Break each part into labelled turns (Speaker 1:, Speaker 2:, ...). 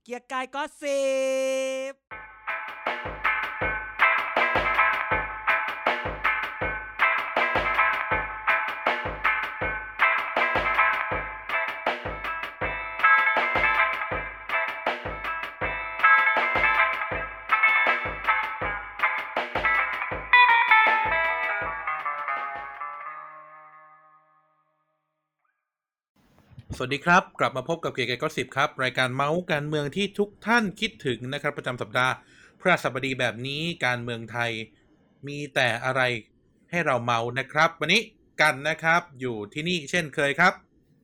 Speaker 1: กียร์กายก็สิบ
Speaker 2: สวัสดีครับกลับมาพบกับเกียร์กายก็สิบครับรายการเมาส์การเมืองที่ทุกท่านคิดถึงนะครับประจำสัปดาห์พฤหัสบดีแบบนี้การเมืองไทยมีแต่อะไรให้เราเมาส์นะครับวันนี้กันนะครับอยู่ที่นี่เช่นเคยครับ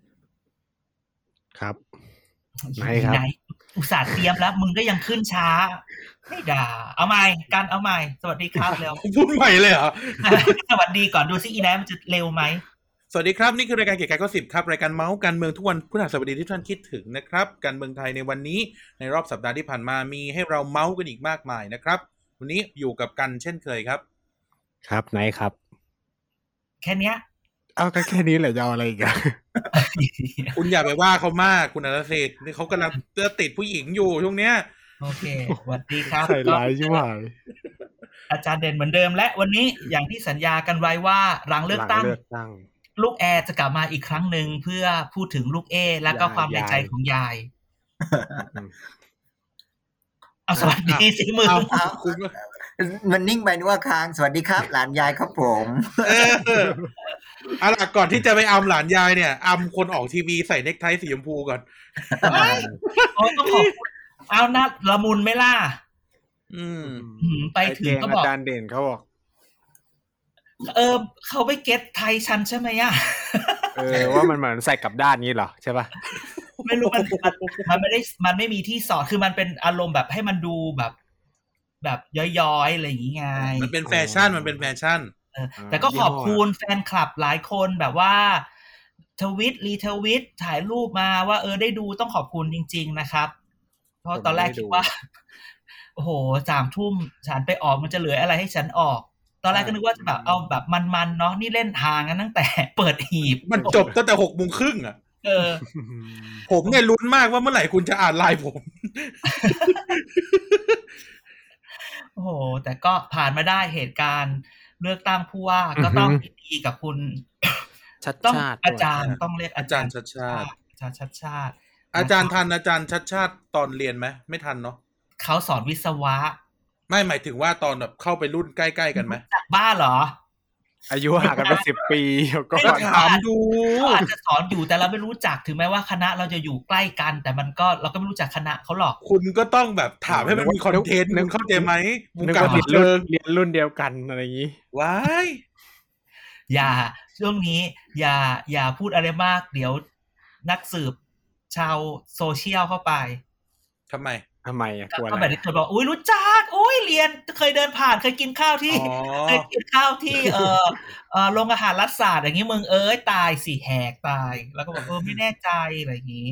Speaker 3: ครับไหนครับ
Speaker 4: อุตส่าห์เตรียมแล้วมึงก็ยังขึ้นช้าไม่ด่าเอาใหม่กันเอาใหม่สวัสดีครับเร็ว
Speaker 2: พูดใหม่เลยเหรอ
Speaker 4: สวัสดีก่อนดูซิอีแนมันจะเร็วไหม
Speaker 2: สวัสดีครับนี่คือรายการเกียร์กายก็สิบครับรายการเมาส์การเมืองทุกวันพฤหัสบดีที่ท่านคิดถึงนะครับการเมืองไทยในวันนี้ในรอบสัปดาห์ที่ผ่านมามีให้เราเมาส์กันอีกมากมายนะครับวันนี้อยู่กับกันเช่นเคยครับ
Speaker 3: ครับไหนครับ
Speaker 4: แค่เนี้ย
Speaker 3: เอาแค่นี้แหละจะเอาอะไรอีกอะ
Speaker 2: คุณอย่าไปว่าเขามากคุณอรเศรษฐ์นี่เขากำลังติดผู้หญิงอยู่ช่วงเนี้ย
Speaker 4: โอเคสวัสดีครับ
Speaker 3: ใส่ร้ายใช่ไหม
Speaker 4: อาจารย์เด่นเหมือนเดิมและวันนี้อย่างที่สัญญากันไว้ว่าหลังเลือกตั้งลูกแอร์จะกลับมาอีกครั้งหนึ่งเพื่อพูดถึงลูกเอแล้วก็ความในใจของยายเอาสวัสดีสิมึง
Speaker 5: มันนิ่งไปนึกว่าค้างสวัสดีครับหลานยายครับผม
Speaker 2: เอาล่ะก่อนที่จะไปอำหลานยายเนี่ยอำคนออกทีวีใส่เนคไทสีชมพูก่อน
Speaker 4: ต้องขอบเอานัดละมุนไหมล่ะไปถึงก็บอก
Speaker 3: อาจารย์เด่นเขาบอก
Speaker 4: เขาไปเก็ตไทยชันใช่ไหมอ่ะ
Speaker 3: ว่ามันเหมือนใส่กลับด้านนี้เหรอใช่ป่ะ
Speaker 4: ไม่รู้มันไม่มีที่สอดคือมันเป็นอารมณ์แบบให้มันดูแบบย้อยๆอะไรอย่างงี้ไง
Speaker 2: มันเป็นแฟชั่น
Speaker 4: แต่ก็ขอบคุณแฟนคลับหลายคนแบบว่าทวิตรีทวิตถ่ายรูปมาว่าได้ดูต้องขอบคุณจริงๆนะครับเพราะตอนแรกคิดว่าโอ้โห 3 ทุ่มฉันไปออกมันจะเหลืออะไรให้ฉันออกตอนแรกก็นึกว่าจะแบบเอาแบบมันๆเนาะนี่เล่นทางกันตั้งแต่เปิดหีบ
Speaker 2: มันจบตั้งแต่ 6:30 น.อ่ะผมเนี่ยลุ้นมากว่าเมื่อไหร่คุณจะอ่านไลน์ผม
Speaker 4: โอ้โหแต่ก็ผ่านมาได้เหตุการณ์เลือกตั้งผู้ว่าก็ต้องดีกับคุณ
Speaker 3: ชัดชาติ
Speaker 4: อาจารย์ต้องเรียกอาจารย์
Speaker 2: ชัดชาติ
Speaker 4: ชัดชาติ
Speaker 2: อาจารย์ทันอาจารย์ชัดชาติตอนเรียนไหมไม่ทันเนาะ
Speaker 4: เขาสอนวิศวะ
Speaker 2: ไม่หมายถึงว่าตอนแบบเข้าไปรุ่นใกล้ๆกันไหม
Speaker 4: บ้าเหรอ
Speaker 3: อายุห่างกันเป็น10 ปี
Speaker 2: ก็ถามดู
Speaker 4: อาจจะสอนอยู่แต่เราไม่รู้จักถึงแม้ว่าคณะเราจะอยู่ใกล้กันแต่มันก็เราก็ไม่รู้จักคณะเขาหรอก
Speaker 2: คุณก็ต้องแบบถามให้มันมีคอนเทนต์นึงเข้าใจไหม
Speaker 3: นึกว่าเรียนรุ่นเดียวกันอะไรอย่างนี้
Speaker 2: ว้าย
Speaker 4: อย่าช่วงนี้อย่าพูดอะไรมากเดี๋ยวนักสืบชาวโซเชียลเข้าไป
Speaker 2: ทำไม
Speaker 3: อ่ะกลัวอะไร
Speaker 4: ก็แบบนี้บอกอุ้ยรู้จักอุ้ยเรียนเคยเดินผ่านเคยกินข้าวที่โรงอาหารรัฐศาสตร์อย่างงี้มึงตายสิแหกตายแล้วก็บอกไม่แน่ใจอะไรอย่างงี้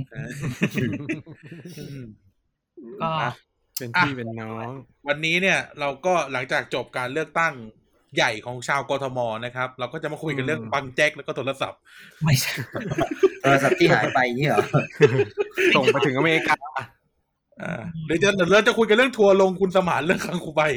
Speaker 3: ก็เป็นพี่เป็นน้อง
Speaker 2: วันนี้เนี่ยเราก็หลังจากจบการเลือกตั้งใหญ่ของชาวกทมนะครับเราก็จะมาคุยกันเรื่องบังแจ็คแล้วก็โทรศัพท์
Speaker 4: ไม่ใช่
Speaker 5: โทรศัพท์ที่หายไปนี่เหรอ
Speaker 3: ส่งไปถึงอเมริกา
Speaker 2: หรือจะคุยกันเรื่องทัวร์ลงคุณสมานเรื่องคังคูใบ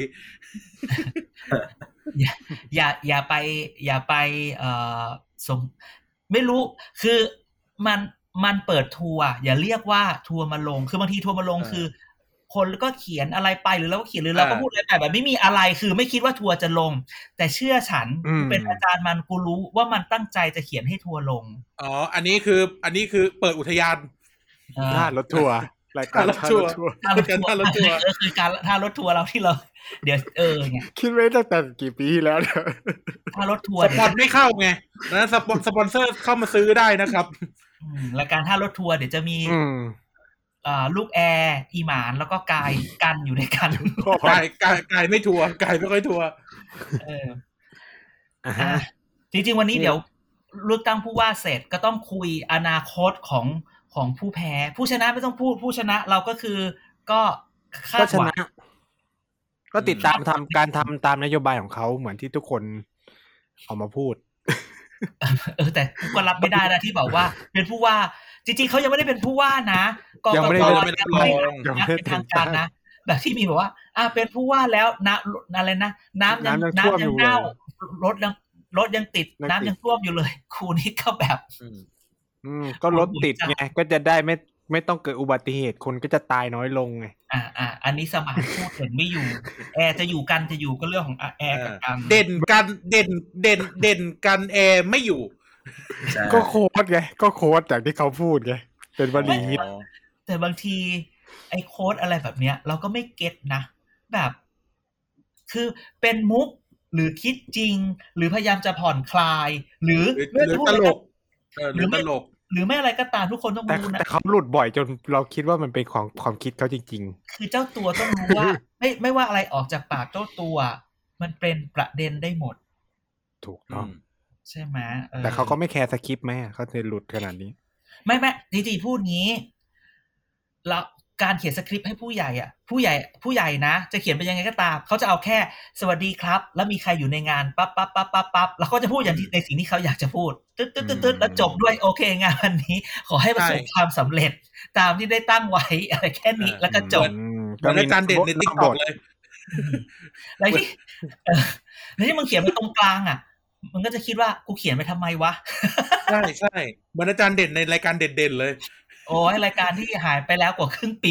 Speaker 4: อย่าไปส่งไม่รู้คือมันเปิดทัวร์อย่าเรียกว่าทัวร์มาลงคือบางทีทัวร์มาลงคือคนก็เขียนอะไรไปหรือเราก็เขียนหรือเราก็พูดอะไรแบบไม่มีอะไรคือไม่คิดว่าทัวร์จะลงแต่เชื่อฉันเป็นอาจารย์มันกูรู้ว่ามันตั้งใจจะเขียนให้ทัวร์ลง
Speaker 2: อันนี้คือเปิดอุทยาน
Speaker 3: ท่ารถทัวร์รายการท่ารถทัวร์
Speaker 4: คือการท่ารถทัวร์เราที่เราเดี๋ยวไง
Speaker 3: คิดไว้ตั้งแต่กี่ปีแล้วเนี่ย
Speaker 4: ท่ารถทัวร์
Speaker 2: สปอนไม่เข้าไงนะสปอนเซอร์เข้ามาซื้อได้นะครับ
Speaker 4: รายการท่ารถทัวร์เดี๋ยวจะมีลูกแอร์อีหมานแล้วก็กายกันอยู่ในกัน
Speaker 2: กายไม่ทัวร์กายไม่ค่อยทัวร์
Speaker 4: จริงๆวันนี้เดี๋ยวเลือกตั้งผู้ว่าเสร็จก็ต้องคุยอนาคตของผู้แพ้ผู้ชนะไม่ต้องพูดผู้ชนะเราก็คือก็คาดหวัง
Speaker 3: ก็ติดตามการทำตามนโยบายของเขาเหมือนที่ทุกคนเอามาพูด
Speaker 4: แต่กูก็รับไม่ได้นะที่บอกว่าเป็นผู้ว่าจริงๆเขายังไม่ได้เป็นผู้ว่านะกกต
Speaker 2: ยังไม่ได้
Speaker 4: ยังไม่เป็นทางการนะแบบที่มีบอกว่าเป็นผู้ว่าแล้วน้ำอะไรนะน้ำยังเน่ารถยังติดน้ำยังท่วมอยู่เลยครูนี่ก็แบบ
Speaker 3: ก็รถติดไงก็จะได้ไม่ต้องเกิดอุบัติเหตุคนก็จะตายน้อยลงไง
Speaker 4: อันนี้สมานพูดเห็นไม่อยู่แอร์จะอยู่ก็เรื่องของแอร์กับกัน
Speaker 2: เด่นกันแอร์ไม่อยู่
Speaker 3: ก็โค้ดไงก็โค้ดจากที่เขาพูดไงเป็นวลีฮิต
Speaker 4: แต่บางทีไอ้โค้ดอะไรแบบเนี้ยเราก็ไม่เก็ตนะแบบคือเป็นมุกหรือคิดจริงหรือพยายามจะผ่อนคลายหรือ
Speaker 2: ตลกหรือตลก
Speaker 4: หรือไม่อะไรก็ตามทุกคนต้องรู้นะ
Speaker 3: แต่เขาหลุดบ่อยจนเราคิดว่ามันเป็นของความคิดเขาจริง
Speaker 4: ๆคือเจ้าตัวต้องรู้ว่า ไม่ว่าอะไรออกจากปากเจ้าตัวมันเป็นประเด็นได้หมด
Speaker 3: ถูกต้อง
Speaker 4: ใช่ไหม
Speaker 3: แต่เขาก็ไม่แคร์สคริปต์ไหมเขาจะหลุดขนาดนี้
Speaker 4: ไม่จริงๆพูดงี้แล้วการเขียนสคริปต์ให้ผู้ใหญ่ผู้ใหญ่นะจะเขียนเป็นยังไงก็ตามเขาจะเอาแค่สวัสดีครับแล้วมีใครอยู่ในงานปั๊บแล้วเขาจะพูดอย่างที่ในสิ่งที่เขาอยากจะพูดตึ๊ดแล้วจบด้วยโอเคงานวันนี้ขอให้ประสบความสำเร็จตามที่ได้ตั้งไว้อะไรแค่นี้แล้วก็จบ
Speaker 2: ก็เป็นการเด่นใน TikTok เลย
Speaker 4: แล้วที่มึงเขียนไปตรงกลางมึงก็จะคิดว่ากูเขียนไปทำไมวะ
Speaker 2: ใช่เหมือนอาจารย์เด่นในรายการเด่นเลย
Speaker 4: โอ้ยรายการที่หายไปแล้วกว่าครึ่งปี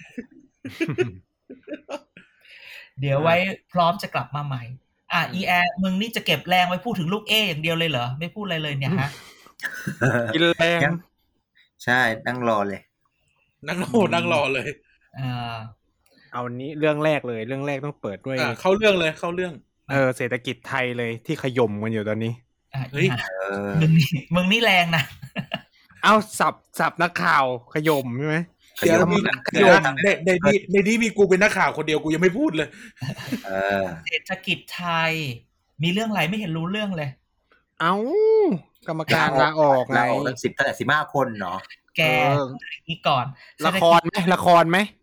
Speaker 4: เดี๋ยวไว้พร้อมจะกลับมาใหม่อีแอร์มึงนี่จะเก็บแรงไว้พูดถึงลูกเออย่างเดียวเลยเหรอไม่พูดอะไรเลยเนี่ยฮะ
Speaker 3: กินแรง
Speaker 5: ใช่นั่งรอเลย
Speaker 2: นั่งรอเลย
Speaker 3: เอานี้เรื่องแรกเลยเรื่องแรกต้องเปิดด้วย
Speaker 2: เข้าเรื่อง
Speaker 3: เศรษฐกิจไทยเลยที่ขย่มกันอยู่ตอนนี้
Speaker 2: เฮ้ย
Speaker 4: มึงนี่แรงนะ
Speaker 3: เอาสับนักข่าวขย่มใช่ไหม
Speaker 2: เดี๋ยวมีในนี้มีกูเป็นนักข่าวคนเดียวกูยังไม่พูดเลย
Speaker 4: เศรษฐกิจไทยมีเรื่องอะไรไม่เห็นรู้เรื่องเลย
Speaker 3: กรรมการลาออกไง
Speaker 5: 15 คนเนาะ
Speaker 4: แกนี่ก่อน
Speaker 3: ละครไหมละคร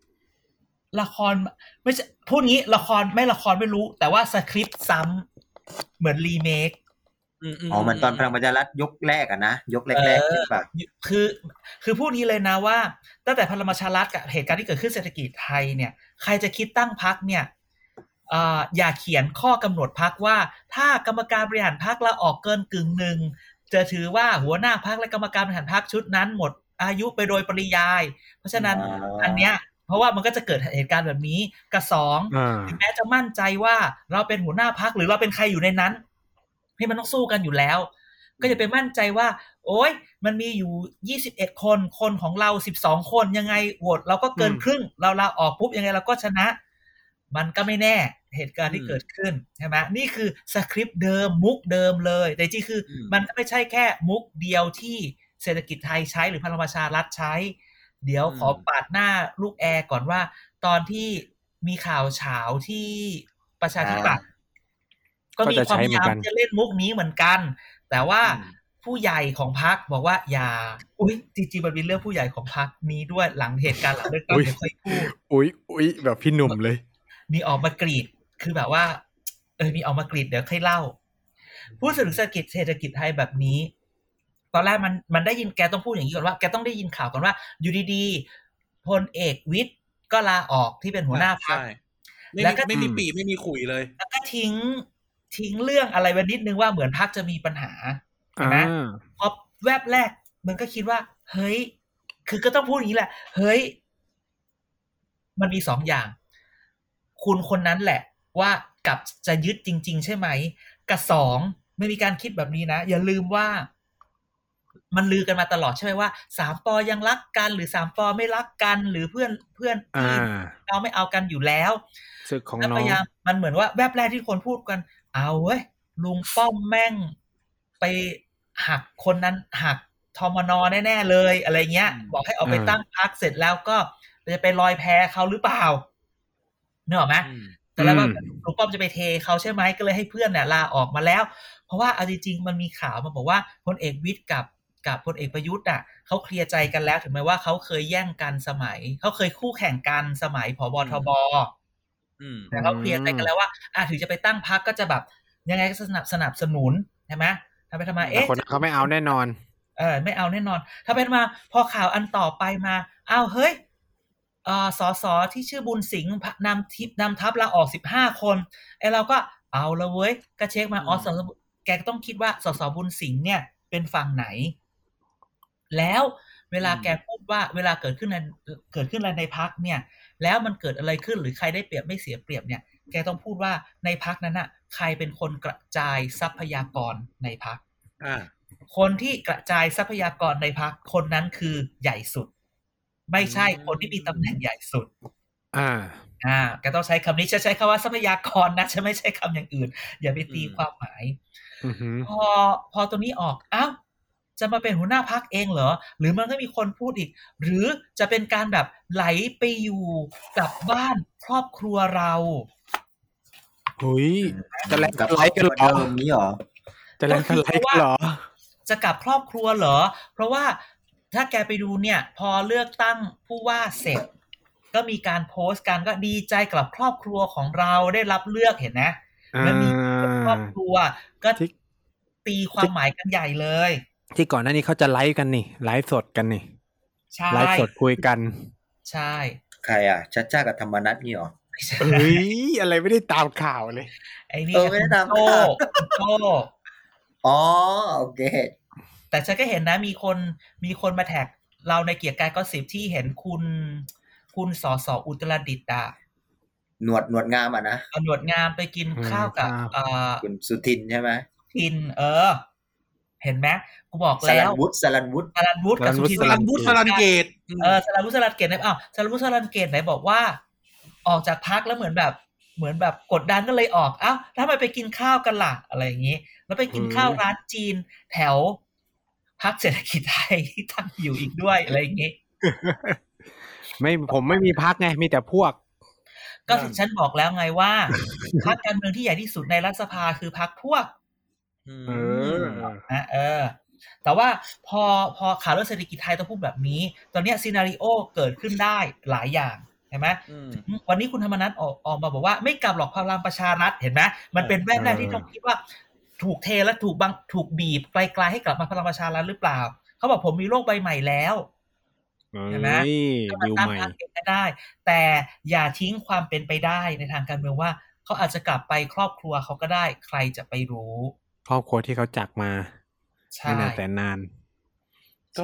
Speaker 4: ไม่ใช่พูดงี้ละครไม่รู้แต่ว่าสคริปต์ซ้ำเหมือนรีเมค
Speaker 5: เหมือนตอนพลังประชารัฐยกแรกนะยกแรกๆใช่ป่ะ
Speaker 4: คือพูดนี้เลยนะว่าตั้งแต่พลังประชารัฐกับเหตุการณ์ที่เกิดขึ้นเศรษฐกิจไทยเนี่ยใครจะคิดตั้งพรรคเนี่ยอย่าเขียนข้อกำหนดพรรคว่าถ้ากรรมการบริหารพรรคลาออกเกินกึ่งหนึ่งจะถือว่าหัวหน้าพรรคและกรรมการบริหารพรรคชุดนั้นหมดอายุไปโดยปริยายเพราะฉะนั้นอันเนี้ยเพราะว่ามันก็จะเกิดเหตุการณ์แบบนี้กับ2ถึงแม้จะมั่นใจว่าเราเป็นหัวหน้าพรรคหรือเราเป็นใครอยู่ในนั้นให้มันต้องสู้กันอยู่แล้วก็จะไปมั่นใจว่าโอ๊ยมันมีอยู่21คนของเรา12คนยังไงโหวตเราก็เกินครึ่งเราลาออกปุ๊บยังไงเราก็ชนะมันก็ไม่แน่เหตุการณ์ที่เกิดขึ้นใช่ไหมนี่คือสคริปต์เดิมมุกเดิมเลยแต่จริงคือมันไม่ใช่แค่มุกเดียวที่เศรษฐกิจไทยใช้หรือพลังประชารัฐใช้เดี๋ยวขอปาดหน้าลูกแอร์ก่อนว่าตอนที่มีข่าวเฉาที่ประชาธิปัตย์ก็มีความพยายามจะเล่นมุกนี้เหมือนกันแต่ว่าผู้ใหญ่ของพรรคบอกว่าอย่าจริงๆมันมีเรื่องผู้ใหญ่ของพรรคนี้ด้วยหลังเหตุการณ์หลังเลือกตั้งไม่ค่อยพูด
Speaker 3: แบบพี่หนุ่มเลย
Speaker 4: มีออกมากรีดคือแบบว่ามีออกมากรีดเดี๋ยวค่อยเล่าพูดถึงเศรษฐกิจไทยแบบนี้ตอนแรกมันได้ยินแกต้องพูดอย่างนี้ก่อนว่าแกต้องได้ยินข่าวก่อนว่าอยู่ดีๆพลเอกวิทย์ก็ลาออกที่เป็นหัวหน้าพรรค
Speaker 2: แล้วก็ไม่มีปีไม่มีขุยเลย
Speaker 4: แล้วก็ทิ้งเรื่องอะไรไว้นิดนึงว่าเหมือนพรรคจะมีปัญหานะพอแวบแรกมันก็คิดว่าเฮ้ยคือก็ต้องพูดอย่างนี้แหละเฮ้ยมันมี2อย่างคุณคนนั้นแหละว่ากับจะยึดจริงๆใช่ไหมกับ2ไม่มีการคิดแบบนี้นะอย่าลืมว่ามันลือกันมาตลอดใช่ไหมว่า3ปยังรักกันหรือ3ปไม่รักกันหรือเพื่อนที่เราไม่เอากันอยู่แล้ว
Speaker 3: ศึกของน้อง
Speaker 4: มันเหมือนว่าแวบแรกที่คนพูดกันเอาเว้ยลุงป้อมแม่งไปหักคนนั้นหักทมน.แน่ๆเลยอะไรเงี้ยบอกให้เอาไปตั้งพรรคเสร็จแล้วก็จะไปลอยแพเขาหรือเปล่านึกออกไหมแต่แล้วว่าลุงป้อมจะไปเทเขาใช่ไหมก็เลยให้เพื่อนเนี่ยลาออกมาแล้วเพราะว่าเอาจริงๆมันมีข่าวมาบอกว่าพลเอกวิทย์กับพลเอกประยุทธ์เขาเคลียร์ใจกันแล้วถึงแม้ว่าเขาเคยแย่งกันสมัยเขาเคยคู่แข่งกันสมัยผบ.ทบ.แต่เขาเคลียร์ใจกันแล้วว่าถึงจะไปตั้งพรรคก็จะแบบยังไงก็สนับสนุนใช่ไหมทำไปทำมา
Speaker 3: แต่คนเขาไม่เอาแน่นอน
Speaker 4: ไม่เอาแน่นอนถ้าเป็นมาพอข่าวอันต่อไปมาอ้าวเฮ้ยสสที่ชื่อบุญสิงห์นำทัพลาออก15 คนไอ้เราก็เอาละเว้ยก็เช็คมาสสแกต้องคิดว่าสสบุญสิงห์เนี่ยเป็นฝั่งไหนแล้วเวลาแกพูดว่าเวลาเกิดขึ้นอะไรในพรรคเนี่ยแล้วมันเกิดอะไรขึ้นหรือใครได้เปรียบไม่เสียเปรียบเนี่ยแกต้องพูดว่าในพรรคนั้นน่ะใครเป็นคนกระจายทรัพยากรในพรรคคนที่กระจายทรัพยากรในพรรคคนนั้นคือใหญ่สุดไม่ใช่คนที่มีตำแหน่งใหญ่สุดก็ต้องใช้คำนี้จะใช้คำว่าทรัพยากรนะจะไม่ใช่คำอย่างอื่นอย่าไปตีความหมายพอตัวนี้ออกอ้าวจะมาเป็นหัวหน้าพรรคเองเหรอหรือมันก็มีคนพูดอีกหรือจะเป็นการแบบไหลไปอยู่กับบ้านครอบครัวเรา
Speaker 3: จะแลกกับไลค์กันเหรอ
Speaker 5: นี้หรอ
Speaker 3: จะแลกกันไลค์กันเหรอ
Speaker 4: จะกลับครอบครัวเหรอเพราะว่าถ้าแกไปดูเนี่ยพอเลือกตั้งผู้ว่าเสร็จก็มีการโพสต์กันก็ดีใจกับครอบครัวของเราได้รับเลือกเห็นนะแล้วมีครอบครัวก็ตีความหมายกันใหญ่เลย
Speaker 3: ที่ก่อนหน้านี้เขาจะไลฟ์กันนี่ไลฟ์สดกันนี่ไลฟ์สดคุยกัน
Speaker 4: ใช่
Speaker 5: ใครอ่ะชัชชากับธรรมนัสนี่หรอ
Speaker 3: อะไรไม่ได้ตามข่าวเลย
Speaker 4: ไอ้นี่
Speaker 5: ไม่ได้ตามข่าวโอเค
Speaker 4: แต่ฉันก็เห็นนะมีคนมาแท็กเราในเกียรติกายก็10ที่เห็นคุณสสอุตรดิตถ์
Speaker 5: หนวดงามอ่ะนะ
Speaker 4: หนวดงามไปกินข้าวกับ
Speaker 5: คุณสุทินใช่ไหม
Speaker 4: ทินเห็นไหมกูบอกแล้ว
Speaker 5: สลันวุฒิ
Speaker 4: กับสุทิน
Speaker 2: สลันเกต
Speaker 4: สลันวุฒิสลันเกตไหนสลันวุฒิสลันเกตไหนบอกว่าออกจากพรรคแล้วเหมือนแบบกดดันก็เลยออกแล้วทำไมไปกินข้าวกันล่ะอะไรอย่างงี้แล้วไปกินข้าวร้านจีนแถวพรรคเศรษฐกิจไทยที่ตั้งอยู่อีกด้วยอะไรอย่างงี้
Speaker 3: ผมไม่มีพรรคไงมีแต่พวก
Speaker 4: ก็ฉันบอกแล้วไงว่าพรรคการเมืองที่ใหญ่ที่สุดในรัฐสภาคือพรรคพวกแต่ว่าพอข่าวเรื่องเศรษฐกิจไทยต้องพูดแบบนี้ตอนนี้ซีนาริโอเกิดขึ้นได้หลายอย่างเห็นไหมวันนี้คุณธรรมนัสออกมาบอกว่าไม่กลับหรอกพลังประชารัฐเห็นไหมมันเป็นแวบแรกที่ต้องคิดว่าถูกเทและถูกบีบไกลๆให้กลับมาพลังประชารัฐหรือเปล่าเขาบอกผมมีโลกใบใหม่แล้วเห็นไหมก็ตามทางเก็บได้แต่อย่าทิ้งความเป็นไปได้ในทางการเมืองว่าเขาอาจจะกลับไปครอบครัวเขาก็ได้ใครจะไปรู้
Speaker 3: ครอบครัวที่เขาจากมาไม่นานแต่นาน
Speaker 2: ก็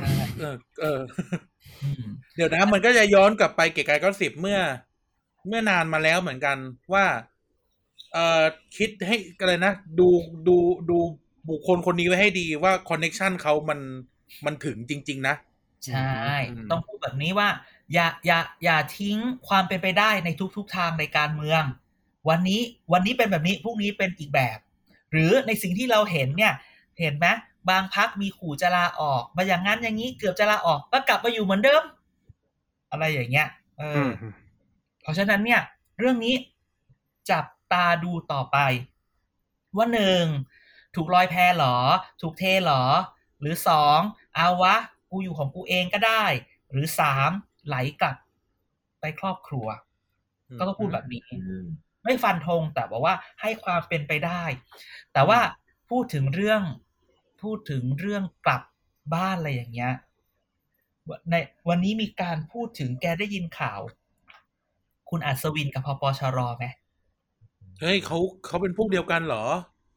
Speaker 2: เดี๋ยวนะมันก็จะย้อนกลับไปเก๋ไก่ก็10เมื่อนานมาแล้วเหมือนกันว่าคิดให้อะไรนะดูบุคคลคนนี้ไว้ให้ดีว่าคอนเนคชั่นเขามันถึงจริงๆนะ
Speaker 4: ใช่ต้องพูดแบบนี้ว่าอย่าทิ้งความเป็นไปได้ในทุกทางในการเมืองวันนี้เป็นแบบนี้พรุ่งนี้เป็นอีกแบบหรือในสิ่งที่เราเห็นเนี่ยเห็นไหมบางพรรคมีขู่จะลาออกมาอย่างนั้นอย่างนี้เกือบจะลาออกก็กลับมาอยู่เหมือนเดิมอะไรอย่างเงี้ยเพราะฉะนั้นเนี่ยเรื่องนี้จับตาดูต่อไปว่า1ถูกลอยแพเหรอถูกเทเหรอหรือ2เอาวะกูอยู่ของกูเองก็ได้หรือ3ไหลกลับไปครอบครัวก็ต้องพูดแบบนี้ไม่ฟันธงแต่ว่าให้ความเป็นไปได้แต่ว่าพูดถึงเรื่องกลับบ้านอะไรอย่างเงี้ยในวันนี้มีการพูดถึงแกได้ยินข่าวคุณอัศวินกับพปชรไหม
Speaker 2: เฮ้ยเขาเป็นพวกเดียวกันเหรอ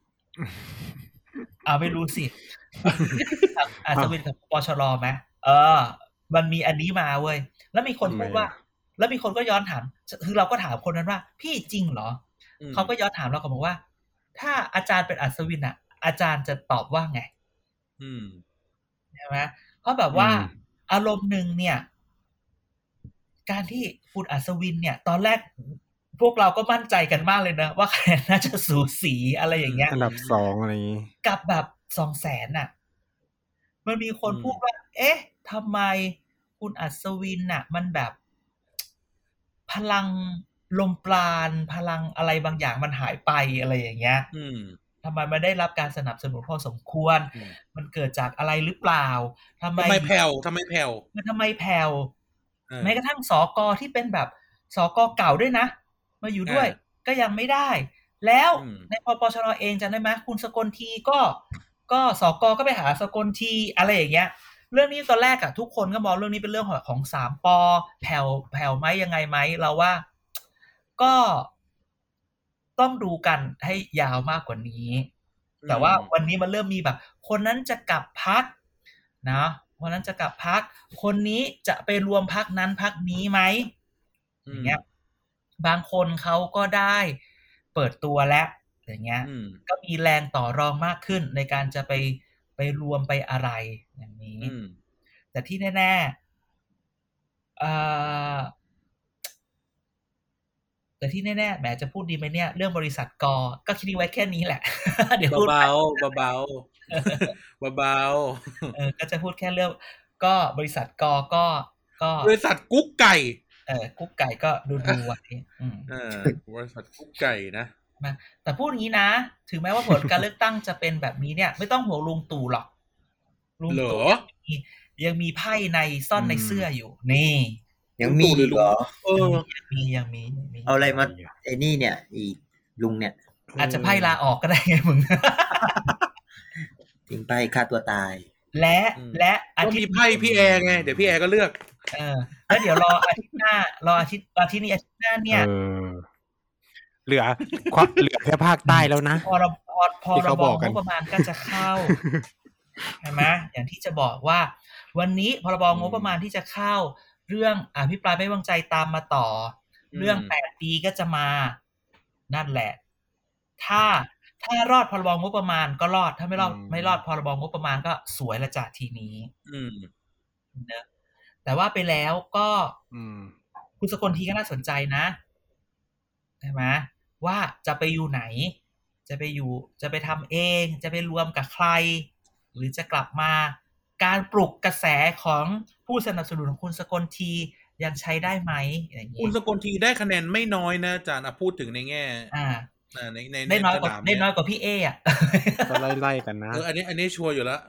Speaker 4: ไม่รู้สิอัศวินกับพปชรไหมมันมีอันนี้มาเว้ยแล้วมีคนพูดว่าแล้วมีคนก็ย้อนถามคือเราก็ถามคนนั้นว่าพี่จริงเหรอเขาก็ย้อนถามเราก็บอกว่าถ้าอาจารย์เป็นอัศวินอ่ะอาจารย์จะตอบว่าไงใช่ไหมเพราะแบบว่าอารมณ์หนึ่งเนี่ยการที่คุณอัศวินเนี่ยตอนแรกพวกเราก็มั่นใจกันมากเลยนะว่าคะแนนน่าจะสูสีอะไรอย่างเงี้ย
Speaker 3: อันดับ2อะไรอย่างงี้
Speaker 4: กับแบบ 200,000 น่ะมันมีคนพูดว่าเอ๊ะทำไมคุณอัศวินน่ะมันแบบพลังลมปราณพลังอะไรบางอย่างมันหายไปอะไรอย่างเงี้ยทำไมมันได้รับการสนับสนุนพอสมควรมันเกิดจากอะไรหรือเปล่าทำไม
Speaker 2: แผ่ว
Speaker 4: แม้กระทั่งสกที่เป็นแบบสกเก่าด้วยนะมาอยู่ด้วยก็ยังไม่ได้แล้วในพปชรเองจำได้ไหมคุณสกลทีก็ก็สกก็ไปหาสกลทีอะไรอย่างเงี้ยเรื่องนี้ตอนแรกอะทุกคนก็มองเรื่องนี้เป็นเรื่องของ3 ป.แผ่วไหมยังไงไหมเราว่าก็ต้องดูกันให้ยาวมากกว่านี้แต่ว่าวันนี้มันเริ่มมีแบบคนนั้นจะกลับพรรคนะคนนั้นจะกลับพรรคคนนี้จะไปรวมพรรคนั้นพรรคนี้ไหมอย่างเงี้ยบางคนเขาก็ได้เปิดตัวแล้วอย่างเงี้ยก็มีแรงต่อรองมากขึ้นในการจะไปรวมไปอะไรอย่างนี้แต่ที่แน่ๆแต่ที่แน่ๆแหมจะพูดดีไหมเนี่ยเรื่องบริษัทก็คิดไว้แค่นี้แหละ เดี๋ยวพูดเบา
Speaker 2: เบา
Speaker 4: ก็จะพูดแค่เรื่องก็บริษัทก็
Speaker 2: บริษัทกุ๊กไก่
Speaker 4: กุ๊กไก่ก็ดูไว้
Speaker 2: บริษัทกุ๊กไก่นะ
Speaker 4: แต่พูดอย่างนี้นะถึงแม้ว่าผลการเลือกตั้งจะเป็นแบบนี้เนี่ยไม่ต้องห่วงลุงตู่หรอกลุงตู่ยังมีไพ่ในซ่อนในเสื้ออยู่นี่
Speaker 5: ยังมีเหรอ
Speaker 4: ยังมี
Speaker 5: เอาอะไรมาไอ้นี่เนี่ยอีลุงเนี่ย
Speaker 4: อาจจะไพ่ลาออกก็ได้ไงมึง
Speaker 5: จริงไพ่ฆ่าตัวตาย
Speaker 4: และ
Speaker 2: อาทิตย์ไพ่พี่แอร์ไงเดี๋ยวพี่แอร์ก็เลือก
Speaker 4: แล้วเดี๋ยวรออาทิตย์หน้ารออาทิตย์นี้อาทิตย์หน้าเนี่ย
Speaker 3: เหลือแค่ภาคใต้แล้วนะ
Speaker 4: พอเราบอกงบประมาณก็จะเข้าใช่ไหมอย่างที่จะบอกว่าวันนี้พรบงบประมาณที่จะเข้าเรื่องอภิปรายไม่ไว้วางใจตามมาต่อเรื่อง8 ปีก็จะมานั่นแหละถ้ารอดพรบงบประมาณก็รอดถ้าไม่รอดพรบงบประมาณก็สวยละจ้ะทีนี้นะแต่ว่าไปแล้วก็คุณสกลทีก็น่าสนใจนะใช่ไหมว่าจะไปอยู่ไหนจะไปทำเองจะไปรวมกับใครหรือจะกลับมาการปลุกกระแสของผู้สนับสนุนของคุณสกลทียังใช้ได้ไหมอย่างนี้
Speaker 2: คุณสกลทีได้คะแนนไม่น้อยนะอาจารย์พูดถึงในแง่ใน
Speaker 4: ได้น้อยกว่าพี่เออะ
Speaker 3: ก็ไล่กันนะ
Speaker 2: อันนี้ชัวร์อยู่แล้ว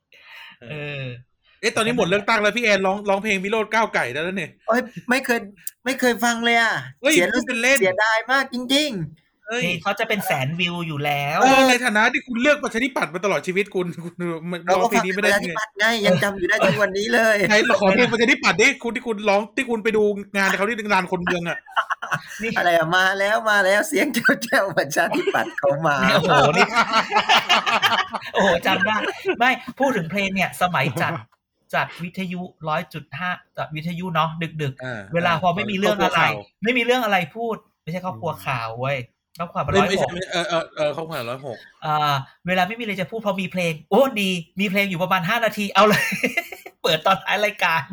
Speaker 2: ตอนนี้หมดเลือกตั้งแล้วพี่แอนร้องเพลงวิโรจน์ก้าวไก่แล้วเนี่ย
Speaker 5: ไม่เคยฟังเลยอ่ะ
Speaker 2: เสี
Speaker 5: ยดายมากจริง
Speaker 4: เขาจะเป็นแสนวิวอยู่แล้ว
Speaker 2: ในฐานะที่คุณเลือกประชาธิปัตย์มาตลอดชีวิตคุณร้องเพลงนี้ไม่ได้
Speaker 5: ไงยังจำอยู่ได้ทุกวันนี้เลย
Speaker 2: ใครขอเพลงประชาธิปัตย์ดิคุณที่คุณร้องที่คุณไปดูงานเขาที่งานคนเมืองอ่ะ
Speaker 5: อะไรมาแล้วเสียงเจ้าประชาธิปัตย์เขามา
Speaker 4: โอ้โหนี่โอ้โหจำได้ไม่พูดถึงเพลงเนี่ยสมัยจัดวิทยุ 100.5 จัดวิทยุเนาะดึกๆเวลาพอไม่มีเรื่องอะไรพูดไม่ใช่ครอบครัวข่าวเว้ยครอบครัว106
Speaker 2: ครอบครัว
Speaker 4: 106เวลาไม่มีอะไรจะพูดพอมีเพลงโอ้ดีมีเพลงอยู่ประมาณ5 นาทีเอาเลย เปิดตอนท้ายรายการ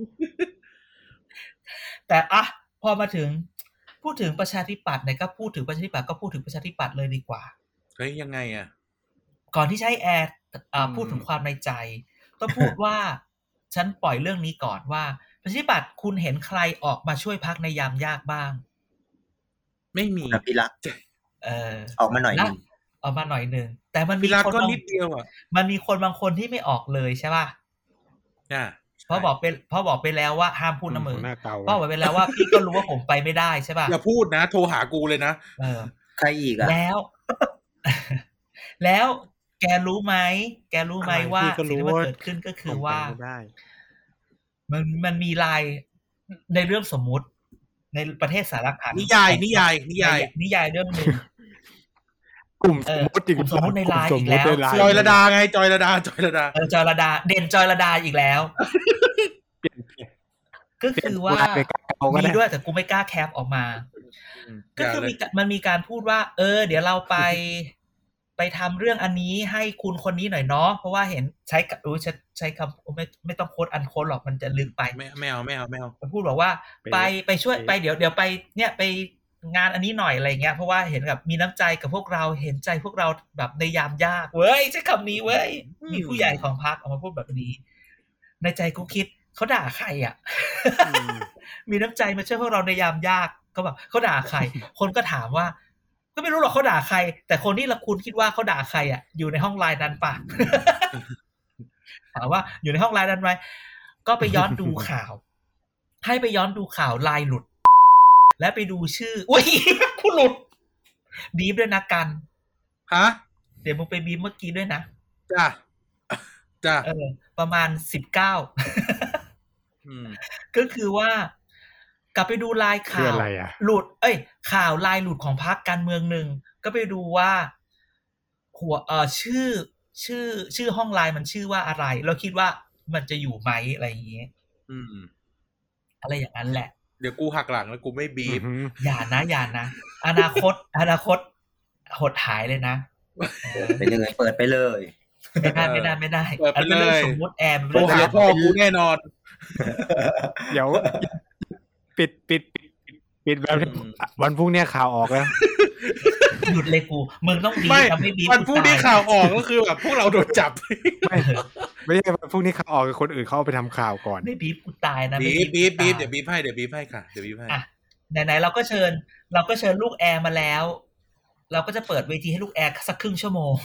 Speaker 4: แต่พอมาถึงพูดถึงประชาธิปัตย์เนี่ยก็พูดถึงประชาธิปัตย์ก็พูดถึงประชาธิปัตย์เลยดีกว่า
Speaker 2: ยังไงอ่ะ
Speaker 4: ก่อนที่ใช้แอร์พูดถึงความในใจต้องพูดว่าฉันปล่อยเรื่องนี้ก่อนว่าประชาธิปัตย์คุณเห็นใครออกมาช่วยพรรคในยามยากบ้าง
Speaker 2: ไม่มี
Speaker 5: พิรักษ์ออกมาหน่อย
Speaker 4: นึงแต่มันมีคน
Speaker 2: นิดเดียวอ่ะ
Speaker 4: มันมีคนบางคนที่ไม่ออกเลยใช่ป่ะเพราะบอกไปแล้วว่าห้ามพูดนะมึงเพราะบอกไปแล้วว่าพี่ก็รู้ว่าผมไปไม่ได้ใช่ป่ะ
Speaker 2: อย่าพูดนะโทรหากูเลยนะ
Speaker 5: ใครอีกอ่ะ
Speaker 4: แล้วแกรู้ไหมว่าสิ่งที่มันเกิดขึ้นก็คือว่ามันมีลายในเรื่องสมมุติในประเทศสารคาม
Speaker 2: นิยาย
Speaker 4: เรื่องนึง
Speaker 3: กลุ่ม
Speaker 4: สมมุติในไลน์อีกแล้ว
Speaker 2: จอยระดาไงจอยระดา
Speaker 4: เด่นจอยระดาอีกแล้วก็คือว่ามีด้วยแต่กูไม่กล้าแคปออกมาก็คือมันมีการพูดว่าเดี๋ยวเราไปทำเรื่องอันนี้ให้คุณคนนี้หน่อยเนาะเพราะว่าเห็นใช้คำไม่ต้องโค้ดอันโค้ดหรอกมันจะลึกไป
Speaker 2: ไม่เอา
Speaker 4: พูดบอกว่าไปช่วยไปเดี๋ยวไปเนี่ยไปงานอันนี้หน่อยอะไรเงี้ยเพราะว่าเห็นแบบมีน้ำใจกับพวกเราเห็นใจพวกเราแบบในยามยากเว้ยใช้คำนี้เว้ยมีผู้ใหญ่ของพรรคออกมาพูดแบบนี้ในใจกูคิดเขาด่าใครอ่ะ มีน้ำใจมาช่วยพวกเราในยามยากก็แบบเขาด่าใคร คนก็ถามว่าก็ไม่รู้หรอกเขาด่าใครแต่คนที่ละคุณคิดว่าเขาด่าใครอ่ะอยู่ในห้องไลน์นั้นป่ะ ถามว่าอยู่ในห้องไลน์นั้นไหมก็ไปย้อนดูข่าวให้ไปย้อนดูข่าวไลน์หลุดและไปดูชื่ออุ้ยกูหลุดบีบด้วยนะกัน
Speaker 2: ฮะ
Speaker 4: เดี๋ยวมึงไปบีบเมื่อกี้ด้วยนะ
Speaker 2: จ้าจ้า
Speaker 4: ประมาณ19 ก็คือว่ากลับไปดูลายข่าวหลุดข่าวลายหลุดของพรรคการเมืองหนึ่งก็ไปดูว่าหัวชื่อห้องไลน์มันชื่อว่าอะไรเราคิดว่ามันจะอยู่ไหมอะไรอย่างเงี้ยอะไรอย่างนั้นแหละ
Speaker 2: เดี๋ยวกูหักหลังแล้วกูไม่บีบ
Speaker 4: อย่านะอนาคตหดหายเลยนะ
Speaker 5: ไปเลยเปิดไปเลย
Speaker 4: ไม่ได้
Speaker 2: เป็นเรื่อง
Speaker 4: สมมติแอม
Speaker 2: โทรหาพ่อกูแน่นอน
Speaker 3: เดี๋ยวปิดแบบวันพรุ่งนี้ข่าวออกแล้ว
Speaker 4: หยุดเลยกูมึงต้องบีบไม่บีบ
Speaker 2: วันพรุ่งนี้ข่าวออกก็คือแบบพวกเราโดนจับ
Speaker 3: ไม่ใช่วันพรุ่งนี้ข่าวออกคนอื่นเขาเอาไปทำข่าวก่อน
Speaker 4: ไม่บีบกูตายนะ
Speaker 2: บีบเดี๋ยวบีบให้ค่ะเดี๋ยวบีบให้
Speaker 4: ไหนๆเราก็เชิญลูกแอร์มาแล้วเราก็จะเปิดเวทีให้ลูกแอร์สักครึ่งชั่วโมง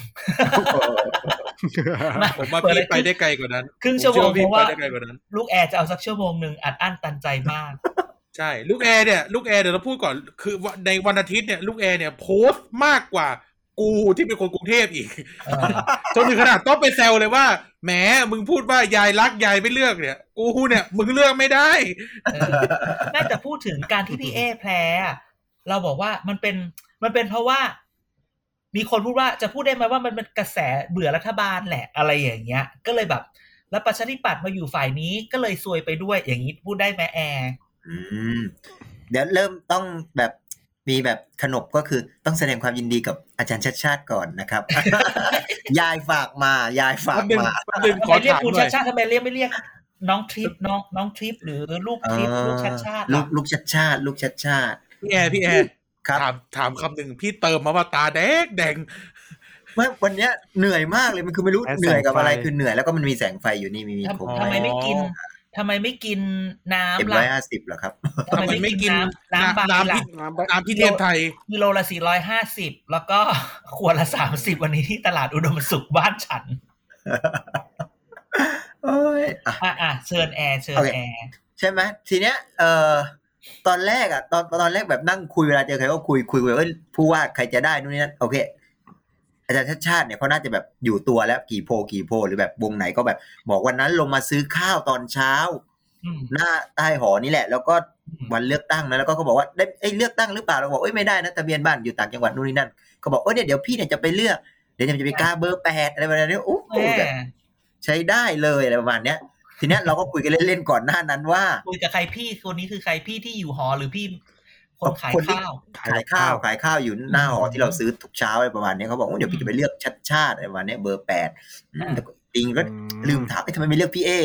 Speaker 2: ผมว่าพี่ไปได้ไกลกว่านั้น
Speaker 4: ครึ่งชั่วโมงเพราะว่าลูกแอร์จะเอาสักชั่วโมงนึงอัดอั้นตันใจมาก
Speaker 2: ใช่ลูกแอร์เดี๋ยวเราพูดก่อนคือในวันอาทิตย์เนี่ยลูกแอร์เนี่ยโพสต์มากกว่ากูที่เป็นคนกรุงเทพอีกจนถึงขนาดต้องไปแซวเลยว่าแหมมึงพูดว่ายายรักยายไม่เลือกเนี่ยกูเนี่ยมึงเลือกไม่ได้
Speaker 4: น่าจะพูดถึงการที่พี่แพ้เราบอกว่ามันเป็นเพราะว่ามีคนพูดว่าจะพูดได้ไหมว่ามันเป็นกระแสเบื่อรัฐบาลแหละอะไรอย่างเงี้ยก็เลยแบบแล้วประชาธิปัตย์มาอยู่ฝ่ายนี้ก็เลยซวยไปด้วยอย่างนี้พูดได้ไหมแอร์
Speaker 5: เดี๋ยวเริ่มต้องแบบมีแบบขนบก็คือต้องแสดงความยินดีกับอาจารย์ชาติก่อนนะครับ ยายฝากมา
Speaker 2: ขอ
Speaker 4: เรียกคุณชาติทำไมเรียกไม่เรียกน้องทริปน้องทริปหรือลูกทริปลูกชาติ
Speaker 5: ลูกชาติ
Speaker 2: พี่แอร์ถามคำหนึ่งพี่เติมมาว่าตาแดง
Speaker 5: ไม่วันเนี้ยเหนื่อยมากเลยมันคือไม่รู้เหนื่อยกับอะไรคือเหนื่อยแล้วก็มันมีแสงไฟอยู่นี่มีผม
Speaker 4: ทำไมไม่กินน้ำ
Speaker 5: ล่ะ150เหรอครับ
Speaker 2: ทำไมไม่กินน้ำพี่เทียนไทย
Speaker 4: กิโลละ450แล้วก็ขวดละ30วันนี้ที่ตลาดอุดมสุขบ้านฉัน
Speaker 5: โอ้ย
Speaker 4: เชิญแอร์
Speaker 5: ใช่ไหมทีเนี้ยตอนแรกตอนแรกแบบนั่งคุยเวลาเจอใครก็คุยผู้ว่าใครจะได้นู่นนี่นั่นโอเคอาจารย์ชาติเนี่ยเขาน่าจะแบบอยู่ตัวแล้วกี่โพหรือแบบวงไหนก็แบบบอกวันนั้นลงมาซื้อข้าวตอนเช้าหน้าใต้หอนี่แหละแล้วก็วันเลือกตั้งนะแล้วก็เขาบอกว่าได้เลือกตั้งหรือเปล่าเราบอกไม่ได้นะทะเบียนบ้านอยู่ต่างจังหวัดนู่นนี่นั่นเขาบอกเนี่ยเดี๋ยวพี่เนี่ยจะไปเลือกเดี๋ยวจะไปกาเบอร์8อะไรประมาณนี้โอ้โหแบบใช้ได้เลยอะไรประมาณเนี้ยทีเนี้ยเราก็คุยกันเล่นๆก่อนหน้านั้นว่า
Speaker 4: คุยกับใครพี่คนนี้คือใครพี่ที่อยู่หอหรือพี่คนขายข้
Speaker 5: าวอยู่หน้าหอที่เราซื้อทุกเช้าอะไรประมาณนี้เขาบอกว่าเดี๋ยวพี่จะไปเลือกชาติอะไรประมาณนี้เบอร์8จริงก็ลืมถามทำไมไม่เลือกพี่เอ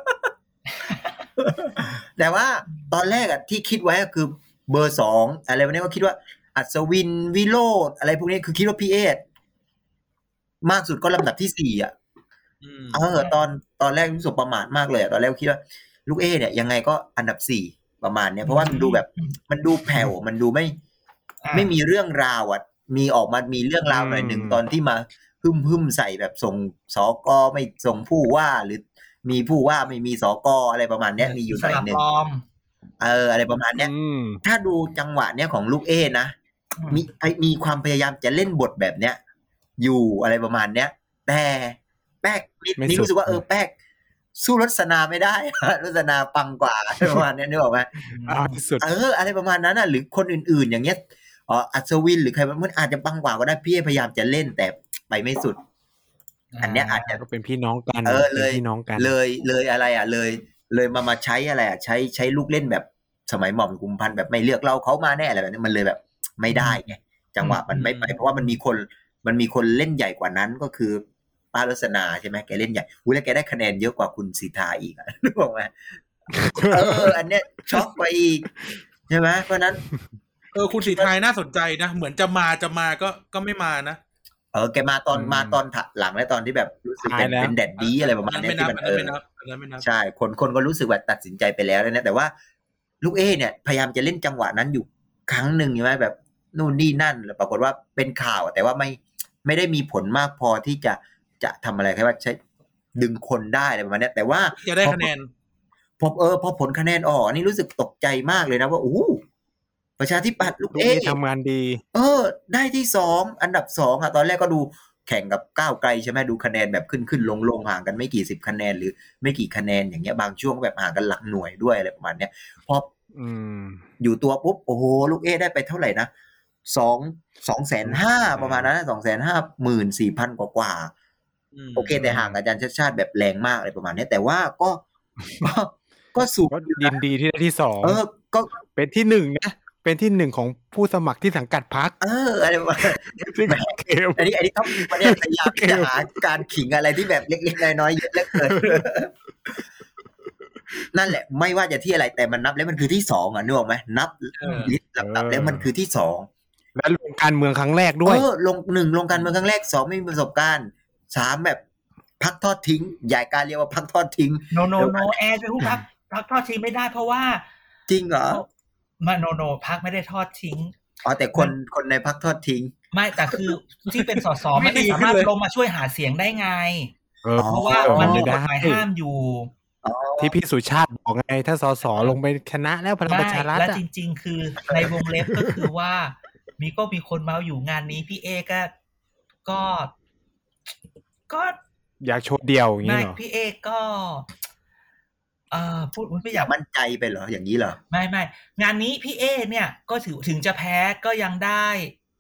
Speaker 5: แต่ว่าตอนแรกที่คิดไว้ก็คือเบอร์2อะไรวันนี้ก็คิดว่าอัศวินวิโรจน์อะไรพวกนี้คือคิดว่าพี่เอมากสุดก็ลำดับที่4ตอนแรกรู้สึกประมาทมากเลยตอนแรกคิดว่าลูกเอเนี่ยยังไงก็อันดับ4ประมาณเนี้ยเพราะว่ามันดูแบบมันดูแผ่วมันดูไม่มีเรื่องราวมีออกมามีเรื่องราวหน่อยหนึ่งตอนที่มาหึ่มใส่แบบส่งสกไม่ส่งผู้ว่าหรือมีผู้ว่าไม่มีสกอะไรประมาณเนี้ยมีอยู่หน่อยนึงอะไรประมาณเนี้ยถ้าดูจังหวะเนี้ยของลูกเอนะมีความพยายามจะเล่นบทแบบเนี้ยอยู่อะไรประมาณเนี้ยแต่แป๊กนี่รู้สึกว่าแป๊กสู้รสนาไม่ได้รสนาปังกว่าประมาณนี้นึกออกไหมอะไรประมาณนั้นหรือคนอื่นๆอย่างเงี้ยอัศวินหรือใครมันอาจจะปังกว่าก็ได้พี่พยายามจะเล่นแต่ไปไม่สุดอันเนี้ยอาจจะ
Speaker 3: ก็เป็นพี่น้องกัน
Speaker 5: เลยพี่น้องกันเลยอะไรเลยมาใช้อะไรใช้ลูกเล่นแบบสมัยหม่อมกุมพันธ์แบบไม่เลือกเราเขามาแน่อะไรแบบนี้มันเลยแบบไม่ได้ไงจังหวะมันไม่ไปเพราะว่ามันมีคนเล่นใหญ่กว่านั้นก็คือป้ารสนาใช่ไหมแกเล่นใหญ่แล้วแกได้คะแนนเยอะกว่าคุณสิทธาอีกนึกออกไหมอันเนี้ยช็อกไปอีกใช่ไหมเพราะนั้น
Speaker 2: คุณสิทธาน่าสนใจนะเหมือนจะมาก็ไม่มานะ
Speaker 5: แกมาตอนหลังและตอนที่แบบรู้สึกเป็นแดดดีอะไรประมาณนี้ที่มันใช่คนก็รู้สึกว่าตัดสินใจไปแล้วนะแต่ว่าลูกเอเนี่ยพยายามจะเล่นจังหวะนั้นอยู่ครั้งหนึ่งใช่ไหมแบบนู่นนี่นั่นแล้วปรากฏว่าเป็นข่าวแต่ว่าไม่ได้มีผลมากพอที่จะทำอะไรแค่ว่าใช้ดึงคนได้อะไรประมาณนี้แต่ว่า
Speaker 2: จะได้คะแนน
Speaker 5: พอผลคะแนนออกนี่รู้สึกตกใจมากเลยนะว่าประชาธิปัตย์ลูกเอ
Speaker 3: ทำงานดี
Speaker 5: ได้ที่2อันดับ2ตอนแรกก็ดูแข่งกับก้าวไกลใช่ไหมดูคะแนนแบบขึ้นลงห่างกันไม่กี่10คะแนนหรือไม่กี่คะแนนอย่างเงี้ยบางช่วงแบบห่างกันหลักหน่วยด้วยอะไรประมาณเนี้ยพออยู่ตัวปุ๊บโอ้โหลูกเอได้ไปเท่าไหร่นะ2,500,000ประมาณนั้น 254,000 กว่าโอเคแต่ห่างอาจารย์ชาติแบบแรงมากอะไรประมาณนี้แต่ว่าก็สูง
Speaker 3: ยินดีที่ได้ที่2
Speaker 5: ก็
Speaker 3: เป็นที่1นะเป็นที่1ของผู้สมัครที่สังกัดพรรค
Speaker 5: อะไรประมาณอันนี้ต้องมาเนี่ยพยายามจะหาการขิงอะไรที่แบบเล็กๆน้อยๆเยอะเหลือเกินนั่นแหละไม่ว่าจะที่อะไรแต่มันนับแล้วมันคือที่2นึกออกไหมนับลิสต์ลำดับแล้วมันคือที่2
Speaker 3: แล้วลงการเมืองครั้งแรกด้วย
Speaker 5: ลงการเมืองครั้งแรก2ไม่มีประสบการณ์3แบบพักทอดทิ้งใหญ่การเรียกว่าพักทอดทิ้ง
Speaker 4: โนแอร์ไปพูดพักทอดทิ้งไม่ได้เพราะว่า
Speaker 5: จริงเหรอ
Speaker 4: มาโนพักไม่ได้ทอดทิ้ง
Speaker 5: แต่คนในพักทอดทิ้ง
Speaker 4: ไม่แต่คือที่เป็นสสมันไม่สามารถลงมาช่วยหาเสียงได้ไงเพราะว่ามันมีกฎหมายห้ามอยู่
Speaker 3: ที่พี่สุชาติบอกไงถ้าสสลงไปชนะแล้วพลังประชารัฐ
Speaker 4: และจริงๆคือในวงเล็บก็คือว่ามีคนเมาอยู่งานนี้พี่เอก็
Speaker 3: อยากโชว์เดียวอย่างนี้เหรอ
Speaker 4: พี่เอก็พูดไม่อยาก
Speaker 5: มั่นใจไปเหรออย่างนี้เหรอ
Speaker 4: ไม่งานนี้พี่เอเนี่ยก็ถึงจะแพ้ก็ยังได้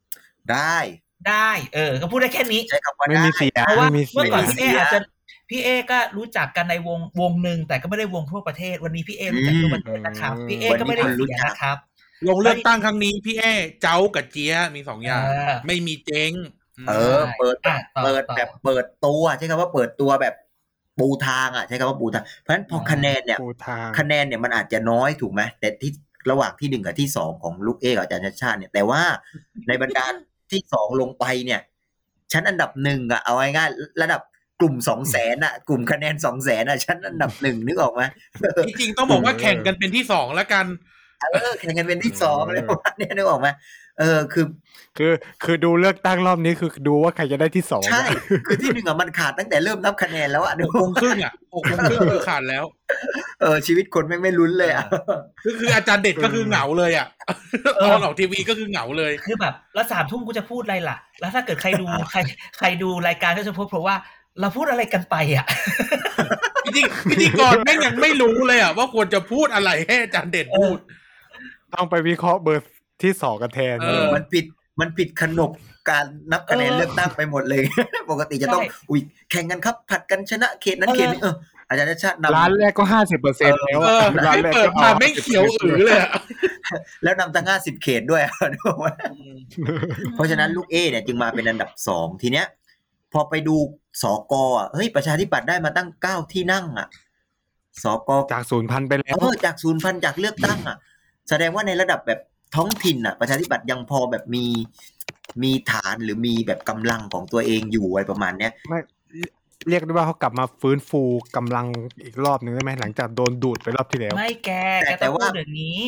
Speaker 4: ก็พูดได้แค่นี้
Speaker 5: ใช้คำว่า
Speaker 3: ไม่มีเสีย
Speaker 4: เพราะว่าเมื่อก่อนพี่เออาจจะพี่เอก็รู้จักกันในวงนึงแต่ก็ไม่ได้วงทั่วประเทศวันนี้พี่เอรู้จักทั่วประเทศนะครับพี่เอก็ไม่ได้เสียนะครับ
Speaker 2: ลงเลือกตั้งครั้งนี้พี่เอเจ้ากับเจี๊ยมี2อย่างไม่มีเจ๊ง
Speaker 5: เปิดแบบเปิดตัวใช้คำว่าเปิดตัวแบบปูทางใช้คำว่าปูทางเพราะฉะนั้นพอคะแนนเนี่ยมันอาจจะน้อยถูกไหมแต่ที่ระหว่างที่1กับที่2ของลูกเอกับอาจารย์ชาติเนี่ยแต่ว่าในบรรดาที่2ลงไปเนี่ยชั้นอันดับ1เอาง่ายๆระดับกลุ่ม 200,000 กลุ่มคะแนน 200,000 ชั้นอันดับ1นึกออกไหม
Speaker 2: จริงๆต้องบอกว่าแข่งกันเป็นที่2แล้วกัน
Speaker 5: แข่งกันเป็นที่2อะไรประมาณนี้นึกออกไหม
Speaker 3: คือดูเลือกตั้งรอบนี้คือดูว่าใครจะได้ที่2
Speaker 5: ใช่คือที่1มันขาดตั้งแต่เริ่มนับคะแนนแล้ว
Speaker 2: 6 โมงครึ่งคือขาดแล้ว
Speaker 5: ชีวิตคนไม่ลุ้นเลย
Speaker 2: คืออาจารย์เด็ดก็คือเหงาเลยออกทีวีก็คือเหงาเลย
Speaker 4: คือแบบแล้ว3 ทุ่มกูจะพูดอะไรล่ะแล้วถ้าเกิดใครดูรายการก็จะพบเพราะว่าเราพูดอะไรกันไป
Speaker 2: พิธีกรแม่งยังไม่รู้เลยว่าควรจะพูดอะไรให้อาจารย์เด็ดพูด
Speaker 3: ต้องไปวิเคราะห์เบอร์ที่2กันแทน
Speaker 5: มันผิดขนบการนับคะแนนเลือกตั้งไปหมดเลยปกติจะต้องแข่งกันครับผัดกันชนะเขตนั้นเขตนี้อาจารย์ชาตินำ
Speaker 3: ร้านแรกก็ 50% แล้ว
Speaker 2: ร้านแรกก็มาไม่เขียวเลย
Speaker 5: แล้วนำตั้ง50 เขตด้วยเพราะฉะนั้นลูกเอเนี่ยจึงมาเป็นอันดับ2ทีเนี้ยพอไปดูสกเฮ้ยประชาธิปัตย์ได้มาตั้ง9ที่นั่งสก
Speaker 3: จาก 0,000 ไปแล้ว
Speaker 5: จาก 0,000 จากเลือกตั้งแสดงว่าในระดับแบบท้องถิ่นประชาธิปัตย์ยังพอแบบมีฐานหรือมีแบบกำลังของตัวเองอยู่อะไรประมาณเนี้ย
Speaker 3: ไม่เรียกได้ว่าเขากลับมาฟื้นฟูกำลังอีกรอบนึงได้ไหมหลังจากโดนดูดไปรอบที่แล้ว
Speaker 4: ไม่แกต้องพูดอย่างนี้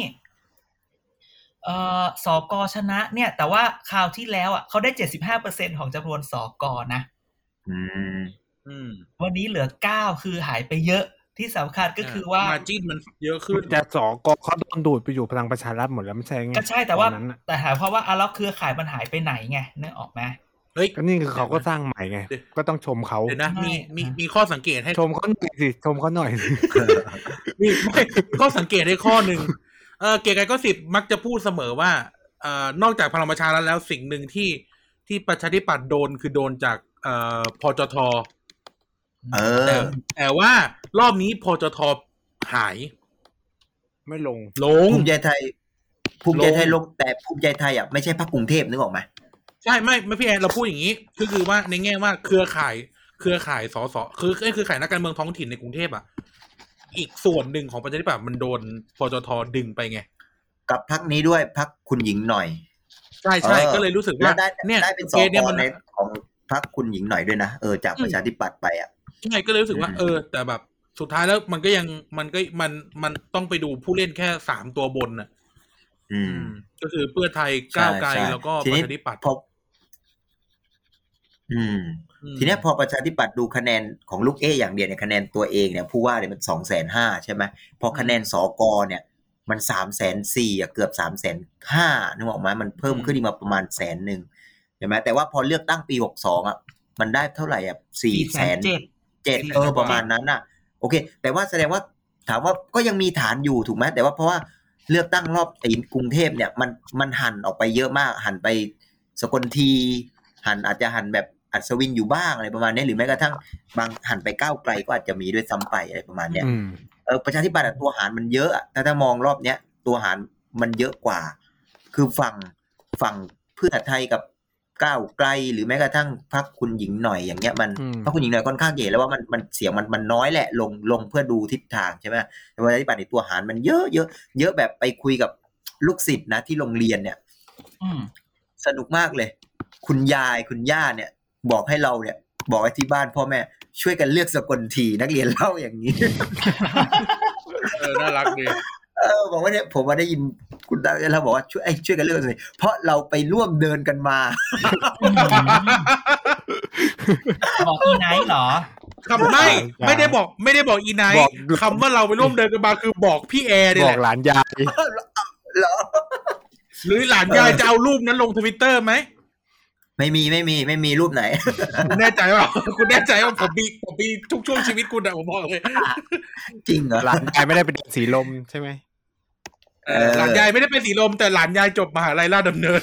Speaker 4: สกชนะเนี่ยแต่ว่าคราวที่แล้วเขาได้ 75% ของจำนวนสกนะวันนี้เหลือ9คือหายไปเยอะที่สำคัญก็คือว่า
Speaker 2: มาจิ้นมันเยอะขึ้น
Speaker 3: แต่สกเขาโดนดูดไปอยู่พลังประชารัฐหมดแล้วไม่ใช่ไง
Speaker 4: ก็ใช่แต่ว่าแต่ถามเพราะว่าแล้วเครือข่ายมันหายไปไหนไงนึกออกไหม
Speaker 3: ก็นี่คือเขาก็สร้างใหม่ไงก็ต้องชมเขา
Speaker 2: เดี๋ยวนะมีข้อสังเกตให้
Speaker 3: ชมเขาหน่อยสิชมเขาหน่อย
Speaker 2: มีข้อสังเกตให้ข้อนึงเกียรติกายก็10มักจะพูดเสมอว่านอกจากพลังประชารัฐแล้วสิ่งหนึ่งที่ประชาธิปัตย์โดนคือโดนจากพจท.แต่ว่ารอบนี้พจท.หาย
Speaker 3: ไม่ลง
Speaker 5: ภูมิใจไทยลงแต่ภูมิใจไทยไม่ใช่พรรคกรุงเทพนึกออกไหม
Speaker 2: ใช่ไม่พี่แอนเราพูดอย่างนี้คือว่าในแง่ว่าเครือข่ายสสคือข่ายนักการเมืองท้องถิ่นในกรุงเทพอีกส่วนหนึ่งของประชาธิปัตย์มันโดนพจท.ดึงไปไง
Speaker 5: กับพรรคนี้ด้วยพรรคคุณหญิงหน่อย
Speaker 2: ใช่ก็เลยรู้สึกว่า
Speaker 5: เนี่ยได้เป็นสกในของพรรคคุณหญิงหน่อยด้วยนะจากประชาธิปัตย์ไป
Speaker 2: ใช่ก็เลยรู้สึกว่าแต่แบบสุดท้ายแล้วมันต้องไปดูผู้เล่นแค่3ตัวบนก็คือเพื่อไทยก้าวไกลแล้วก็ประชาธิปัตย์
Speaker 5: ทีนี้พอประชาธิปัตย์ดูคะแนนของลูกเออย่างเดียวเนี่ยคะแนนตัวเองเนี่ยผู้ว่าเนี่ยมัน 250,000 ใช่ไหมพอคะแนนสกเนี่ยมัน 340,000 เกือบ 350,000 นึกออกมั้ยมันเพิ่มขึ้นอีกมาประมาณ100,000ใช่ไหมแต่ว่าพอเลือกตั้งปี62 มันได้เท่าไหร่อ่ะ407,000ประมาณนั้นน่ะโอเคแต่ว่าแสดงว่าถามว่าก็ยังมีฐานอยู่ถูกไหมแต่ว่าเพราะว่าเลือกตั้งรอบกรุงเทพเนี่ยมันหั่นออกไปเยอะมากหั่นไปสกลทีอาจจะหั่นแบบอัศวินอยู่บ้างอะไรประมาณนี้หรือแม้กระทั่งบางหั่นไปก้าวไกลก็อาจจะมีด้วยซ้ำไปอะไรประมาณเนี้ยประชาธิปัตย์ตัวหารมันเยอะถ้ามองรอบเนี้ยตัวหารมันเยอะกว่าคือฝั่งเพื่อไทยกับก้าวไกลหรือแม้กระทั่งพรรคคุณหญิงหน่อยอย่างเงี้ยมันพรรคคุณหญิงหน่อยค่อนข้างเห็นแล้วว่ามันเสียงมันน้อยแหละลงเพื่อดูทิศทางใช่ไหมแต่ประชาธิปัตย์ในตัวหารมันเยอะแบบไปคุยกับลูกศิษย์นะที่โรงเรียนเนี่ยสนุกมากเลยคุณย่าเนี่ยบอกให้เราเนี่ยบอกให้ที่บ้านพ่อแม่ช่วยกันเลือกสกลทีนักเรียนเล่าอย่างนี้
Speaker 2: น่ารักดี
Speaker 5: บอกว่าเนี่ยผมได้ยินคุณดาวเราบอกว่าช่วยกันเลือกสิเพราะเราไปร่วมเดินกันมา
Speaker 4: บอกอีไนท์เหรอ
Speaker 2: คำไม่ได้บอกอีไนท์คำว่าเราไปร่วมเดินกันมาคือบอกพี่แอร์นี่แหละ
Speaker 3: บอกหลานยาย
Speaker 5: เหรอ
Speaker 2: หรือหลานยายจะเอารูปนั้นลง Twitter ไหม
Speaker 5: ไม่มีรูปไหน
Speaker 2: คุณแน่ใจว่าผมมีทุกช่วงชีวิตคุณอะผมบอกเลย
Speaker 5: จริงเหรอ
Speaker 3: หลานยายไม่ได้เป็นสีลมใช่ไหม
Speaker 2: หลานยายไม่ได้เป็นสีลมแต่หลานยายจบมหาลัยราชดำเนิน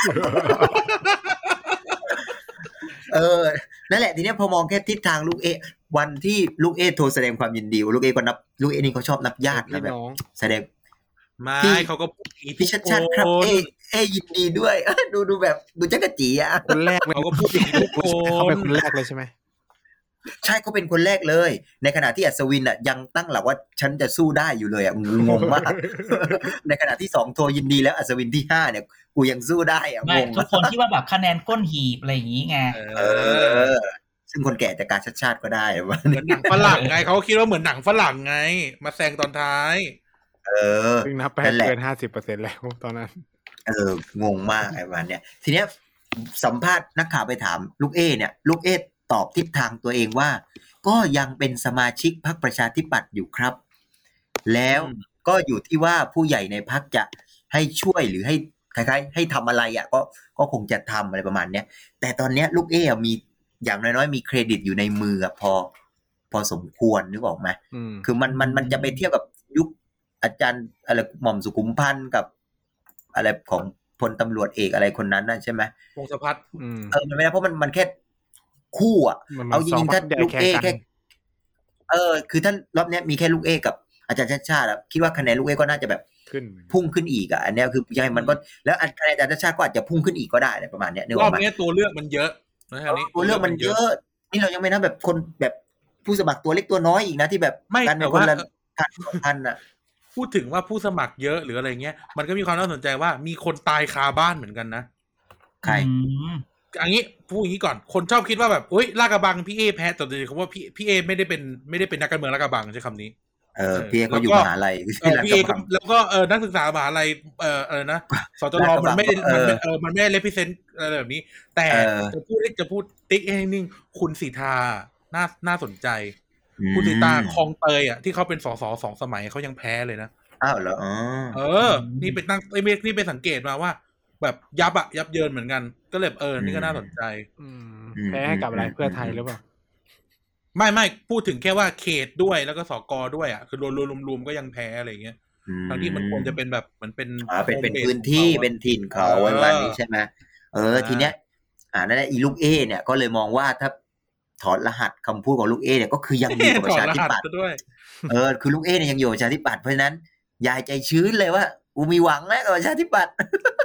Speaker 5: นั่นแหละทีนี้พอมองแค่ทิศทางลูกเอวันที่ลูกเอโทรแสดงความยินดีลูกเอก็นับลูกเอนี่เขาชอบนับญาตินะแบบแสดง
Speaker 2: ไม่เขาก็
Speaker 5: พี่ชัดครับเอยินดีด้วยดูแบบดูจักรจีอ่ะ
Speaker 3: คนแรก
Speaker 2: เขาก็พูดอย่างนี้ทุกคน
Speaker 3: เขาเป็นคนแรกเลยใช่ไหม
Speaker 5: ใช่เขาเป็นคนแรกเลยในขณะที่อัศวินอ่ะยังตั้งหลักว่าฉันจะสู้ได้อยู่เลยอ่ะงงมากในขณะที่2โทรยินดีแล้วอัศวินที่5เนี่ยกูยังสู้ได้อ่ะงง
Speaker 4: ทุกคนที่ว่าแบบคะแนนก้นหีบอะไรอย่างงี้ไง
Speaker 5: ซึ่งคนแก่จากการชาติก็ได้
Speaker 2: เหมือนหนังฝรั่งไงเขาคิดว่าเหมือนหนังฝรั่งไงมาแซงตอนท้าย
Speaker 3: ซึ่งนับไปเกิน 50% แล้วตอนนั้น
Speaker 5: งงมากไอ้วันเนี้ยทีเนี้ยสัมภาษณ์นักข่าวไปถามลูกเอเนี่ยลูกเอตอบทิศทางตัวเองว่าก็ยังเป็นสมาชิกพรรคประชาธิปัตย์อยู่ครับแล้วก็อยู่ที่ว่าผู้ใหญ่ในพรรคจะให้ช่วยหรือให้คล้ายๆให้ทำอะไรอ่ะก็คงจะทำอะไรประมาณเนี้ยแต่ตอนเนี้ยลูกเอมีอย่างน้อยๆมีเครดิตอยู่ในมือพอสมควรนึกออกไหมคือมันจะไปเทียบกับยุคอาจารย์อะไรหม่อมสุขุมพันธ์กับอะไรของพลตำรวจเอกอะไรคนนั้นน่ะใช่ไหม
Speaker 2: พงศพัฒน์
Speaker 5: มันไม่ได้เพราะมันแค่คู่อ่ะเอาจริงๆถ้าลูกเอแค่คือท่านรอบนี้มีแค่ลูกเอกับอาจารย์ชาติคิดว่าคะแนนลูกเอก็น่าจะแบบพุ่งขึ้นอีกอ่ะอันนี้คือยังไงมันก็แล้วคะแนนอาจารย์ชาติก็อาจจะพุ่งขึ้นอีกก็ได้อะไรประมาณนี้
Speaker 2: รอบนี้ตัวเลือกมันเยอะ
Speaker 5: ตัวเลือกมันเยอะนี่เรายังไม่นับแบบคนแบบผู้สมัครตัวเล็กตัวน้อยอีกนะที่แบบ
Speaker 2: การเป็นคนละ
Speaker 5: พันอ่ะ
Speaker 2: พูดถึงว่าผู้สมัครเยอะหรืออะไรเงี้ยมันก็มีความน่าสนใจว่ามีคนตายคาบ้านเหมือนกันนะ
Speaker 5: ใคร
Speaker 2: อย่างนี้พูดอย่างนี้ก่อนคนชอบคิดว่าแบบลาดกระบังพี่เอแพ้แต่จริงๆเขาว่าพี่เอไม่ได้เป็นนักการเมืองลาดกระบังใช้คำนี้
Speaker 5: พี่เอเขาอยู่มหาลัย
Speaker 2: พี่เอแล้วก็นักศึกษามหาลัยนะสจรมันไม่ได้เรพรีเซนต์อะไรแบบนี้แต่จะพูดติ๊กให้นิ่งคุณสีทาน่าสนใจคุณสีตาคลองเตยอ่ะที่เขาเป็นสส2 สมัยเขายังแพ้เลยนะ
Speaker 5: อ้าวเหรอ
Speaker 2: นี่เป็นนี่ไปสังเกตมาว่าแบบยับเยินเหมือนกันก็เลยนี่ก็น่าสนใจ
Speaker 3: แพ้ให้กับอะไรเพื่อไทยหรือเปล่า
Speaker 2: ไม่พูดถึงแค่ว่าเขตด้วยแล้วก็สกด้วยอ่ะคือรวมก็ยังแพ้อะไรเงี้ยทั้งที่มันควรจะเป็นแบบเหมือนเป็น
Speaker 5: เป็นพื้นที่เป็นถิ่นเขาวันนี้ใช่ไหมทีเนี้ยนั่นแหละอีลูกเอเนี่ยก็เลยมองว่าถ้าถอดรหัสคำพูดของลูกเอเนี่ยก็คือยังอยู่กับประชาธิปัตย์คือลูกเอเนี่ยยังอยู่ประชาธิปัตย์เพราะฉะนั้นยายใจชื้นเลยว่ากูมีหวังแล้วกับประชาธิปัตย์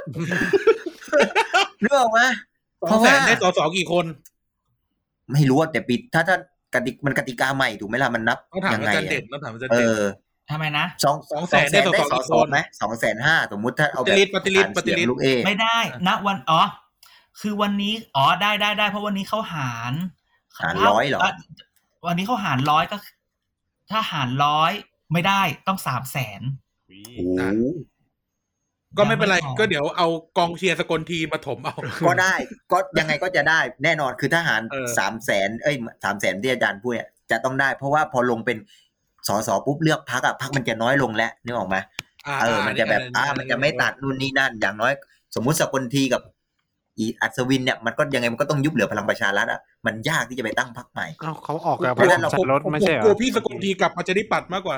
Speaker 5: รู้ออกไหม
Speaker 2: เพราะว่าได้ส.ส.กี่คน
Speaker 5: ไม่รู้แต่ปิดถ้ากติกาใหม่ถูกไหมล่ะมันนับ
Speaker 2: ยังไงต้องถามอาจารย์เด่น
Speaker 4: ทำไมนะ
Speaker 2: 200,000ได้ส.ส.
Speaker 5: ไหม250,000สมมุติถ้าเอาแบบ
Speaker 2: ปฏิริษี
Speaker 5: ลูกเอ
Speaker 4: ไม่ได้ณวันคือวันนี้ได้เพราะวันนี้เขาหาร
Speaker 5: 100เหรอ
Speaker 4: วันนี้เขาหาร100ก็ถ้าหาร100ไม่ได้ต้อง300,000
Speaker 2: ก็ไม่เป็นไรก็เดี๋ยวเอากองเชียร์สกลทีมาถมเอา
Speaker 5: ก็ได้ก็ยังไงก็จะได้แน่นอนคือทหาร300,000 300,000ที่อาจารย์พูดเนี่ยจะต้องได้เพราะว่าพอลงเป็นสสปุ๊บเลือกพรรคพรรคมันจะน้อยลงแล้วนึกออกไหมมันจะแบบมันจะไม่ตัดนู่นนี่นั่นอย่างน้อยสมมุติสกลทีกับอัศวินเนี่ยมันก็ยังไงมันก็ต้องยุบเหลือพลังประชารัฐอ่ะมันยากที่จะไปตั้งพรรคใหม่
Speaker 3: เอ้าเขาออกกับ
Speaker 5: เพราะฉะนั้นเรา
Speaker 3: รถไม่ใช่เหร
Speaker 2: กลัว
Speaker 3: อ
Speaker 2: พี่สกลทีกลับประชาธิปัตย์มากกว่า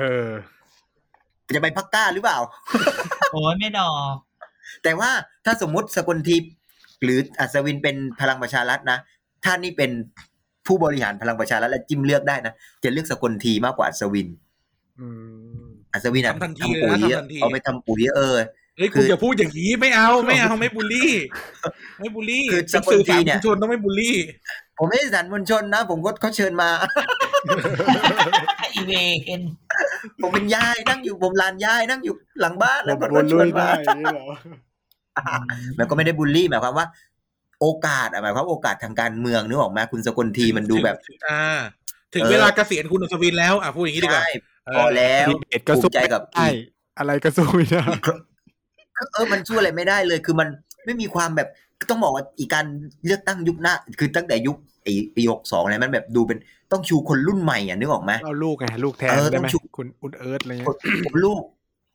Speaker 5: จะไปพรรคกล้าหรือเปล่า
Speaker 4: โอ้ยไม่ดอก
Speaker 5: แต่ว่าถ้าสมมุติสกลทีหรืออัศวินเป็นพลังประชารัฐนะถ้านี่เป็นผู้บริหารพลังประชารัฐและจิ้มเลือกได้นะจะเลือกสกลทีมากกว่าอัศวินอัศวินอ่ะ
Speaker 2: ทำทันที
Speaker 5: ทำปุ๋ย
Speaker 2: เลยนะทำทันที
Speaker 5: เอาไปทำปุ๋ย
Speaker 2: เฮ้ยคุณอย่าพูดอย่างนี้ไม่เอาไม่บูลลี่ไม่บูลลี่
Speaker 5: คือสกล
Speaker 2: สื่อ
Speaker 5: ที
Speaker 2: สาร
Speaker 5: เนี่
Speaker 2: ม
Speaker 5: ย
Speaker 2: วลชนต้องไม่บูลลี่
Speaker 5: ผมไม่ได้สารมวลชนนะผมก็เขาเชิญมา
Speaker 4: อีเวน
Speaker 5: ผมเป็นยายนั่งอยู่ผมลานยายนั่งอยู่หลังบ้านแล้วก็
Speaker 3: วน
Speaker 5: ช
Speaker 3: ลุ
Speaker 5: วน
Speaker 3: ย
Speaker 5: มา
Speaker 3: ได้เหรอ
Speaker 5: มันก็ไม่ได้บูลลี่หมายความว่า โอกาสหมายความโอกาสทางการเมืองนึกออกไหมคุณสกลทีมันดูแบบ
Speaker 2: ถึงเวลาเกษียณคุณอัศวินแล้วพูดอย่างนี้ดีกว่า
Speaker 5: ใช่พอแล้ว
Speaker 3: ดีเบตก็สู้
Speaker 5: ภูมิใจกับ
Speaker 3: ได้อะไรก็สู้ไม่ได้
Speaker 5: มันสู้อะไรไม่ได้เลยคือมันไม่มีความแบบต้องบอกว่าอีกการเลือกตั้งยุคหน้าคือตั้งแต่ยุคปี62อะไรมันแบบดูเป็นต้องชูคนรุ่นใหม่นึกออกไหม
Speaker 3: เอาลูกไงลูกแทนได้ไหมคุณอุดเอิร์ธอะไรเงี้ย
Speaker 5: ลูก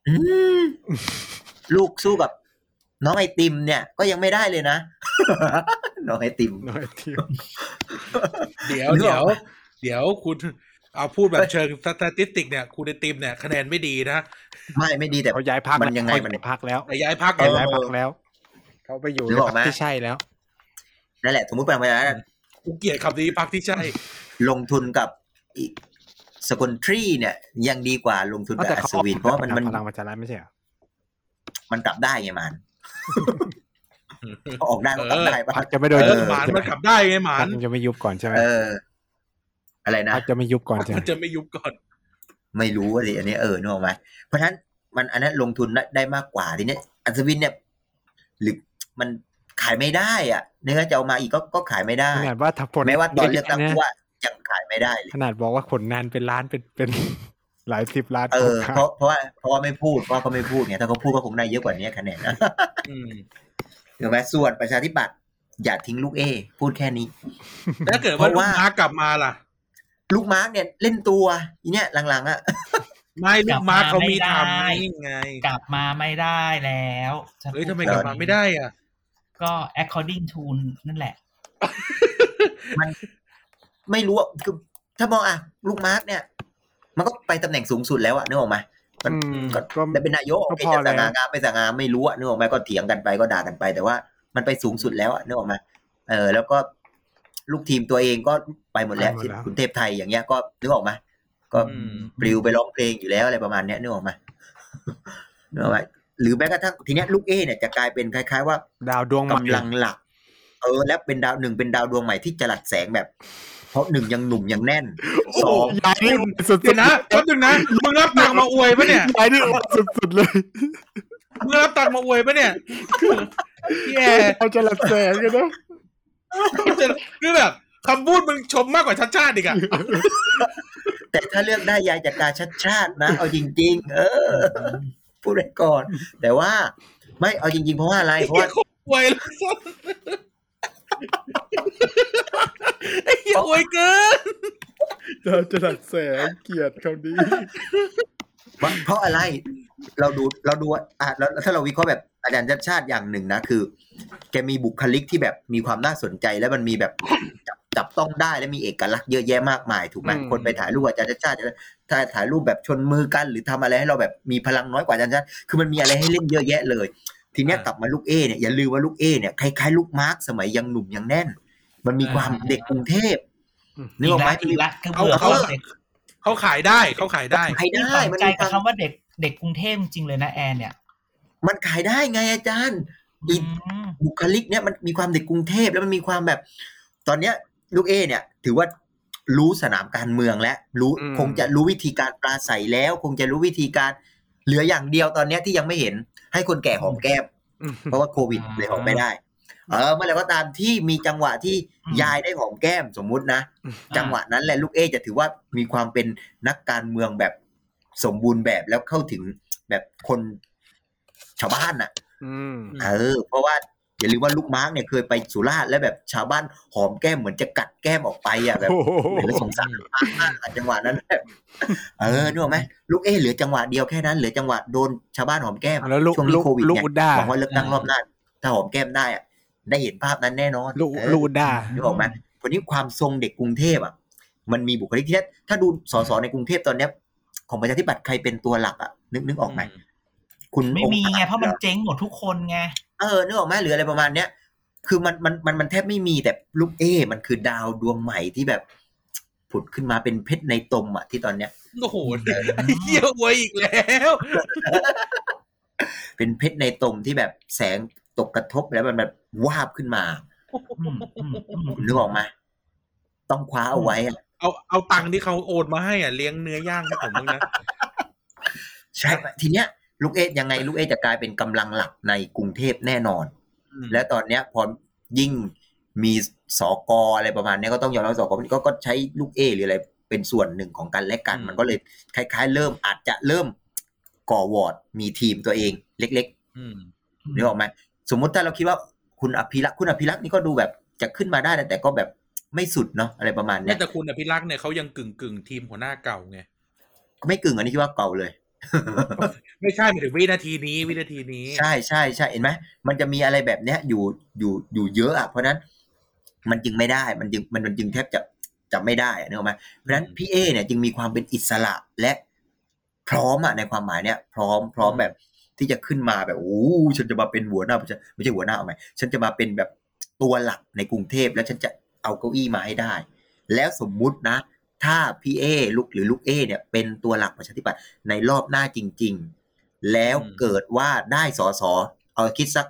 Speaker 5: ลูกสู้กับน้องไอติมเนี่ยก็ยังไม่ได้เลยนะ น้องไอติม
Speaker 3: น้อยที
Speaker 2: เดี๋ยวคุณเอาพูดแบบเชิงสถิติเนี่ยคุณไอติมเนี่ยคะแนนไม่ดีนะ
Speaker 5: ไม่ดีแต่
Speaker 3: เขาย้ายพัก
Speaker 5: มันยังไงมัน
Speaker 3: พักแล้ว
Speaker 2: ย้ายพัก
Speaker 3: เขาย้ายพักแล้วเขาไปอยู่ในพรรคที่ใช่แล้ว
Speaker 5: นั่นแหละสมมติเป็นไปได้
Speaker 2: กูเกลียดคำนี้พักที่ใช่
Speaker 5: ลงทุนกับอีกสกลทรีเนี่ยยังดีกว่าลงทุนกับ
Speaker 3: แต่
Speaker 5: อั
Speaker 3: เขา
Speaker 5: ศวินเพราะว่ามัน
Speaker 3: พลังประชารัฐไม่ใช่เหรอ
Speaker 5: มันกลับได้ไงมันออกได้ก็กลับได้
Speaker 3: พรรคจะไม่โดน
Speaker 2: หมานมันกลับได้ไงหมา
Speaker 3: พร
Speaker 2: น
Speaker 3: รคจะไม่ยุบก่อนใช่ไหม
Speaker 5: อะไรนะ
Speaker 3: พรรคจะไม่ยุบก่อนใช่ไหม
Speaker 2: มันจะไม่ยุบก่อน
Speaker 5: ไม่รู้อะไรอันนี้นึกออกไหมเพราะฉะนั้นมันอันนั้นลงทุนได้มากกว่าทีนี้อัศวินเนี่ยหรือมันขายไม่ได้อ่ะเนื้อจะเอามาอีกก็ขายไม่ได้
Speaker 3: ขนาดว่าถ้าผล
Speaker 5: แม้ว่าตอนเลือกตั้งผู้ว่ายังขายไม่ได้เลย
Speaker 3: ขนาดบอกว่าผลงานเป็นล้านเป็นหลายสิบล้าน
Speaker 5: เพราะว่าไม่พูดเพราะเขาไม่พูดไงถ้าเขาพูดก็คงได้เยอะกว่านี้คะแนนนะถูกไหมส่วนประชาธิปัตย์อย่าทิ้งลูกพูดแค่นี้
Speaker 2: ถ้าเกิดว่าลูกม้ากลับมาล่ะ
Speaker 5: ลูกม้าเนี่ยเล่นตัวอีเนี่ยหลังๆอ่ะ
Speaker 2: ไม่ลูกม้าเขามีทำนี่ไง
Speaker 4: กลับมาไม่ได้แล้ว
Speaker 2: เฮ้ยทำไมกลับมาไม่ได้อ่ะ
Speaker 4: ก็ according to นั่นแหละ
Speaker 5: มันไม่รู้อ่ะคือถ้ามองลูกมาร์กเนี่ยมันก็ไปตำแหน่งสูงสุดแล้วอ่ะนึกออกไหมมันก็ได้เป็นนายกจะสง่างามไม่สง่างามไม่รู้อ่ะนึกออกไหมก็เถียงกันไปก็ด่ากันไปแต่ว่ามันไปสูงสุดแล้วอ่ะนึกออกไหมแล้วก็ลูกทีมตัวเองก็ไปหมดแล้วคุณเทพไทยอย่างเงี้ยก็นึกออกไหมก็ปลิวไปร้องเพลงอยู่แล้วอะไรประมาณเนี้ยนึกออกไหมนึกออกไหมหรือแม้กระทั่งทีเนี้ยลูกเนี่ยจะกลายเป็นคล้ายๆว่า
Speaker 3: ดาวดวงใหม่
Speaker 5: กำลังหลักแล้วเป็นดาวหนึ่งเป็นดาวดวงใหม่ที่จรัสแสงแบบเพราะหนึ่งยังหนุ่มยังแน่นสอง
Speaker 3: ยายนี่สุด
Speaker 2: เดี๋ยวนะแป๊บนึงนะมึงรับตังค์มาอวยปะเนี่ย
Speaker 3: ยายนี่สุดเลย
Speaker 2: มึงรับตังค์มาอวยปะเนี่ยพี่แอร์
Speaker 3: เขาจะหลับแสงกันนะ
Speaker 2: คือแบบคำพูดมึงชมมากกว่าชัดชาติอีกอะ
Speaker 5: แต่ถ้าเลือกได้ยายจากการชัดชาตินะเอาจริงๆพูดไว้ก่อนแต่ว่าไม่เอาจริงๆเพราะว่าอะไรเพราะว่า
Speaker 2: อวยแล้วไอ้เหี้ยอวยเกิน
Speaker 3: เราจะหลับแสงเกียรติเขาดี
Speaker 5: เพราะอะไรเราดูแล้วถ้าเราวิเคราะห์แบบอาจารย์ชัดชาติอย่างหนึ่งนะคือแกมีบุคลิกที่แบบมีความน่าสนใจแล้วมันมีแบบจับต้องได้และมีเอกลักษณ์เยอะแยะมากมายถูกไหมคนไปถ่ายรูปอาจารย์ชัดชาติถ้าถ่ายรูปแบบชนมือกันหรือทำอะไรให้เราแบบมีพลังน้อยกว่าอาจารย์ชัดชาติคือมันมีอะไรให้เล่นเยอะแยะเลยทีเนี้ยกลับมาลูกเนี่ยอย่าลืมว่าลูกเนี่ยคล้ายๆลูกมาร์คสมัยยังหนุ่มยังแน่นมันมีความเด็กกรุงเทพนึกออกไหม
Speaker 2: เขาขายได้
Speaker 4: มันใจกับคำว่าเด็กกรุงเทพจริงเลยนะแอนเนี่ย
Speaker 5: มันขายได้ไงอาจารย์บุคลิกเนี่ยมันมีความเด็กกรุงเทพแล้วมันมีความแบบตอนเนี้ยลูกเนี่ยถือว่ารู้สนามการเมืองแล้วคงจะรู้วิธีการปราศัยแล้วคงจะรู้วิธีการเหลืออย่างเดียวตอนเนี้ยที่ยังไม่เห็นให้คนแก่หอมแก้มเพราะว่าโควิดเลยหอมไม่ได้เมื่อไหร่ก็ตามที่มีจังหวะที่ยายได้หอมแก้มสมมุตินะจังหวะนั้นแหละลูกจะถือว่ามีความเป็นนักการเมืองแบบสมบูรณ์แบบแล้วเข้าถึงแบบคนชาวบ้านน่ะเพราะว่าอย่าลืมว่าลูกมาร์กเนี่ยเคยไปสุราษฎร์แล้วแบบชาวบ้านหอมแก้มเหมือนจะกัดแก้มออกไปอ่ะแบบเหมือนสงสารมากจังหวะนั้นนึกออกไหมลูกเหลือจังหวะเดียวแค่นั้นเหลือจังหวะโดนชาวบ้านหอมแก้มช่วงนี้โควิดเนี่ยหวังว่าเลือกตั้งรอบหน้าถ้าหอมแก้มได้ได้เห็นภาพนั้นแน่นอน
Speaker 3: ลูด่า
Speaker 5: นึกออกไหมเพราะนี้ความทรงเด็กกรุงเทพอ่ะมันมีบุคลิกที่ถ้าดูสสในกรุงเทพตอนเนี้ยของประชาธิปัตย์ใครเป็นตัวหลักอ่ะนึกออกไหมคุณ
Speaker 4: ไม่มีไงเพราะมันเจ๊งหมดทุกคนไง
Speaker 5: นึกออกไหมหรืออะไรประมาณเนี้ยคือมันแทบไม่มีแต่ลูกมันคือดาวดวงใหม่ที่แบบผุดขึ้นมาเป็นเพชรในตมอ่ะที่ตอนเนี้ย
Speaker 2: โอ้โหเหี้ยอวยอีกแล้ว
Speaker 5: เป็นเพชรในตมที่แบบแสงตกกระทบแล้วมันแบบวาบขึ้นมานึกออกไหมต้องคว้าเอาไว้อ่ะ
Speaker 2: เอาตังค์ที่เขาโอนมาให้อ่ะเลี้ยงเนื้อย่างให้ผมบ้างนะ
Speaker 5: ใช่ทีเนี้ยลูกยังไงลูกจะกลายเป็นกำลังหลักในกรุงเทพแน่นอนและตอนเนี้ยพอยิ่งมีสกอะไรประมาณนี้ก็ต้องยอมรับสกก็ใช้ลูกหรืออะไรเป็นส่วนหนึ่งของกันและกันมันก็เลยคล้ายๆอาจจะเริ่มก่อวอร์ดมีทีมตัวเองเล็กๆนึกออกไหมสมมติถ้าเราคิดว่าคุณอภิรักษ์นี่ก็ดูแบบจะขึ้นมาได้แต่ก็แบบไม่สุดเนาะอะไรประมาณนี้
Speaker 2: แต่คุณอภิรักษ์เนี่ยเขายังกึ่งทีมหัวหน้าเก่าไง
Speaker 5: ไม่กึ่งอันนี้คิดว่าเก่าเลย
Speaker 2: ไม่ใช่หมายถึงวินาทีนี้
Speaker 5: ใช่เห็นไหมมันจะมีอะไรแบบเนี้ยอยู่เยอะอ่ะเพราะนั้นมันจึงไม่ได้มันจึงแทบจะไม่ได้นึกออกไหมเพราะฉะนั้นพี่เนี่ยจึงมีความเป็นอิสระและพร้อมอ่ะในความหมายเนี้ยพร้อมแบบที่จะขึ้นมาแบบฉันจะมาเป็นหัวหน้าไม่ใช่หัวหน้าเอาไหมฉันจะมาเป็นแบบตัวหลักในกรุงเทพแล้วฉันจะเอาเก้าอี้มาให้ได้แล้วสมมุตินะถ้าพี่ลูกเนี่ยเป็นตัวหลักประชาธิปัตย์ในรอบหน้าจริงๆแล้วเกิดว่าได้สสเอาคิดสัก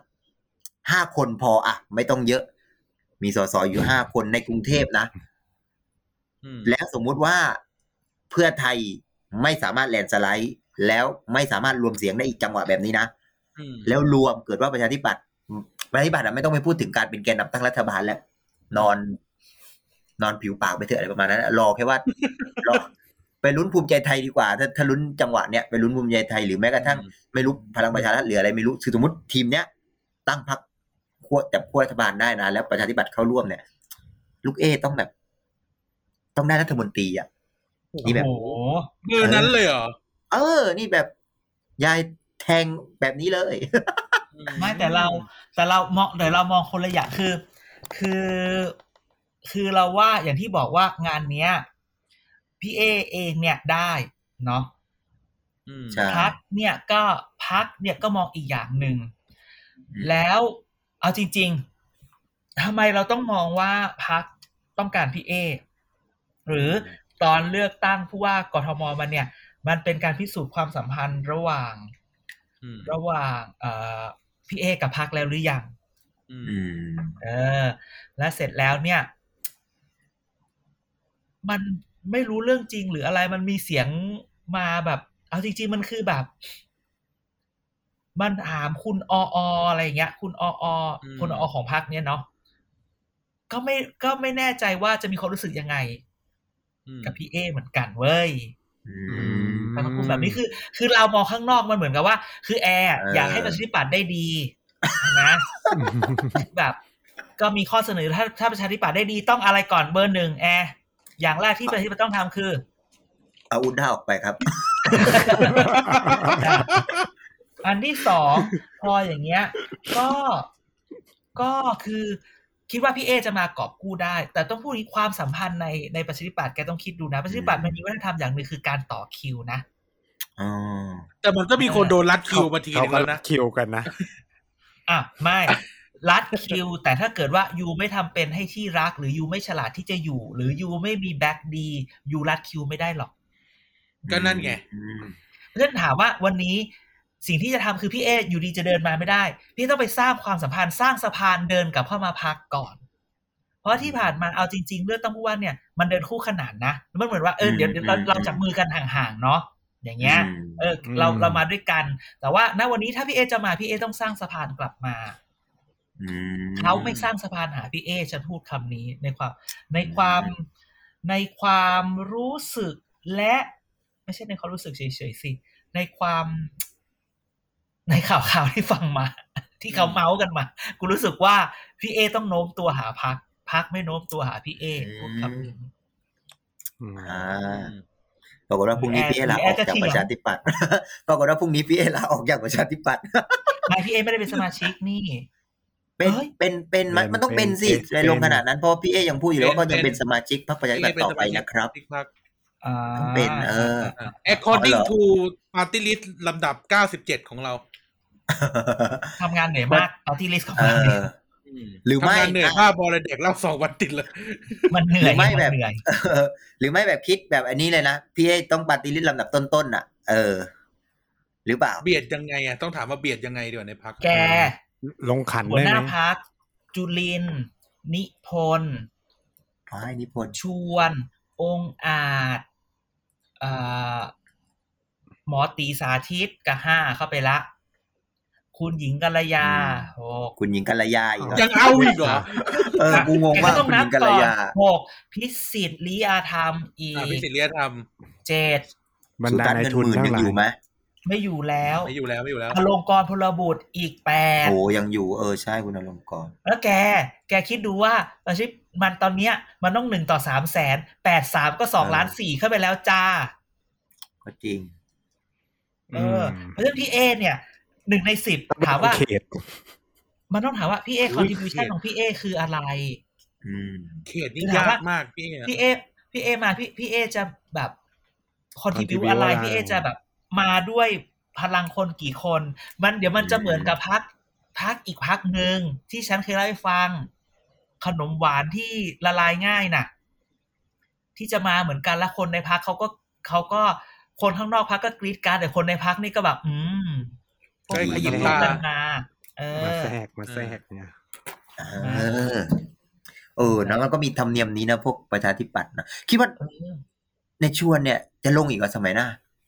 Speaker 5: 5 คนพออ่ะไม่ต้องเยอะมีสสอยู่5 คนในกรุงเทพนะแล้วสมมุติว่าเพื่อไทยไม่สามารถแลนด์สไลด์แล้วไม่สามารถรวมเสียงได้อีกจังหวะแบบนี้นะแล้วรวมเกิดว่าประชาธิปัตย์ไม่ต้องไปพูดถึงการเป็นแกนนำตั้งรัฐบาลแล้วนอนผิวปากไปเถอะอะไรประมาณนั้นรอแค่ว่ารอไปลุ้นภูมิใจไทยดีกว่าถ้าลุ้นจังหวะเนี้ยไปลุ้นภูมิใจไทยหรือแม้กระทั่งไม่รู้พลังประชารัฐหรืออะไรไม่รู้สมมติทีมเนี้ยตั้งพรรคจับขั้วรัฐบาลได้นะแล้วประชาธิปัตย์เข้าร่วมเนี่ยลูกต้องแบบต้องได้รัฐมนตรีอ่ะนี่แบบ
Speaker 2: เบอร์นั้นเลยเหรอ
Speaker 5: นี่แบบยายแทงแบบนี้เลย
Speaker 4: ไม่แต่เรามองคนละอย่างคือเราว่าอย่างที่บอกว่างานเนี้ยพี่เองเนี่ยได้เนาะพักเนี่ยก็มองอีกอย่างหนึ่งแล้วเอาจริงๆทำไมเราต้องมองว่าพักต้องการพี่หรือตอนเลือกตั้งผู้ว่ากทมมันเนี่ยมันเป็นการพิสูจน์ความสัมพันธ์ระหว่างพี่กับพรรคแล้วหรือยังและเสร็จแล้วเนี่ยมันไม่รู้เรื่องจริงหรืออะไรมันมีเสียงมาแบบเอาจริงๆมันคือแบบมันถามคุณอะไรอย่างเงี้ยคุณของพรรคเนี่ยเนาะก็ไม่แน่ใจว่าจะมีความรู้สึกยังไงกับพี่เหมือนกันเว้ยแต่พูดแบบนี้คือเรามองข้างนอกมันเหมือนกับว่าคืออยากให้ประชาธิปัตย์ได้ดีนะแบบก็มีข้อเสนอถ้าประชาธิปัตย์ได้ดีต้องอะไรก่อนเบอร์ 1อย่างแรกที่ประชาธิปัตย์ต้องทำคือ
Speaker 5: เอาอุณหาออกไปครับ
Speaker 4: อันที่2พออย่างเงี้ยก็คือคิดว่าพี่จะมากอบกู้ได้แต่ต้องพูดถึงความสัมพันธ์ในประชาธิปัตย์แกต้องคิดดูนะประชาธิปัตย์มันมีวัฒนธรรมอย่างนึงคือการต่อคิวนะ
Speaker 2: แต่มันก็มีคนโดนรัดคิวมาทีนึงแล้วนะ
Speaker 3: คิวกันนะ
Speaker 4: ไม่รัดคิวแต่ถ้าเกิดว่ายูไม่ทำเป็นให้ที่รักหรือยูไม่ฉลาดที่จะอยู่หรือยูไม่มีแบ็คดียูรัดคิวไม่ได้หรอก
Speaker 2: ก็นั่นไง
Speaker 4: เพื่อนถามว่าวันนี้สิ่งที่จะทำคือพี่อยู่ดีจะเดินมาไม่ได้พี่ต้องไปสร้างความสัมพันธ์สร้างสะพานเดินกลับเข้ามาพักก่อนเพราะที่ผ่านมาเอาจริงๆเรื่องตั้งผู้ว่าเนี่ยมันเดินคู่ขนานนะมันเหมือนว่าเดี๋ยวเราจับมือกันห่างๆเนาะอย่างเงี้ยเรามาด้วยกันแต่ว่าณวันนี้ถ้าพี่จะมาพี่ต้องสร้างสะพานกลับมาเขาไม่สร้างสะพานหาพี่ฉันพูดคำนี้ในความรู้สึกและไม่ใช่ในความรู้สึกเฉยๆสิในข่าวที่ฟังมาที่เขาเมาส์กันมากูรู้สึกว่าพี่ต้องโน้มตัวหาพักไม่โน้มตัวหาพี่พูดคำนี้
Speaker 5: ปรากฏว่าพรุ่งนี้พี่ลาออกจากประชาธิปัตย์ปรากฏว่าพรุ่งนี้พี่ลาออกจากประชาธิปัตย์
Speaker 4: ไม่พี่ไม่ได้เป็นสมาชิกนี่
Speaker 5: เป็นมันต้องเป็นสิในลงขนาดนั้นเพราะพี่เอยังพูดอยู่เลยว่าก็ยังเป็นสมาชิกพรรคประชาธิปัตย์ต่อไปนะครับต้องเป็น
Speaker 2: according to party list ลำดับ97ของเรา
Speaker 4: ทำงานเหนื่อยมากเอาที่ลิสต์ของเรา
Speaker 5: หรือไม่
Speaker 2: เหนื่อยบ้าบอเลยเด็กเล่า2 วันติดเลย
Speaker 4: มันเหนื่อย
Speaker 5: ไม่แบบหรือไม่แบบคิดแบบอันนี้เลยนะพี่เอต้องปาร์ตี้ลิสต์ลำดับต้นๆน่ะหรือเปล่า
Speaker 2: เบียดยังไงต้องถามว่าเบียดยังไงดีกว่าในพรรค
Speaker 3: แกลงขัน
Speaker 4: หัวหน้าพรรคจุลินทร์นิพนธ์
Speaker 5: นิพนธ์
Speaker 4: ชวนองค์อาจหมอตีสาธิตกับ5เข้าไปละคุณหญิงกัลยา
Speaker 5: คุณหญิงกัลยาอีก
Speaker 2: ยังเอาอีกเหรอ
Speaker 5: กูงงมากคุณหญิงกัลยา
Speaker 4: 6พิสิทธิ์ลีอาธรรมอีก
Speaker 2: พิสิทธิ์ลีอาธรรม
Speaker 4: 7
Speaker 3: บรรดาในทุนทั้งหลาย
Speaker 4: อยู่มั้ยไม่อยู่แล้วอลงกรณ์พลบุตรอีก8
Speaker 5: โอ้ยังอยู่ใช่คุณอลงกรณ์
Speaker 4: แล้วแกคิดดูว่าอาชีพมันตอนเนี้ยมันต้อง1ต่อ 300,000 83ก็2ล้าน4เข้าไปแล้วจ้า
Speaker 5: ก็จริง
Speaker 4: เพราะฉะนั้นพี่เอเนี่ย1ใน10ถามว่ามันต้องถามว่าพี่เอ contribution ของพี่เอคืออะไร
Speaker 2: เขตนี่ยากมาก
Speaker 4: พี่เอมาพี่เอจะแบบ contribute อะไรพี่เอจะแบบมาด้วยพลังคนกี่คนเดี๋ยวมันจะเหมือนกับพรรคอีกพรรคนึงที่ฉันเคยเล่าให้ฟังขนมหวานที่ละลายง่ายน่ะที่จะมาเหมือนกันแล้วคนในพรรคเขาก็คนข้างนอกพรรคก็กรี๊ดกันแต่คนในพรรคนี่ก็แบบ
Speaker 2: ใช่ขยิบตา
Speaker 3: มาแทรกเนี่ย
Speaker 5: แล้วมันก็มีธรรมเนียมนี้นะพวกประชาธิปัตย์นะคิดว่าในชวนเนี่ยจะลงอีกว่าสมัยหน้า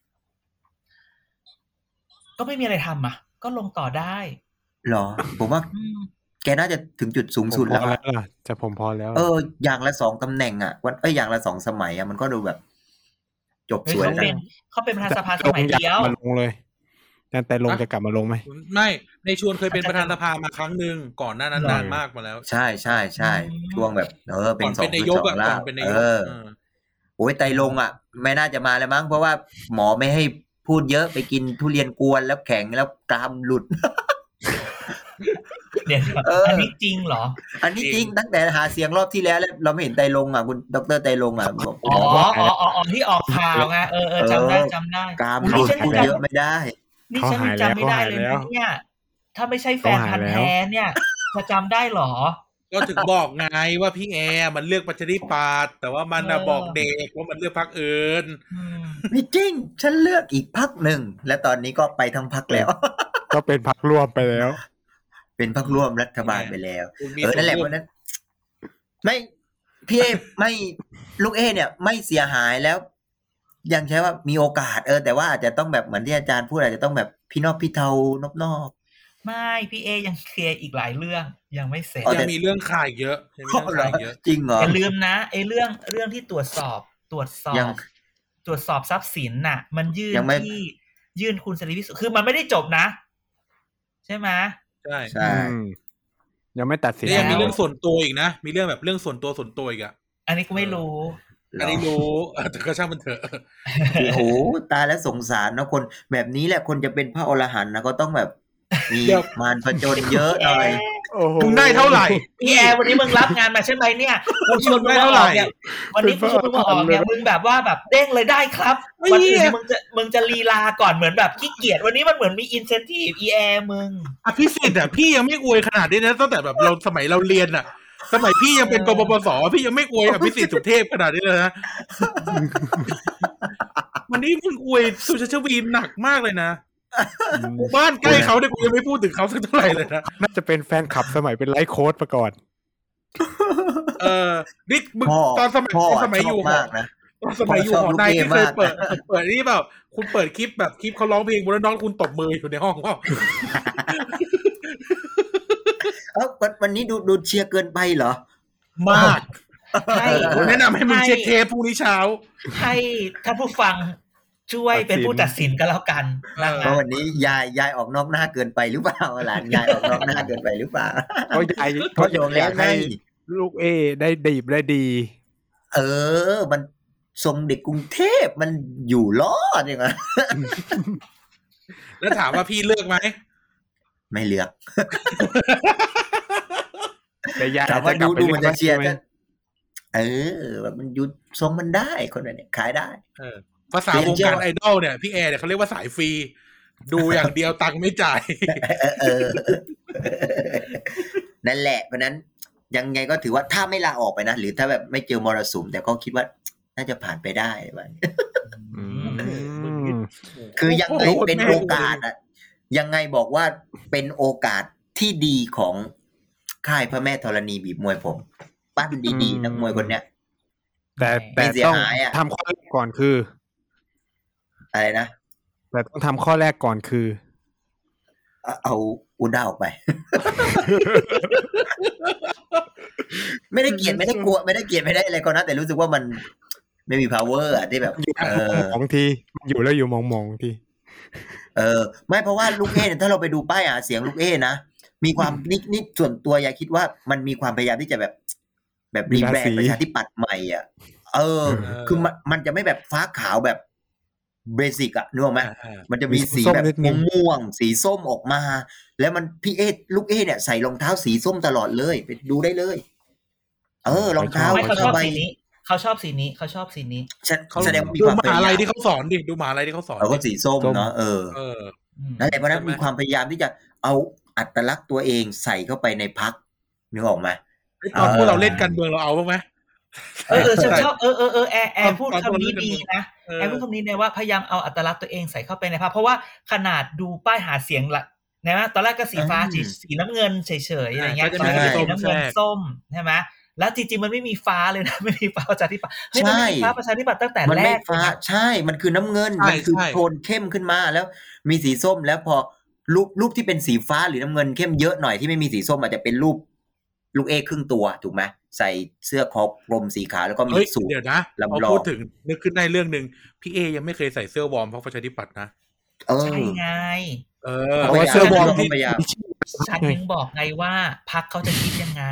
Speaker 4: ก็ไม่มีอะไรทำก็ลงต่อได้
Speaker 5: หรอผมว่าแกน่าจะถึงจุดสูงสุดแล้ว
Speaker 3: จะผมพอแล้ว
Speaker 5: อย่างละ2ตำแหน่งอย่างละ2สมัยมันก็ดูแบบจบสวยนะ
Speaker 4: เขาเป็นประธานสภาสมัยเดียว
Speaker 3: มาลงเลยแต่ลงจะกลับมาลงไหม
Speaker 2: ไม่ในชวนเคยเป็นประธานสภามาครั้งนึงก่อนหน้านั้นนานมากมาแล้ว
Speaker 5: ใช่ช่วงแบบเป็น
Speaker 2: 2นายกเป็นนายก
Speaker 5: โอ้ยไตลงไม่น่าจะมาแล้วมั้งเพราะว่าหมอไม่ให้พูดเยอะไปกินทุเรียนกวนแล้วแข็งแล้วกรามหลุด
Speaker 4: เดี๋ยวอันนี้จริงเหรอ
Speaker 5: อันนี้จริงตั้งแต่หาเสียงรอบที่แล้วเราไม่เห็นไตลงคุณดร.ไตลง
Speaker 4: บอกที่ออกข่าวไงจำได้
Speaker 5: กรามหลุดพูดเยอะไม่ได้
Speaker 4: นี่ฉันจำไม่ได้เลยเนี่ยถ้าไม่ใช่แฟนพันธุ์แท้เนี่ยจะจำได้หรอ
Speaker 2: ก็ถึงบอกไงว่าพี่แอมันเลือกประชาธิปัตย์แต่ว่ามันบอกเด็กว่ามันเลือกพรรคอื่น
Speaker 5: ไม่จริงฉันเลือกอีกพรรคนึงและตอนนี้ก็ไปทั้งพรรคแล้ว
Speaker 3: ก็เป็นพรรคร่วมไปแล้ว
Speaker 5: เป็นพรรคร่วมรัฐบาลไปแล้วนั่นแหละเพราะนั้นไม่พี่เอไม่ลูกเอเนี่ยไม่เสียหายแล้วยังใช้ว่ามีโอกาสแต่ว่าอาจจะต้องแบบเหมือนที่อาจารย์พูดอาจจะต้องแบบพี่นอกพี่เทานอก
Speaker 4: ไม่พี่เอยังเคลียร์อีกหลายเรื่องยังไม่เสร็จ
Speaker 2: ยังมีเรื่องข่ายเยอะ
Speaker 5: จริงเหรอ
Speaker 4: อย่าลืมนะไอ้เรื่องที่ตรวจสอบทรัพย์สินน่ะมันยื่นคุณเสรีพิสุทธิ์คือมันไม่ได้จบนะใช่ไหม
Speaker 2: ใช่
Speaker 3: ยังไม่ตัดสิน
Speaker 2: ยังมีเรื่องส่วนตัวอีกนะมีเรื่องแบบเรื่องส่วนตัวอีก
Speaker 4: อันนี้ก็ไม่รู้
Speaker 2: แต่ก็ช่างมันเถอะ
Speaker 5: โอ้โหตายแล้วสงสารนะคนแบบนี้แหละคนจะเป็นพระอรหันต์นะก็ต้องแบบมีมารผจญเยอะหน่อย
Speaker 2: มึงได้เท่าไหร่
Speaker 4: พี่แอร์วันนี้มึงรับงานมาใช่ไหมเนี่ยกูชวนมึงมาออกเนี่ยวันนี้กูชวนมึงมาออกเนี่ยมึงแบบว่าแบบเด้งเลยได้ครับวันนี้มึงจะลีลาก่อนเหมือนแบบขี้เกียจวันนี้มันเหมือนมีอินเซนทีฟอีแอร์มึง
Speaker 2: พิสิทธิ์พี่ยังไม่อวยขนาดนี้นะตั้งแต่แบบเราสมัยเราเรียนสมัยพี่ยังเป็นกบปสพี่ยังไม่อวยอภิสิทธิ์สุเทพขนาดนี้เลยนะวันนี้มึงอวยสุชาติวีหนักมากเลยนะบ้านใกล้เขาเนี่ยกูยังไม่พูดถึงเขาสักเท่าไหร่เลยนะ
Speaker 3: น่าจะเป็นแฟนคลับสมัยเป็นไลฟ์โค้ชมาก่อน
Speaker 2: นี่มึงตอนสมัยอยู่มากนะตอนสมัยอยู่หอในที่เคยเปิดนี่แบบคุณเปิดคลิปแบบคลิปเขาร้องเพลงบนน้องคุณตบมืออยู่ในห้องว่า
Speaker 5: วันนี้ดูเชียร์เกินไปเหรอ
Speaker 2: มากแนะนำให้มึงเช็คเทปพรุ่งนี้เช้า
Speaker 4: ให้ท่านผู้ฟังช่วยเป็นผู้ตัดสินกันแล้วกัน
Speaker 5: เพราะวันนี้ยายออกนอกหน้าเกินไปหรือเปล่าหลานยายออกนอกหน้าเกินไปหรือเปล่า
Speaker 3: เขาอยากให้ลูกเอได้ดี
Speaker 5: มันทรงเด็กกรุงเทพมันอยู่รอดอย่างเงี้ย
Speaker 2: แล้วถามว่าพี่เลือกไหม
Speaker 5: ไม่เลือก
Speaker 3: แต่ยาย
Speaker 5: ถามว่า
Speaker 3: จะกลับไป
Speaker 5: ดูมันจะเชียร์
Speaker 3: ไหม
Speaker 5: แบบมันยุดทรงมันได้คนนั้นเนี่ยขายได้
Speaker 2: ภาษาวงการไอดอลเนี่ยพี่แอร์เนี่ยเขาเรียกว่าสายฟรีดูอย่างเดียวตังค์ไม่จ่าย
Speaker 5: นั่นแหละเพราะนั้นยังไงก็ถือว่าถ้าไม่ลาออกไปนะหรือถ้าแบบไม่เจอมรสุมแต่ก็คิดว่าน่าจะผ่านไปได้บ้าง คือยังไงเป็นโอกาสอะยังไงบอกว่าเป็นโอกาสที่ดีของค่ายพระแม่ธรณีบีบมวยผมปั้นดีๆนักมวยคนเนี้ย
Speaker 3: แต่
Speaker 5: ไม่เสีย
Speaker 3: ต้อง
Speaker 5: หายอะ
Speaker 3: ทำข้อแรกก่อนคือ
Speaker 5: อะไรนะ
Speaker 3: แต่ต้องทำข้อแรกก่อนคือ
Speaker 5: เอาอุด้าออกไป ไม่ได้เกลียดไม่ได้กลัวไม่ได้เกลียดไม่ได้อะไรก็นะแต่รู้สึกว่ามันไม่มี power อะที่แบบ
Speaker 3: มองทีอยู่แล้วอยู่มองที
Speaker 5: ไม่เพราะว่าลูกเอเนี่ยถ้าเราไปดูป้ายหาเสียงลูกเอนะมีความนี่ส่วนตัวอย่าคิดว่ามันมีความพยายามที่จะแบบรีแบรนด์ประชาธิปัตย์ใหม่อ่ะคือมันจะไม่แบบฟ้าขาวแบบเบสิกอ่ะนึกออกไหมมันจะมีสีแบบม่วงสีส้มออกมา แล้วมันพี่เอลูกเอเนี่ยใส่รองเท้าสีส้มตลอดเลยไปดูได้เลยรองเท้า
Speaker 4: ไม่เขาชอบสีนี้เขาชอบสีนี้เขาชอบสีนี้
Speaker 5: แสดงมี
Speaker 2: ดู
Speaker 5: ความ
Speaker 2: ม
Speaker 5: พยา
Speaker 2: หาลั
Speaker 5: ยาย ม
Speaker 2: ที่เขาสอนดิดูมหาลัยที่เขาสอน
Speaker 5: ก็สีส้มเนาะนั่นแหละเพราะนั้นมีความพยายามที่จะเอาอัตลักษณ์ตัวเองใส่เข้าไปในพรรคนึกออกไหม
Speaker 2: ตอนพวกเราเล่นการเมืองเราเอาบ้างไหม
Speaker 4: ชอบแอร์พูดคำนี้ดีนะแอร์พูดคำนี้เนี่ยว่าพยายามเอาอัตลักษณ์ตัวเองใส่เข้าไปในพรรคเพราะว่าขนาดดูป้ายหาเสียงละนะตอนแรกก็สีฟ้าสีน้ำเงินเฉยๆอะไรเงี้ยตอนนี้สีน้ำเงินส้มใช่ไหมแล้วจริงๆมันไม่มีฟ้าเลยนะไม่มีฟ้าประชาธิปัตย์ไม่มีฟ้าประชาธิปัตย์ตั้งแต่แรก
Speaker 5: ฟ้าใช่มันคือน้ำเงินมันคือโทนเข้มขึ้นมาแล้วมีสีส้มแล้วพอรูปที่เป็นสีฟ้าหรือน้ำเงินเข้มเยอะหน่อยที่ไม่มีสีส้มอาจจะเป็นรูปลูกเอครึ่งตัวถูกไหมใส่เสื้อคอกลมสีขาวแล้วก็มีสูท
Speaker 2: เดี๋ยวนะพอพูดถึงนึกขึ้นได้เรื่องนึงพี่เอยังไม่เคยใส่เสื้อวอร์มเพราะประชาธิปัตย์นะ
Speaker 4: ใช่ไง
Speaker 2: เพราะว่าเสื้อวอร์มที่
Speaker 4: ฉันยังบอกไงว่าพรรคเขาจะคิดยังไง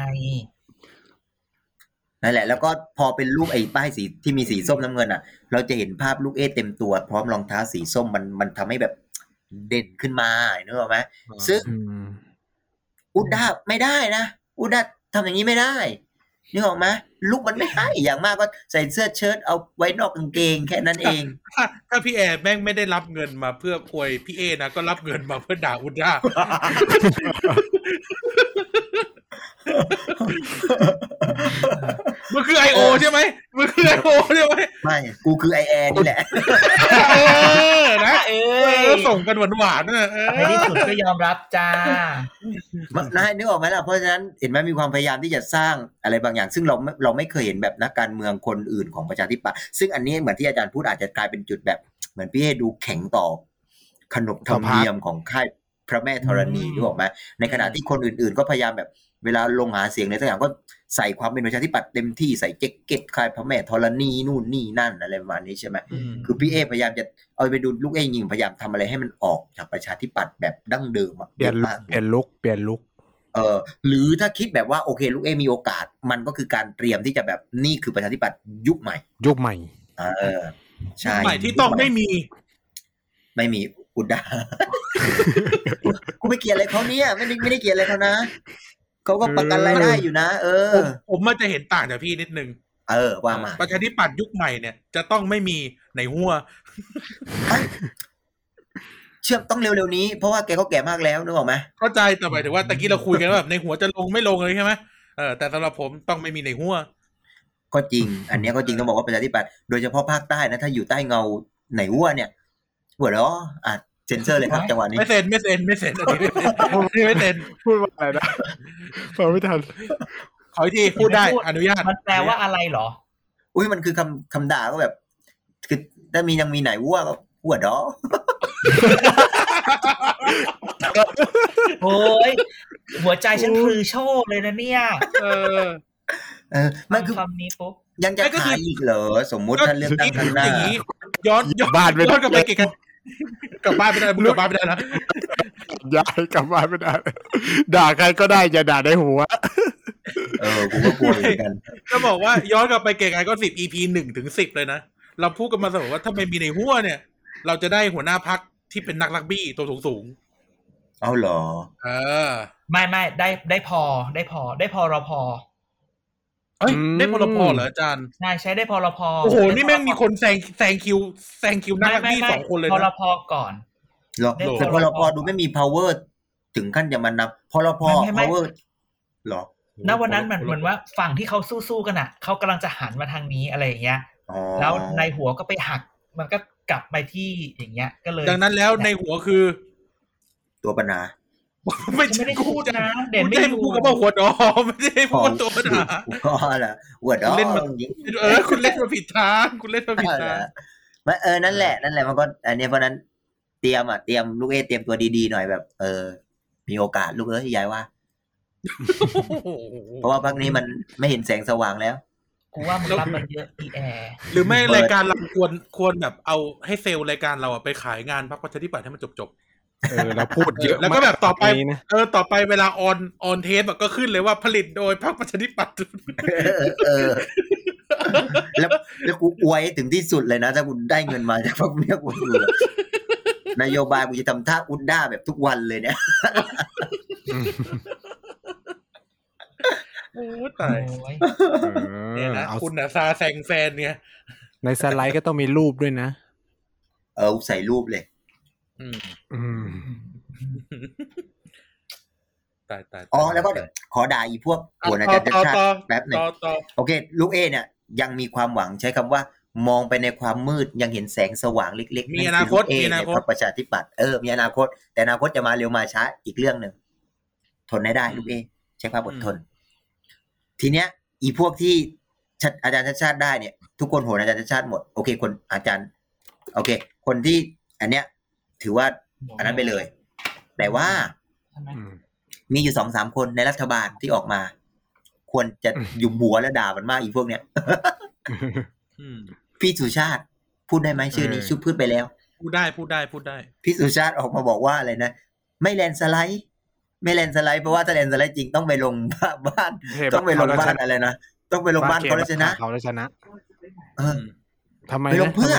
Speaker 5: นั่นแหละแล้วก็พอเป็นรูปไอ้ป้ายสีที่มีสีส้มน้ำเงินอ่ะเราจะเห็นภาพลูกเอเต็มตัวพร้อมรองเท้าสีส้มมันทำให้แบบเด่นขึ้นมานึกออกไหมซึ่งอุด้าไม่ได้นะอุด้าทำอย่างนี้ไม่ได้นึกออกไหมลุกมันไม่ได้อย่างมากก็ใส่เสื้อเชิ้ตเอาไว้นอกกางเกงแค่นั้นเอง
Speaker 2: ถ้าพี่แอร์แม่งไม่ได้รับเงินมาเพื่ออวยพี่เอนะก็รับเงินมาเพื่อด่าอุด้ามึงคือ IO ใช่ไหมมึงคือ IO ใช่ไหม
Speaker 5: ไม่กูคือไอแอนนี่แหละ
Speaker 2: นะส่งกันหวานๆนะ
Speaker 4: ในที่สุดก็ยอมรับจ้า
Speaker 5: ได้นึกออกไหมล่ะเพราะฉะนั้นเห็นไหมมีความพยายามที่จะสร้างอะไรบางอย่างซึ่งเราไม่เคยเห็นแบบนักการเมืองคนอื่นของประชาธิปัตย์ซึ่งอันนี้เหมือนที่อาจารย์พูดอาจจะกลายเป็นจุดแบบเหมือนพี่เอดูแข็งต่อขนบธรรมเนียมของค่ายพระแม่ธรณีนึกออกไหมในขณะที่คนอื่นๆก็พยายามแบบเวลาลงหาเสียงในทุกอย่างก็ใส่ความเป็นประชาธิปัตย์เต็มที่ใส่แจ็คเก็ตค่ายพระแม่ธรณีนู่นนี่นั่นอะไรประมาณนี้ใช่ไหมคือพี่เอพยายามจะเอาไปดูลูกเอยิงพยายามทำอะไรให้มันออกจากประชาธิปัตย์แบบดั้งเดิม
Speaker 3: เปลี่ยนลุก
Speaker 5: หรือถ้าคิดแบบว่าโอเคลูกเอมีโอกาสมันก็คือการเตรียมที่จะแบบนี่คือประชาธิปัตย์ยุคใหม่ใช่
Speaker 2: ใหม่ที่ต้องไม่มี
Speaker 5: อุดากูไม่เกลียดอะไรเขาเนี่ยไม่ได้เกลียดอะไรเขานะเขาก็ประกันรายได้อยู่นะ
Speaker 2: ผมมันจะเห็นต่างจากพี่นิดนึง
Speaker 5: ว่ามา
Speaker 2: ประชาธิปัตย์ยุคใหม่เนี่ยจะต้องไม่มีในหัว
Speaker 5: เชื่อต้องเร็วๆนี้เพราะว่าแกก็แก่มากแล้วนึกออกไหม
Speaker 2: เข้าใจแต่หมายถึงว่าตะกี้เราคุยกันว่าแบบในหัวจะลงไม่ลงเลยใช่ไหมแต่สำหรับผมต้องไม่มีในหัว
Speaker 5: ก็จริงอันนี้ก็จริงต้องบอกว่าประชาธิปัตย์โดยเฉพาะภาคใต้นะถ้าอยู่ใต้เงาในหัวเนี่ยหัวแล้วเซ็นเซอร์เลยครับจังหวะนี้
Speaker 2: ไม่เซ็นอันนี้ไม่เซ็น
Speaker 3: พูดว่าอะไรนะฟังไม่ทัน
Speaker 2: ขออีกทีพูดได้อนุญาต
Speaker 4: มันแปลว่าอะไรหรอ
Speaker 5: อุ้ยมันคือคำด่าก็แบบคือถ้ายังมีไหนวัวก็หัวดอ
Speaker 4: โอ้ยหัวใจฉันคือโชคเลยนะเนี่ย
Speaker 5: มันคือ
Speaker 4: คำนี้ปุ๊บ
Speaker 5: ยังจะขายอีกเหรอสมมุติถ้าเรื่องตั้งข้างหน้า
Speaker 2: ย้อนกลับไปกี่กันกลับบ้านไม่ได้มึงกลับบ้านไม่ได้นะ
Speaker 3: ย้ายกลับบ้านไม่ได้ด่าใครก็ได้อย่าด่าในหัว
Speaker 5: กูก็กลัวเหมือนกัน
Speaker 2: จะบอกว่าย้อนกลับไปเก่งไงก็10 EP 1 ถึง 10เลยนะเราพูดกันมาเสมอว่าถ้าไม่มีในหัวเนี่ยเราจะได้หัวหน้าพรรคที่เป็นนักรักบี้ตัวสูง
Speaker 5: เอาเหรอ
Speaker 4: ไม่ได้พรพ.
Speaker 2: เอ้ยได้พลพเหรออาจารย์
Speaker 4: ใช้ได้พรพ.
Speaker 2: โอ้โหนี่แม่งมีคนแซงคิวนั่งที่2คนเลยนะ
Speaker 4: พรพ.ก่อน
Speaker 5: เหรอแต่พลพดูไม่มี power ถึงขั้นจะมานำพลพ power เหรอ
Speaker 4: ณวันนั้นมันเหมือนว่าฝั่งที่เขาสู้กันอ่ะเขากำลังจะหันมาทางนี้อะไรอย่างเงี้ยแล้วในหัวก็ไปหักมันก็กลับไปที่อย่างเงี้ยก็เลย
Speaker 2: ดังนั้นแล้วในหัวคือ
Speaker 5: ตัวปัญหา
Speaker 2: ไม่
Speaker 4: ได้พูดนะเด่นไม่
Speaker 2: ได้พูดกับว่าหัวดอไม่ได้พูดตัวปัญหา
Speaker 5: ก็แหละหัวดอ
Speaker 2: เล่นมาคุณเล่นมาผิดทางคุณเล่นมาผิดทาง
Speaker 5: ไม่นั่นแหละมันก็อันนี้เพราะนั้นเตรียมลูกเตรียมตัวดีๆหน่อยแบบมีโอกาสลูกยายว่าเพราะว่าพักนี้มันไม่เห็นแสงสว่างแล้ว
Speaker 4: กูว่ามันรับมาเยอะอีแอร์
Speaker 2: หรือไม่รายการเราควรแบบเอาให้เซลล์รายการเราไปขายงานพรรคประชาธิปัตย์ให้มันจบ
Speaker 3: เราพูดเยอะ
Speaker 2: แล้วก็แบบต่อไปต่อไปเวลาออนเทปก็ขึ้นเลยว่าผลิตโดยพรรคประชาธิปัตย์
Speaker 5: แล้วกูอวยถึงที่สุดเลยนะถ้ากูได้เงินมาจากพวกเนี้ยกูดูนโยบายกูจะทำท่าอุดด้าแบบทุกวันเลยเนี่ย
Speaker 2: โอ้ตายเนี่ยนะคุณน่ะซาแซงแฟนเนี่ย
Speaker 3: ในสไลด์ก็ต้องมีรูปด้วยนะ
Speaker 5: ใส่รูปเลย
Speaker 2: ตาย
Speaker 5: แล้วก็ขอด่าอีพวกหัวหน้าจัดชาติแป๊บหนึ่งโอเคลูกเนี่ยยังมีความหวังใช้คำว่ามองไปในความมืดยังเห็นแสงสว่างเล็กๆ
Speaker 2: มีอนาคต
Speaker 5: ประชาธิปัตย์มีอนาคตแต่อนาคตจะมาเร็วมาช้าอีกเรื่องนึงทนได้ลูกใช้ความอดทนทีเนี้ยอีพวกที่อาจารย์ชาติได้เนี่ยทุกคนโหนอาจารย์ชาติหมดโอเคคนอาจารย์โอเคคนที่อันเนี้ยถือว่าอันนั้นไปเลยแต่ว่ามีอยู่ 2-3 คนในรัฐบาลที่ออกมาควรจะอยู่หัวและด่ามันมากอีพวกเนี้ยพี่สุชาติพูดได้ไหมชื่อนี้ชื่อพูดไปแล้ว
Speaker 2: พูดได้
Speaker 5: พี่สุชาติออกมาบอกว่าอะไรนะไม่แลนสไลด์เพราะว่าถ้าแลนสไลด์จริงต้องไปลงบ้านต้องไปลงบ้านอะไรนะต้องไปลงบ้านเขาแล้วชนะ
Speaker 3: ทำไม
Speaker 5: ไปลงเพื่อ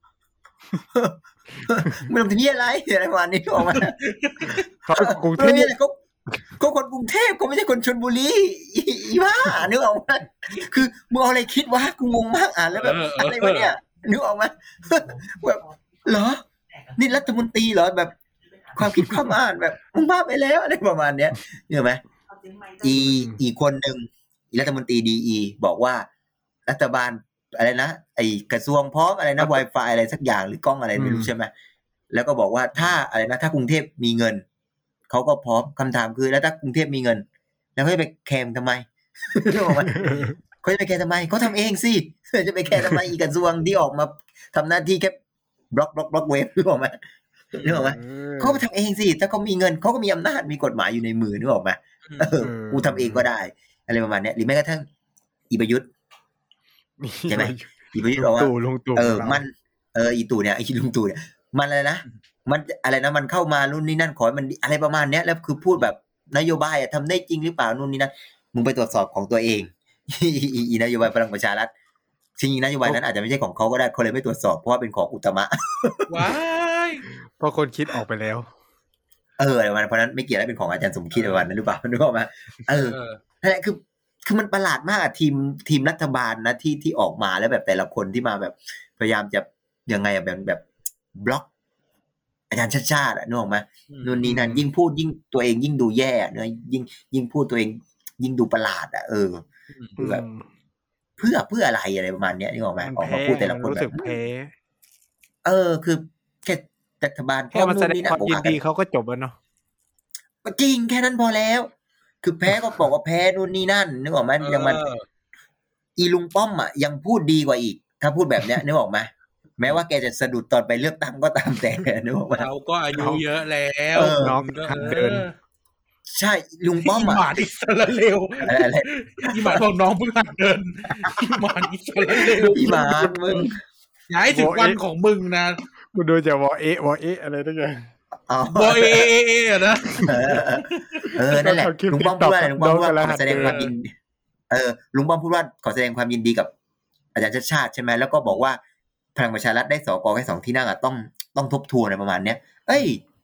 Speaker 5: ไม่ลงที่นี่อะไรประมาณนี้ออกมา
Speaker 3: เขากรุงเทพ
Speaker 5: ก็คนกรุงเทพก็ไม่ใช่คนชลบุรีอีบ้านึกออกไหมคือมึงเอาอะไรคิดวะกูงงมากอ่านแล้วแบบอะไรวะเนี่ยนึกออกไหมแบบเหรอนี่รัฐมนตรีเหรอแบบความคิดความอ่านแบบมึงบ้าไปแล้วอะไรประมาณเนี้ยเห็นไหมอีคนหนึ่งรัฐมนตรีดีบอกว่ารัฐบาลอะไรนะไอกระทรวงพร้อมอะไรนะ Wi-Fi อะไรสักอย่างหรือกล้องอะไรไม่รู้ใช่ไหมแล้วก็บอกว่าถ้าอะไรนะถ้ากรุงเทพมีเงินเขาก็พร้อมคำถามคือแล้วถ้ากรุงเทพมีเงินแล้วเขาจะไปแคมทำไมเขาจะไปแคมทำไมเขาทำเองสิจะไปแคมทำไมอีกกระทรวงที่ออกมาทำหน้าที่แค่บล็อกเว็บนึกออกไหมเขาไปทำเองสิถ้าเขามีเงินเขาก็มีอำนาจมีกฎหมายอยู่ในมือนึกออกไหมกูทำเองก็ได้อะไรประมาณนี้หรือแม้กระทั่งอีประยุทธ์ใช่ไหมอีประยุทธ์บอกว่ามันอีตู่เนี่ยไอ้ลุงตู่เนี่ยมันอะไรนะมันอะไรนะมันเข้ามารุ่นนี้นั่นขอมันอะไรประมาณเนี้ยแล้วคือพูดแบบนโยบายทำได้จริงหรือเปล่านู่นนี่นั่นมึงไปตรวจสอบของตัวเองอีนโยบายพลังประชารัฐจริงๆนโยบายนั้นอาจจะไม่ใช่ของเขาก็ได้เขาเลยไม่ตรวจสอบเพราะว่าเป็นของอุตมะ
Speaker 2: ว้าย
Speaker 3: เพราะคนคิดออกไปแล้ว
Speaker 5: อะไรประมาณเพราะนั้นไม่เกี่ยวได้เป็นของอาจารย์สมคิดประมาณนั้นหรือเปล่านึกออกมั้ยนั่นแหละคือมันประหลาดมากทีมรัฐบาลนะที่ออกมาแล้วแบบแต่ละคนที่มาแบบพยายามจะยังไงแบบบล็อกอาจารย์ชาตินึกออกมั้ยนู่นนี่นั่นยิ่งพูดยิ่งตัวเองยิ่งดูแย่เนอะยิ่งพูดตัวเองยิ่งดูประหลาดคือแบบเพื่ออะไรประมาณเนี้ยนึกออกมั้ยออกมาพูดแต่ละคนแบบคือแค่รัฐบาล
Speaker 3: แค่มาแสดงความยินดีเขาก็จบแล้วเนาะ
Speaker 5: จริงแค่นั้นพอแล้วคือแพ้ก็บอกว่าแพ้นู่นนี่นั่นนึกออกมั้ยยังมันอีลุงป้อมยังพูดดีกว่าอีกถ้าพูดแบบเนี้ยนึกออกมั้ยแม้ว่าแกจะสะดุดตอนไปเลือกตั้งก็ตามแต่นึกออกมั้ย
Speaker 2: เราก็อายุเยอะแล้ว
Speaker 3: น้องก็เดิน
Speaker 5: ใช่ลุงป้อม
Speaker 2: หมาอิสราเอลอะไรอีหมาบอกน้องเพิ่งหัดเดินอีหมาอิสราเอล
Speaker 5: อีหมามึง
Speaker 2: ย้ายถึงวันของมึงนะ
Speaker 3: กูดูจะวอเอะอะไรตั้งอย่าง
Speaker 2: บอเอนะ
Speaker 5: นั่นแหละลุงป้อมพูดว่าลุงป้อมพูดว่าขอแสดงความยินดีลุงป้อมพูดว่าขอแสดงความยินดีกับอาจารย์ชาติใช่ไหมแล้วก็บอกว่าพลังประชารัฐได้สกแค่2ที่นั่งต้องทบทวนอะไรประมาณเนี้ย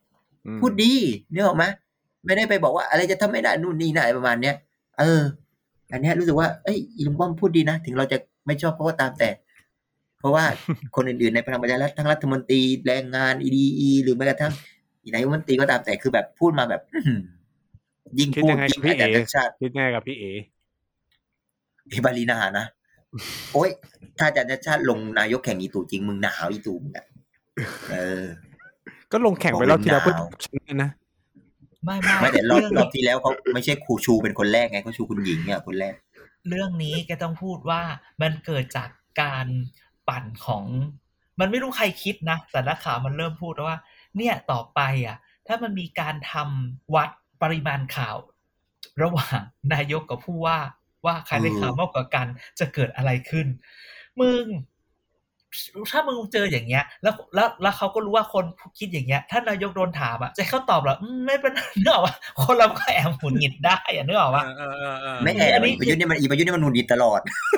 Speaker 5: พูดดีนึกออกไหมไม่ได้ไปบอกว่าอะไรจะทำไม่ได้นู่นนี่นั่นอะไรประมาณเนี้ยอันเนี้ยรู้สึกว่าอีลุงป้อมพูดดีนะถึงเราจะไม่ชอบเขาก็ตามแต่เพราะว่าคนอื่นๆในพลังประชารัฐทั้งรัฐมนตรีแรงงาน EDE หรือแม้กระทั่งนายกรัฐมนตรีก็ตามแต่คือแบบพูดมาแบบยิ่งพูดยิ่งอาจารย์ชาติ
Speaker 3: คิดง่ายกับพี่
Speaker 5: บาลีนานะโอ๊ยถ้าอาจารย์ชาติลงนายกแข่งอีตู่จริงมึงหนาวอีตู่อ่ะ
Speaker 3: ก็ลงแข่งไปรอบที่แล้วเพื่อชนะนะ
Speaker 5: ไม่แต่รอบที่แล้วเขาไม่ใช่ครูชูเป็นคนแรกไงเขาชูคุณหญิงเนี่ยคนแรก
Speaker 4: เรื่องนี้แกต้องพูดว่ามันเกิดจากการปั่นของมันไม่รู้ใครคิดนะแต่นักข่าวมันเริ่มพูดว่าเนี่ยต่อไปถ้ามันมีการทำวัดปริมาณข่าวระหว่างนายกกับผู้ว่าใครได้ข่าวมากกว่ากันจะเกิดอะไรขึ้นมึงถ้ามึงเจออย่างเงี้ยแล้วเขาก็รู้ว่าคนคิดอย่างเงี้ยถ้านายกโดนถามจะเขาตอบหรอไม่เป็นเรื่องว่าคนเราก็แอบหงุดหงิดได้นึกออกว่า
Speaker 5: ไม่แอบประยุทธ์นี่มันหงุดหงิดตลอด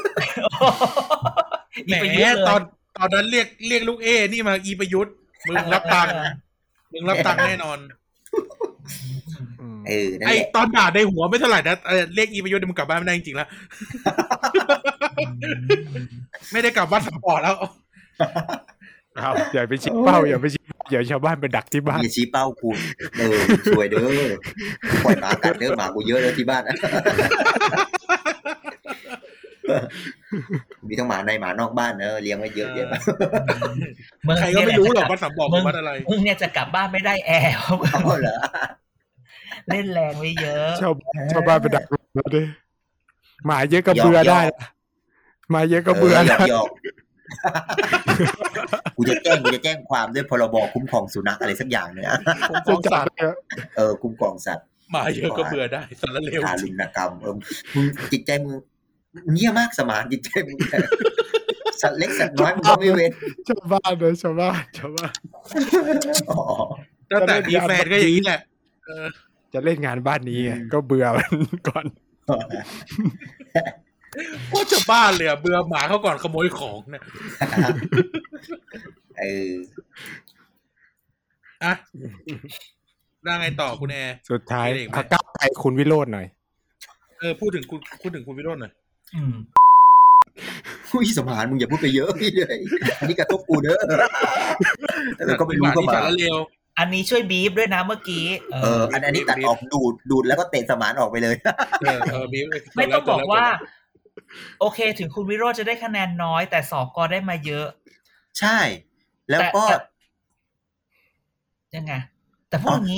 Speaker 2: แหมตอนนั้นเรียกลูกนี่มาอีประยุทธ์มึงรับตังค์แน่นอนไอตอนด่าในหัวไม่เท่าไหร่นะเรียกอีประยุทธ์มึงกลับบ้านไม่ได้จริงๆแล้วไม่ได้กลับบ้านสปอร์ตแล้ว
Speaker 3: อย่าไปชี้เป้าอย่าชาวบ้านไปดักที่บ้าน
Speaker 5: อย่าชี้เป้ากูสวยเด้อปล่อยหมากัดเด้อหมากูเยอะเลยที่บ้านมีทั้งหมาในหมานอกบ้านเลี้ยงไว้เยอะแยะ
Speaker 2: ใครก็ไม่รู้หรอกว่าสำบอกว่าอะไร
Speaker 4: มึงเนี่ยจะกลับบ้านไม่ได้แอร์เหรอเล่นแรงไว้เยอะ
Speaker 3: ชาวบ้านไปดักแล้วดิหมาเยอะก็เบื่อได้หมาเยอะก็เบื่อได้
Speaker 5: กูจะแจ้งความด้วยพรบคุ้มครองสุนัขอะไรสักอย่างเนี่ย
Speaker 2: คุ้มครองสัตว์
Speaker 5: คุ้มครองสัตว์
Speaker 2: หมาเยอะก็เบื่อได้สารเลว
Speaker 5: ทารุณกรรมมึงจิตใจมึงเหี้ยมากสมานจิตใจมึงสัตว์เล็กสัตว์น้อยมึงก็ไม่เว้น
Speaker 3: ชาวบ้าน
Speaker 2: ตั้งแต่มีแฟนก็อย่างนี้แหละ
Speaker 3: จะเล่นงานบ้านนี้ก็เบื่อมันก่อน
Speaker 2: ว่าจะบ้าเลยเบื่อหมาเขาก่อนขโมยของเนี่ยได้ไงต่อคุณแอร์
Speaker 3: สุดท้ายพักก้าวไกลคุณวิโรจน์หน่อย
Speaker 2: พูดถึงคุณวิโรจน์หน่อย
Speaker 5: สมานมึงอย่าพูดไปเยอะพี่เลยอันนี้กระทบกูเด้อแต่ก็ไม่รู้ก็มา
Speaker 4: อันนี้ช่วยบีฟด้วยนะเมื่อกี้
Speaker 5: อันนี้ตัดออกดูดแล้วก็เตะสมานออกไปเลย
Speaker 4: ไม่ต้องบอกว่าโอเคถึงคุณวิโรจน์จะได้คะแนนน้อยแต่สก.ได้มาเยอะ
Speaker 5: ใช่แล้วก็
Speaker 4: ยังไงแต่พูดอย่างนี้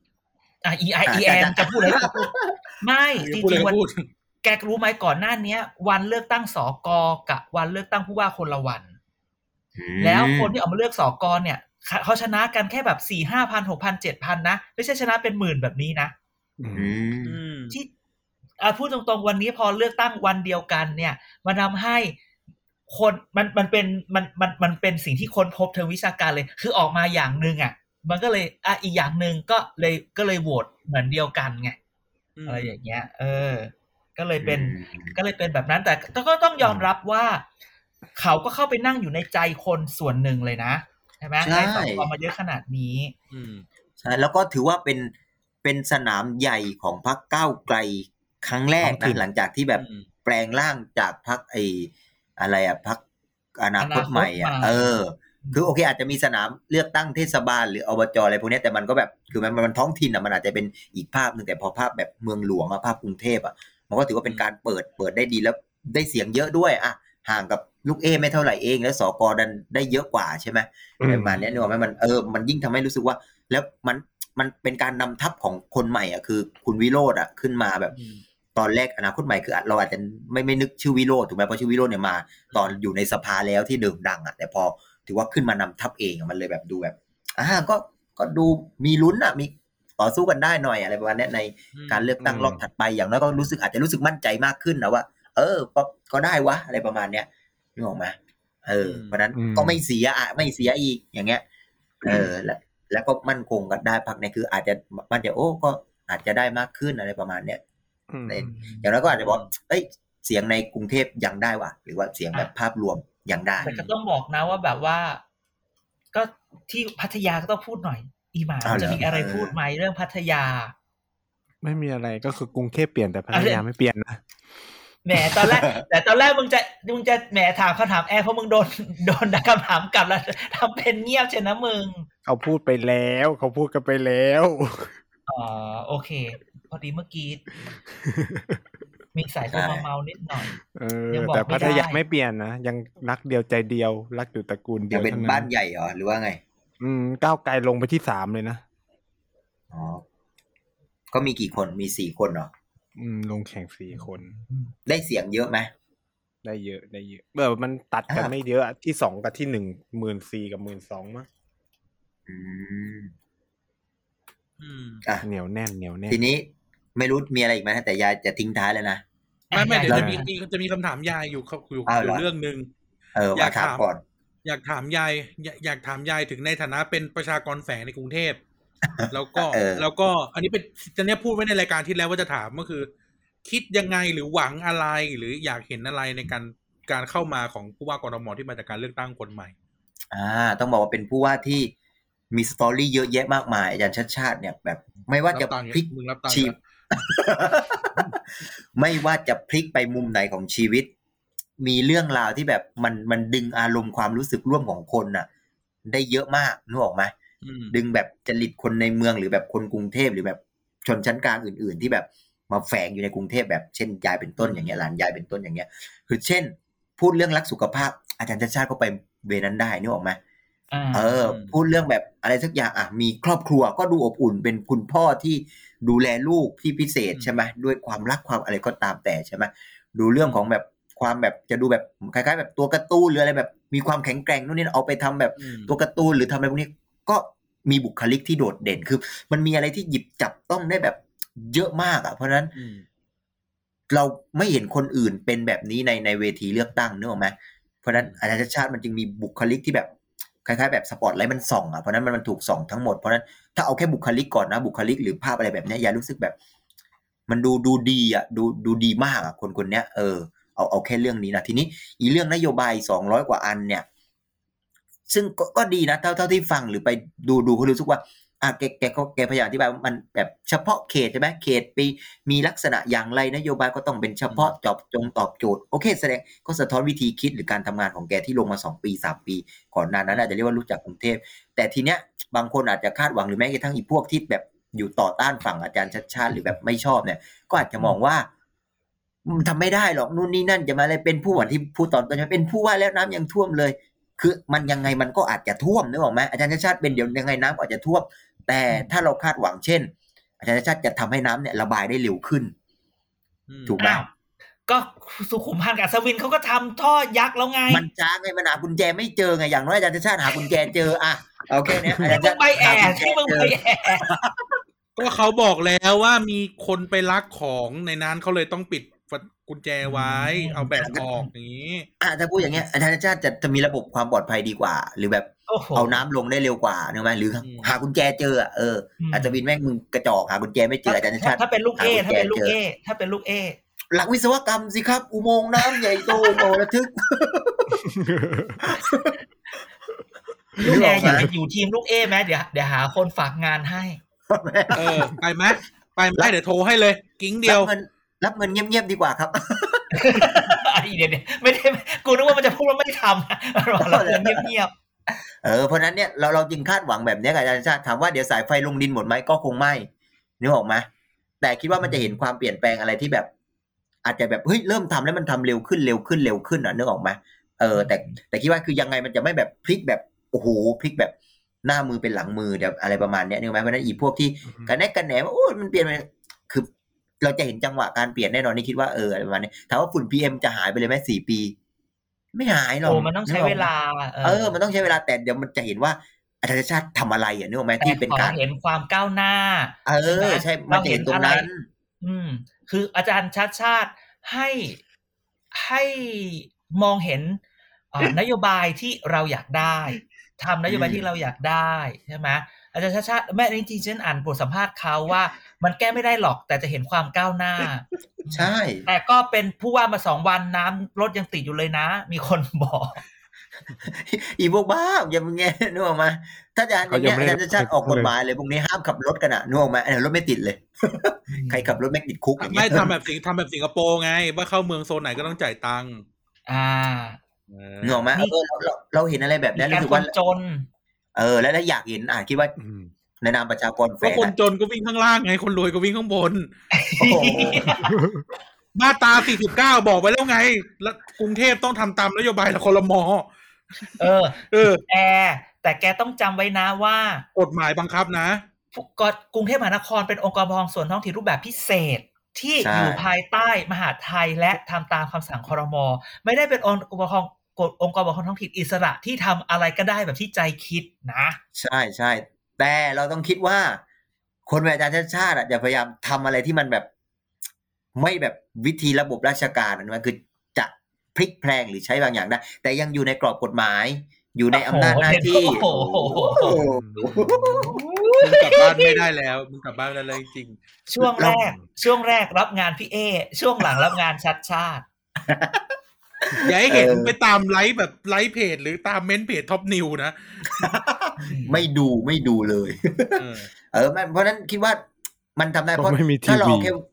Speaker 4: EIEM จะพูดอะไรไม่จริงๆวันแกรู้ไหมก่อนหน้านี้วันเลือกตั้งสก.กับวันเลือกตั้งผู้ว่าคนละวันแล้วคนที่ออกมาเลือกสก.เนี่ยเขาชนะกันแค่แบบ 4-5,000 6,000 7,000 นะไม่ใช่ชนะเป็นหมื่นแบบนี้นะที่พูดตรงๆวันนี้พอเลือกตั้งวันเดียวกันเนี่ยมันทำให้คนมันเป็นสิ่งที่ค้นพบเชิงวิชาการเลยคือออกมาอย่างนึงมันก็เลยอีกอย่างนึงก็เลยโหวตเหมือนเดียวกันไงอะไรอย่างเงี้ยก็เลยเป็นแบบนั้นแต่ก็ต้องยอมรับว่าเขาก็เข้าไปนั่งอยู่ในใจคนส่วนหนึ่งเลยนะใช่ไหมได้สก.มาเยอะขนาดนี้
Speaker 5: ใช่แล้วก็ถือว่าเป็นสนามใหญ่ของพรรคก้าวไกลครั้งแรกนะหลังจากที่แบบแปลงร่างจากพรรคอะไรพรรคอนาคตใหม่คือโอเคอาจจะมีสนามเลือกตั้งเทศบาลหรืออบจอะไรพวกนี้แต่มันก็แบบคือมันท้องถิ่นมันอาจจะเป็นอีกภาพนึงแต่พอภาพแบบเมืองหลวงภาพกรุงเทพมันก็ถือว่าเป็นการเปิดได้ดีแล้วได้เสียงเยอะด้วยห่างกับลูกไม่เท่าไหร่เองแล้วสก.ดันได้เยอะกว่าใช่ไหมประมาณนี้นึกออกไหมมันยิ่งทำให้รู้สึกว่าแล้วมันเป็นการนำทัพของคนใหม่คือคุณวิโรจน์ขึ้นมาแบบตอนแรกอนาคตใหม่คือเราอาจจะไม่นึกชื่อวิโรจน์ถูกไหมเพราะชื่อวิโรจน์เนี่ยมาตอนอยู่ในสภาแล้วที่เดิมดังแต่พอถือว่าขึ้นมานำทัพเองมันเลยแบบดูแบบก็ดูมีลุ้นมีต่อสู้กันได้หน่อยอะไรประมาณนี้ในการเลือกตั้งรอบถัดไปอย่างน้อยก็อาจจะรู้สึกมั่นใจมากขึ้นนะว่าก็ได้วะอะไรประมาณเนี้ยนึกออกไหมเพราะนั้นก็ไม่เสียอีกอย่างเงี้ยแล้วก็มั่นคงกันได้พรรคเนี่ยคืออาจจะมันจะก็อาจจะได้มากขึ้นอะไรประมาณเนี้ยอย่างนั้นก็อาจจะบอกเสียงในกรุงเทพยังได้ว่ะหรือว่าเสียงแบบภาพรวมยังได้
Speaker 4: แต่ก็ต้องบอกนะว่าแบบว่าก็ที่พัทยาก็ต้องพูดหน่อยอีหมา
Speaker 5: อ้าว
Speaker 4: จะ
Speaker 5: เหรอ
Speaker 4: มีอะไรพูดไหมเรื่องพัทยา
Speaker 3: ไม่มีอะไรก็คือกรุงเทพเปลี่ยนแต่พัทยาไม่เปลี่ยนนะ
Speaker 4: แหมตอนแรก แต่ตอนแรกมึงจะแหมถามคำถามแอร์เพราะมึงโดนคำถามกลับแล้วทำเป็นเงียบเช่นนะมึง
Speaker 3: เขาพูดไปแล้วเขาพูดกันไปแล้ว
Speaker 4: อ๋อโอเค พอดีเมื่อกี้ มีสายโทรมาเมานิดหน่อย ยังบอก
Speaker 3: แต่
Speaker 4: ไม่
Speaker 3: พัทยา
Speaker 4: ได้
Speaker 3: ไม่เปลี่ยนนะยังรักเดียวใจเดียวรักอยู่ตระกูลเดี
Speaker 5: จะ
Speaker 3: ยว
Speaker 5: เป็น
Speaker 3: เท่า
Speaker 5: บ้า
Speaker 3: นั้น
Speaker 5: นใหญ่เหรอหรือว่าไง
Speaker 3: ก้าวไกลลงไปที่ 3เลยนะ
Speaker 5: อ๋อก็มีกี่คนมี4 คนเหรอ
Speaker 3: ลงแข่ง4 คน
Speaker 5: ได้เสียงเยอะไหม
Speaker 3: ได้เยอะมันตัดกันไม่เยอะที่2กับที่1 14,000กับ 12,000มั้ง
Speaker 5: อืม
Speaker 3: เหนียวแน่น
Speaker 5: ทีนี้ไม่รู้มีอะไรอีกไหมแต่ยายจะทิ้งท้ายแล้วนะ
Speaker 2: ไม่เดี๋ยว
Speaker 5: แล้ว
Speaker 2: จะมีคำถามยายอยู่
Speaker 5: อ้าวเหรอ
Speaker 2: เรื่องนึง
Speaker 5: มาถามก่อน
Speaker 2: อยากถามยายถึงในฐานะเป็นประชากรแฝงในกรุงเทพ แล้วก็ แล้วก็อันนี้เป็นจะเนี้ยพูดไว้ในรายการที่แล้วว่าจะถามก็คือ คิดยังไงหรือหวังอะไรหรืออยากเห็นอะไรในการเข้ามาของผู้ว่ากทมที่มาจากการเลือกตั้งคนใหม่
Speaker 5: ต้องบอกว่าเป็นผู้ว่าที่มีสตอรี่เยอะแยะมากมายอาจารย์ชัดชาติเนี่ยแบบ ไม่ว่าจะพลิก
Speaker 2: มึงรับตังค์
Speaker 5: ชีพ ไม่ว่าจะพลิกไปมุมไหนของชีวิต มีเรื่องราวที่แบบมันดึงอารมณ์ความรู้สึกร่วมของคนน่ะ ได้เยอะมากนึกออกไหมดึงแบบจริตคนในเมืองหรือแบบคนกรุงเทพหรือแบบชนชั้นกลางอื่นๆที่แบบมาแฝงอยู่ในกรุงเทพแบบเช่นยายเป็นต้นอย่างเงี้ยหลานยายเป็นต้นอย่างเงี้ยคือเช่นพูดเรื่องรักสุขภาพอาจารย์ชัดชาติก็ไปเวนั้นได้นึกออกไหมพูดเรื่องแบบอะไรสักอย่างมีครอบครัวก็ดูอบอุ่นเป็นคุณพ่อที่ดูแลลูกที่พิเศษใช่ไหมด้วยความรักความอะไรก็ตามแต่ใช่ไหมดูเรื่องของแบบความแบบจะดูแบบคล้ายๆแบบตัวการ์ตูนหรืออะไรแบบมีความแข็งแกร่งนู่นนี่เอาไปทำแบบตัวการ์ตูนหรือทำอะไรพวกนี้ก็มีบุคลิกที่โดดเด่นคือมันมีอะไรที่หยิบจับต้องได้แบบเยอะมากเพราะฉะนั้นเราไม่เห็นคนอื่นเป็นแบบนี้ในเวทีเลือกตั้งนึกออกไหมเพราะฉะนั้นอาจารย์ชาติมันจึงมีบุคลิกที่แบบคล้ายๆแบบสปอตไลท์มันส่องเพราะนั้นมันถูกส่องทั้งหมดเพราะนั้นถ้าเอาแค่บุคลิกก่อนนะบุคลิกหรือภาพอะไรแบบนี้อย่ารู้สึกแบบมันดูดีดูดีมากคนเนี้ยเอาแค่เรื่องนี้นะทีนี้อีเรื่องนโยบาย200 กว่าอันเนี่ยซึ่งก็ดีนะเท่าที่ฟังหรือไปดูเขารู้สึกว่าแกพยายามอธิบายมันแบบเฉพาะเขตใช่ไหมเขตปีมีลักษณะอย่างไรนโยบายก็ต้องเป็นเฉพาะตอบโจทย์โอเคแสดงก็สะท้อนวิธีคิดหรือการทำงานของแกที่ลงมา2 ปี 3 ปีก่อนหน้านั้นอาจจะเรียกว่ารู้จักกรุงเทพแต่ทีเนี้ยบางคนอาจจะคาดหวังหรือแม้กระทั่งอีพวกที่แบบอยู่ต่อต้านฝั่งอาจารย์ชัดชาติหรือแบบไม่ชอบเนี่ยก็อาจจะมองว่าทำไม่ได้หรอกนู่นนี่นั่นจะมาอะไรเป็นผู้ว่าที่พูดตอนจะเป็นผู้ว่าแล้วน้ำยังท่วมเลยคือมันยังไงมันก็อาจจะท่วมนึกออกไหมอาจารย์ชัดชาติเป็นเดี๋ยวยังไงน้ำอาจจะท่วมแต่ถ้าเราคาดหวังเช่นอาจารย์ชาติจะทำให้น้ำเนี่ยระบายได้เร็วขึ้นถูกไหม
Speaker 4: ก็สุขุมพันธ์กับอัศวินเขาก็ทำท่อยักษ์แล้วไง
Speaker 5: มันช้าไงมันหากุญแจไม่เจอไงอย่างน้อยอาจารย์ชาติหากุญแจเจอโอเคเนี่ยอาจารย์ชาติ
Speaker 4: ไปแอบที่มึงไปแอบ
Speaker 2: ก็เขาบอกแล้วว่ามีคนไปลักของในนั้นเขาเลยต้องปิดกุญแจไว้เอาแบตออกอย่างนี้
Speaker 5: ถ้าพูดอย่างเงี้ยอาจารย์ชาติจะมีระบบความปลอดภัยดีกว่าหรือแบบเอาน้ำลงได้เร็วกว่านึกไหมหรือหากุญแจเจออาจจะวินแม่งมึงกระจอกหากุญแจไม่เจออาจารย์ชาติ
Speaker 4: ถ้าเป็นลูกเอถ้าเป็นลูกเอ
Speaker 5: หลักวิศวกรรมสิครับอุโมงค์น้ำใหญ่โตโหระทึก
Speaker 4: ลูกแออยู่ทีมลูกเอไหมเดี๋ยวหาคนฝากงานให้
Speaker 2: ไปไหมเดี๋ยวโทรให้เลยกิ้งเดียว
Speaker 5: รับเงินเงียบๆดีกว่าครับ
Speaker 4: เดี๋ยวไม่ได้กูนึกว่ามันจะพูดว่าไม่ทำเราเงียบ
Speaker 5: เพราะนั้นเนี่ยเราจึงคาดหวังแบบนี้กับอาจารย์ชาติถามว่าเดี๋ยวสายไฟลงดินหมดไหมก็คงไม่นึกออกไหมแต่คิดว่ามันจะเห็นความเปลี่ยนแปลงอะไรที่แบบอาจจะแบบเฮ้ยเริ่มทำแล้วมันทำเร็วขึ้นนึกออกไหมแต่คิดว่าคือยังไงมันจะไม่แบบพลิกแบบโอ้โหพลิกแบบหน้ามือเป็นหลังมือแบบอะไรประมาณนี้นึกไหมเพราะนั้นอีพวกที่กันแหนว่าโอ้มันเปลี่ยนไปคือเราจะเห็นจังหวะการเปลี่ยนแน่นอนนี่คิดว่าอะไรประมาณนี้ถามว่าฝุ่น PM จะหายไปเลยไหม4 ปีไม่หายหรอก
Speaker 4: มันต้องใช้เวลา
Speaker 5: มันต้องใช้เวลาแต่เดี๋ยวมันจะเห็นว่าอาจารย์ชาติทำอะไรนึกออกไหมที่เป็นการ
Speaker 4: เห็นความก้าวหน้า
Speaker 5: ใช่มันเห็นตรงนั้น
Speaker 4: คืออาจารย์ชาติให้มองเห็นนโยบายที่เราอยากได้ทำนโยบายที่เราอยากได้ใช่ไหมอาจารย์ชาติแม่จริงๆฉันอ่านบทสัมภาษณ์เขาว่ามันแก้ไม่ได้หรอกแต่จะเห็นความก้าวหน้า
Speaker 5: ใช่
Speaker 4: แต่ก็เป็นผู้ว่ามา2 วันน้ำรถยังติดอยู่เลยนะมีคนบอก
Speaker 5: อีพวกบ้าอย่ามึงแงนึกออกมาถ้าอาจารย์อย่างเงี้ยอาจารย์ชัดออกกฎหมายเลยพวกนี้ห้ามขับรถกันนึกออกมารถไม่ติดเลยใครขับรถไม่ติดคุกอย่างเงี้
Speaker 2: ไม่
Speaker 5: ย
Speaker 2: ทำแบบสิงคโปร์ไงว่าเข้าเมืองโซนไหนก็ต้องจ่ายตังค์
Speaker 5: นึกออกไหมเราเห็นอะไรแบบนี้รู้สึกว่า
Speaker 4: จน
Speaker 5: แล้วอยากเห็นคิดว่าในนามประชากรแฝง
Speaker 2: คนจนก็วิ่งข้างล่างไงคนรวยก็วิ่งข้างบนมาตรา49บอกไว้แล้วไงแล้วกรุงเทพต้องทำตามนโยบายครม.
Speaker 4: แต่แกต้องจำไว้นะว่าก
Speaker 2: ฎหมายบังคับนะ
Speaker 4: กรุงเทพมหานครเป็นองค์กรปกครองส่วนท้องถิ่นรูปแบบพิเศษที่อยู่ภายใต้มหาดไทยและทำตามคำสั่งครม.ไม่ได้เป็นองค์กรปกครองท้องถิ่นอิสระที่ทำอะไรก็ได้แบบที่ใจคิดนะ
Speaker 5: ใช่แต่เราต้องคิดว่าคนแบบอาจารย์ชาติอย่าพยายามทำอะไรที่มันแบบไม่แบบวิธีระบบราชการมันคือจะพลิกแพลงหรือใช้บางอย่างได้แต่ยังอยู่ในกรอบกฎหมายอยู่ในอำนาจหน้าที่
Speaker 2: มึงกลับบ้านไม่ได้แล้วมึงกลับบ้านไม่ได้เลยจริง
Speaker 4: ช่วงแรกรับงานพี่เอช่วงหลังรับงานชัดชาติ
Speaker 2: อย่าให้เห็นไปตามไลฟ์แบบไลฟ์เพจหรือตามเม้นเพจท็อปนิวนะ
Speaker 5: ไม่ดูเลยเพราะนั้นคิดว่ามันทำได้เพราะถ้าเรา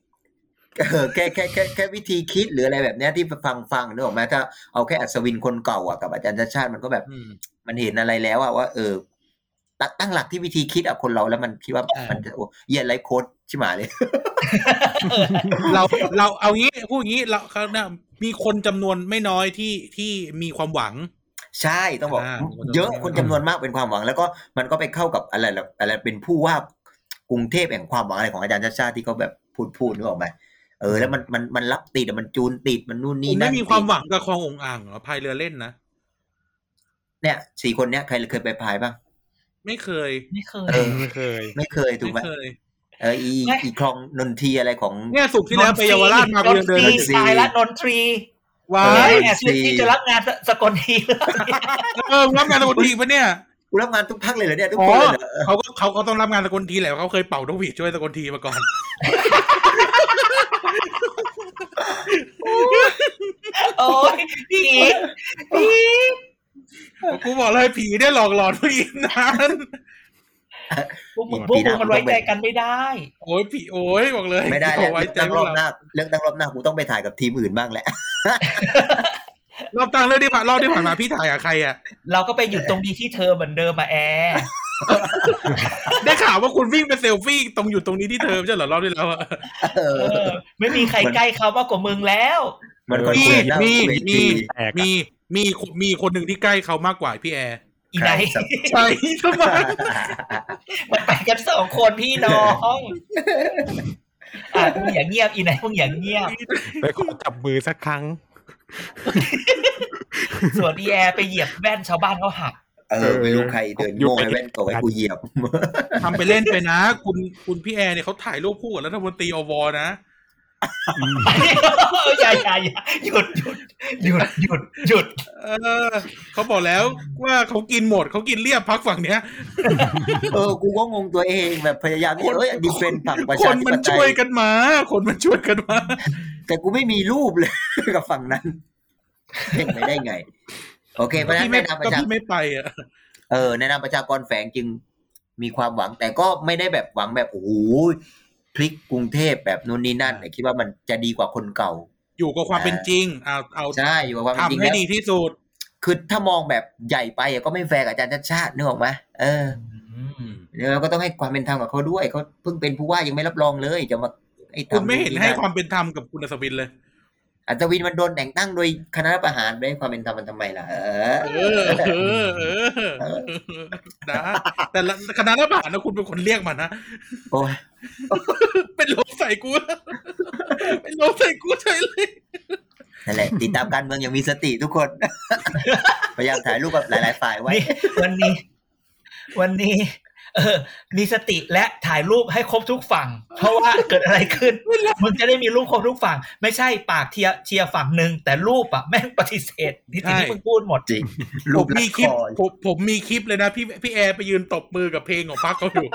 Speaker 5: แค่วิธีคิดหรืออะไรแบบนี้ที่ฟังนึกออกไหมถ้าเอาแค่อัศวินคนเก่ากับอาจารย์ชาติมันก็แบบมันเห็นอะไรแล้วว่าตั้งหลักที่วิธีคิดคนเราแล้วมันคิดว่ามันจะเยี่ยไรโค้ดชิมาเลย
Speaker 2: เราเอางี้พูดอย่างนี้เราเนี่ยมีคนจำนวนไม่น้อยที่มีความหวัง
Speaker 5: ใช่ต้องบอกเยอะคนจำนวนมากเป็นความหวังแล้วก็มันก็ไปเข้ากับอะไรเป็นผู้ว่ากรุงเทพแห่งความหวังอะไรของอาจารย์ชาติที่เขาแบบพูดนึกออกไหมแล้วมันรับติดมันจูนติดมันนู่นนี่นั่น
Speaker 2: ไม่มีความหวังกับคลององอ่างเหรอพายเรือเล่นนะ
Speaker 5: เนี่ย4คนเนี้ยใครเคยไปพายบ้าง
Speaker 2: ไม่เคย
Speaker 5: ถูกไหมอีคลองนนทรีอะไรของ
Speaker 2: เนี่ยสุกที่แล้วไปเยาวราชมาเดิน
Speaker 4: ตายละนนทรีว้ายที่จะรับงานสกลที
Speaker 2: รับงานสกลทีปะเนี่ย
Speaker 5: กูรับงานทุกพักเลยเหรอเนี่ยทุกคนเลย
Speaker 2: เขาต้องรับงานสกลทีแหละเขาเคยเป่านกหวีดช่วยสกลทีมาก่อน
Speaker 4: โอ้ยผี
Speaker 2: กูบอกเลยผีเนี่ยหลอกหลอนผู้หญิงนั้น
Speaker 4: พวกมันไว้ใจกันไม่ได้
Speaker 2: โอ้ยผีโอ้ยบอกเลย
Speaker 5: ไม่ได้ตั้งรอบหน้ากูต้องไปถ่ายกับทีมอื่นบ้างแหละ
Speaker 2: รอบที่ผ่านมาพี่ถ่ายกับใครอ่ะ
Speaker 4: เราก็ไปหยุดตรงนี้ที่เธอเหมือนเดิมมาแอร์
Speaker 2: ได้ข่าวว่าคุณวิ่งไปเซลฟี่ตรงอยู่ตรงนี้ที่เธอใช่เหรอรอบที่แล้ว
Speaker 4: ไม่มีใครใกล้เขามากกว่ามึงแล้ว
Speaker 2: มีคนหนึ่งที่ใกล้เขามากกว่าพี่แอร์
Speaker 4: อีไหน
Speaker 2: ใช่ทำไม
Speaker 4: มันไปกัน2คนพี่น้องมึงอย่าเงียบอีไหนมึงอย่าเงียบ
Speaker 3: ไปขอจับมือสักครั้ง
Speaker 4: ส่วนอีแอร์ไปเหยียบแว่นชาวบ้านเขาหัก
Speaker 5: ไม่รู้ใครเดินโง่ให้แว่นตกให้กูเหยียบ
Speaker 2: ทำไปเล่นไปนะคุณพี่แอร์เนี่ยเขาถ่ายรูปคู่กับรัฐมนตรีอวนะ
Speaker 4: อย่าหยุด
Speaker 2: เขาบอกแล้วว่าเขากินหมดเขากินเรียบพักฝั่งเนี้ย
Speaker 5: กูก็งงตัวเองแบบพยายามดิเฟนต์ฝั่งประชาธิปไตย
Speaker 2: คนมันช่วยกันมา
Speaker 5: แต่กูไม่มีรูปเลยกับฝั่งนั้นยังไม่ได้ไงโอเคเพราะฉะนั้นในนามประชา
Speaker 2: ไม่ไป
Speaker 5: ในนามประชากรแฝงจึงมีความหวังแต่ก็ไม่ได้แบบหวังแบบโอ้โหพลิกกรุงเทพแบบนู่นนี่นั่นแต่คิดว่ามันจะดีกว่าคนเก่า
Speaker 2: อยู่กับความเป็นจริงเอา
Speaker 5: ใช่อยู่กับความเป็นจริง
Speaker 2: ทำให้ดีที่สุด
Speaker 5: คือถ้ามองแบบใหญ่ไปก็ไม่แฟร์กับอาจารย์ชาตินึกออกไหมเราก็ต้องให้ความเป็นธรรมกับเขาด้วยเขาเพิ่งเป็นผู้ว่ายังไม่รับรองเลยจะมา
Speaker 2: คุณไม่เห็นให้ความเป็นธรรมกับคุณอัศวินเลย
Speaker 5: อัศวินมันโดนแต่งตั้งโดยคณะประหารได้ความเป็นธรรมมันทำไมล่ะ
Speaker 2: นะแต่คณะประหารนะคุณเป็นคนเรียกมันนะ
Speaker 5: โอ้ย
Speaker 2: เป็นโลใส่กูใช่เลย
Speaker 5: นั่นแหละติดตามการเมืองอย่างมีสติทุกคนพยายามถ่ายรูปกับหลายๆฝ่ายไว้
Speaker 4: วันนี้มีสติและถ่ายรูปให้ครบทุกฝั่งเพราะว่าเกิดอะไรขึ้นมึงจะได้มีรูปครบทุกฝั่งไม่ใช่ปากเชียร์ฝั่งนึงแต่รูปแม่งปฏิเสธที่มึงพูดหมด
Speaker 5: จริง
Speaker 2: ผมมีคลิปเลยนะพี่แอร์ไปยืนตบมือกับเพลงของพรรคเขาอยู่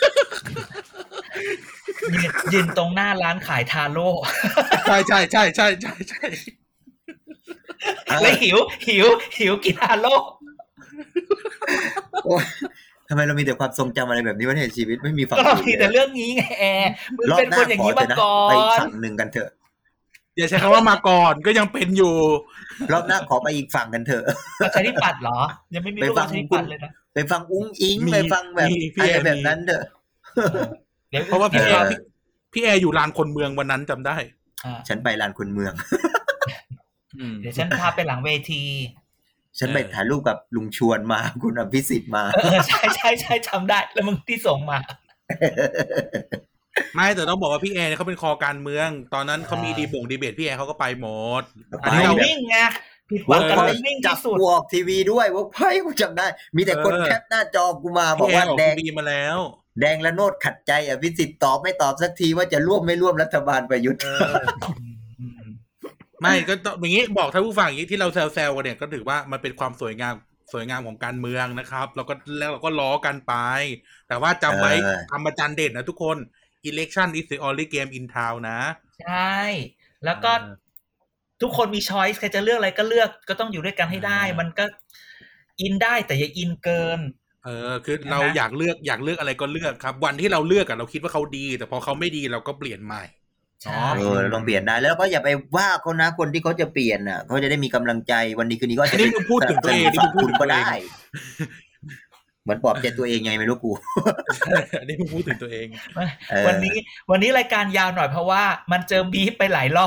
Speaker 4: ยืนตรงหน้าร้านขายทาโร่
Speaker 2: ใช่
Speaker 4: แล้วหิวกินฮาโล
Speaker 5: โอ้ยทำไมเรามีแต่ความทรงจำอะไรแบบนี้วะเนี่ยชีวิตไม่มีฝั่ง
Speaker 4: ก็เรา
Speaker 5: อื่น
Speaker 4: มี
Speaker 5: เล
Speaker 4: แต่
Speaker 5: ย
Speaker 4: เรื่องนี้ไงแอร์มึง
Speaker 5: รอ
Speaker 4: เป็
Speaker 5: บ
Speaker 4: น
Speaker 5: หน้า
Speaker 4: คนอย่าง
Speaker 5: ขอ
Speaker 4: นี้
Speaker 5: เถ
Speaker 4: มา
Speaker 5: อะนะ
Speaker 4: ก่อ
Speaker 5: ไปอีก
Speaker 4: น
Speaker 5: ฝั่งหนึ่งกันเถอะ
Speaker 2: อย่าใช้คำว่ามาก่อนก็ยังเป็นอยู่
Speaker 5: รอบหน้าขอไปอีกฝั่งกันเถอะ
Speaker 4: ประชาธิปัตย์เหรอ ยังไม่มี
Speaker 5: ไป
Speaker 4: รูป
Speaker 5: ฟั
Speaker 4: ป
Speaker 5: ง
Speaker 4: ระชาธิปัตย์เลยนะ
Speaker 5: ไปฟังอุ้งอิง
Speaker 2: มี
Speaker 5: ไปฟังแบบ
Speaker 2: มีพี่
Speaker 5: อะไร
Speaker 2: แอน
Speaker 5: แบบ
Speaker 2: มี
Speaker 5: นั้นเถอะ
Speaker 4: เดี๋ยว
Speaker 2: เพราะว่า
Speaker 5: เออ
Speaker 2: พี่แอร์อยู่ลานคนเมืองวันนั้นจำได้
Speaker 4: อ่า
Speaker 5: ฉันไปลานคนเมือง
Speaker 4: เดี๋ยวฉันพาไปหลังเวที
Speaker 5: ฉันไปถ่ายรูปกับลุงชวนมา คุณอภิสิทธิ์มา
Speaker 4: ใช่จำได้แล้วมึงที่ส่งมา
Speaker 2: ไม่แต่ต้องบอกว่าพี่แอร์เนี่ยเขาเป็นคอการเมือง ตอนนั้นเขามีดีเบตพี่แอร์เขาก็ไปหมด อัน
Speaker 5: ไป
Speaker 2: นี้เรา
Speaker 4: วิ่งไงผิดหวังกับ
Speaker 5: ไพ
Speaker 4: รถวิ่ง
Speaker 5: จับ
Speaker 4: ที่สุด
Speaker 5: กูออกทีวีด้วยว่าไพ่กูจำได้ มีแต่คนแคปหน้าจอกูมาบอ
Speaker 2: พี่
Speaker 5: ก
Speaker 2: แอ
Speaker 5: ว่า
Speaker 2: ร์ออก
Speaker 5: แด
Speaker 2: ที
Speaker 5: ง
Speaker 2: วีมาแล้ว
Speaker 5: แดงและโนดขัดใจอภิสิทธิ์ตอบไม่ตอบสักทีว่าจะร่วมไม่ร่วมรัฐบาลประยุทธ์
Speaker 2: ไม่ก็ต้องอย่างนี้บอกท่านผู้ฟังอย่างนี้ที่เราแซวๆกันเนี่ยก็ถือว่ามันเป็นความสวยงามของการเมืองนะครับแล้วเราก็ล้อกันไป แต่ว่าจำไว้คำอาจารย์เด่นนะทุกคน election is the only game in town นะ
Speaker 4: ใช่ แล้วก็ทุกคนมีช้อยส์ใครจะเลือกอะไรก็เลือกก็ต้องอยู่ด้วยกันให้ได้ มันก็อินได้แต่อย่าอินเกิน
Speaker 2: คือเราอยากเลือกอะไรก็เลือกครับ วันที่เราเลือกเราคิดว่าเขาดี แต่พอเขาไม่ดีเราก็เปลี่ยนใหม่
Speaker 4: ใช่
Speaker 5: เราลองเปลี่ยนได้แล้วก็อย่าไปว่าเขานะคนที่เขาจะเปลี่ยนน่ะเขาจะได้มีกำลังใจวันนี้คืนนี้ก็
Speaker 2: อั
Speaker 5: จะ
Speaker 2: นนี้มึงพูดถึงตัวเองนี่มึงพูด
Speaker 5: คุ
Speaker 2: ถึ
Speaker 5: ณ
Speaker 2: งตั
Speaker 5: ก็
Speaker 2: วเอง
Speaker 5: ได้ เหมือนปลอบใจตัวเองไงไม่รู้กู
Speaker 2: อันนี้มึงพูดถึงตัวเอง
Speaker 4: วันนี้รายการยาวหน่อยเพราะว่ามันเจอบีฟไปหลายรอบ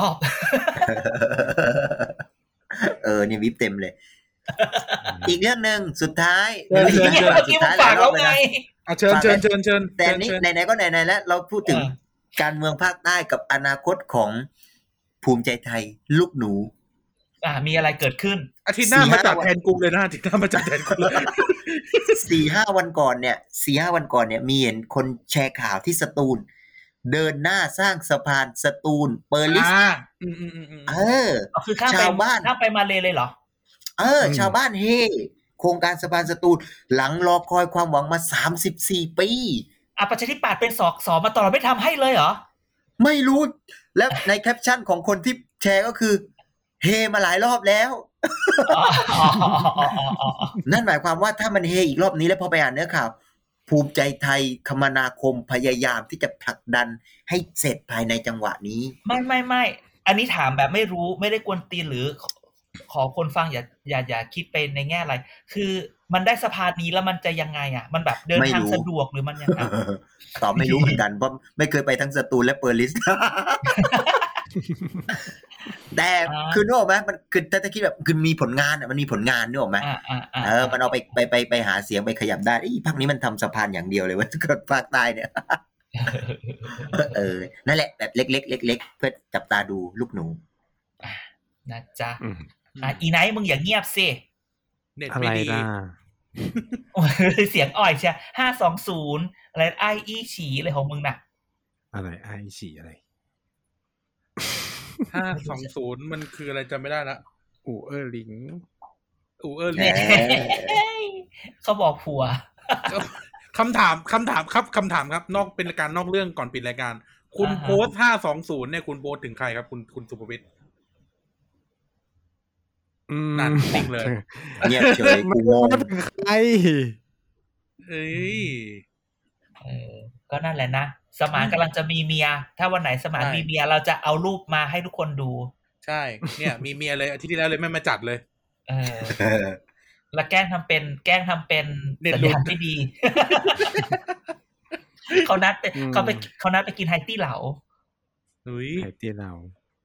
Speaker 5: นี่วิบเต็มเลย อีกเรื่องหนึ่งสุดท้าย
Speaker 2: เชิญ
Speaker 4: เมื่อกี้มึงฝากแล้วไง
Speaker 2: เชิญ
Speaker 5: แต่นี้ไหนๆก็ไหนๆแล้วเราพูดถึงการเมืองภาคใต้กับอนาคตของภูมิใจไทยลูกหนู
Speaker 4: มีอะไรเกิดขึ้น
Speaker 2: อาทิตย์หน้ามาจัดแทนกูเลยนะอาทิตย์หน้ามาจัดแทนกูเลย
Speaker 5: 4-5 วันก่อนเนี่ยมีเห็นคนแชร์ข่าวที่สตูลเดินหน้าสร้างสะพานสตูลเปอร์ลิส
Speaker 4: คือข้ามไปมาเลยเหรอ
Speaker 5: ชาวบ้านเฮโครงการสะพานสตูลหลังรอคอยความหวังมา34 ปี
Speaker 4: ประชาธิปัตย์เป็นสมาตลอดไม่ทำให้เลยเหรอ
Speaker 5: ไม่รู้แล้วในแคปชั่นของคนที่แชร์ก็คือเฮมาหลายรอบแล้วนั่นหมายความว่าถ้ามันเฮอีกรอบนี้แล้วพอไปอ่านเนื้อข่าวภูมิใจไทยคมนาคมพยายามที่จะผลักดันให้เสร็จภายในจังหวะนี้
Speaker 4: ไม่อันนี้ถามแบบไม่รู้ไม่ได้กวนตีนหรือขอคนฟังอย่าคิดไปในแง่อะไรคือมันได้สะพานนี้แล้วมันจะยังไงมันแบบเดินทางสะดวกหรือมันยังไง
Speaker 5: ตอบไม่รู้เหมือนกันเพราะไม่เคยไปทั้งสตูลและเปอร์ลิสแต่คือนึกออกไหมมันคือถ้าคิดแบบคือมีผลงานมันมีผลงานนึกออกไหมมันเอาไปหาเสียงไปขยับได้ภาคนี้มันทำสะพานอย่างเดียวเลยว่าเกิดภาคใต้เนี่ยนั่นแหละแบบเล็กๆเพื่อจับตาดูลูกหนู
Speaker 4: นะจ๊ะอีไนท์มึงอย่าเงียบสิ
Speaker 2: เน็ตไม่ดี
Speaker 4: เสียงอ่อยใช่520อะไรไออีฉีอะไรของมึงน่ะ
Speaker 3: อะไรไอฉีอะไร
Speaker 2: 520มันคืออะไรจำไม่ได้ละ
Speaker 3: อูเออร์ลิง
Speaker 4: เขาบอกผัว
Speaker 2: คำถามครับนอกเป็นรายการนอกเรื่องก่อนปิดรายการคุณโพสต์520เนี่ยคุณโพสต์ถึงใครครับคุณสุภวิทย์นั่นจริงเลย
Speaker 5: เงียบเฉยกูงง
Speaker 3: ใคร
Speaker 4: ก็นั่นแหละนะสมานกำลังจะมีเมียถ้าวันไหนสมานมีเมียเราจะเอารูปมาให้ทุกคนดู
Speaker 2: ใช่เนี่ยมีเมียเลยอาทิตย์ที่แล้วเลยไม่มาจัดเลย
Speaker 4: แล้วแกล้งทำเป็นสัญญาณไม่ดีเขานัดไปกินไฮตี้เหลา
Speaker 3: ไฮตี้เหลา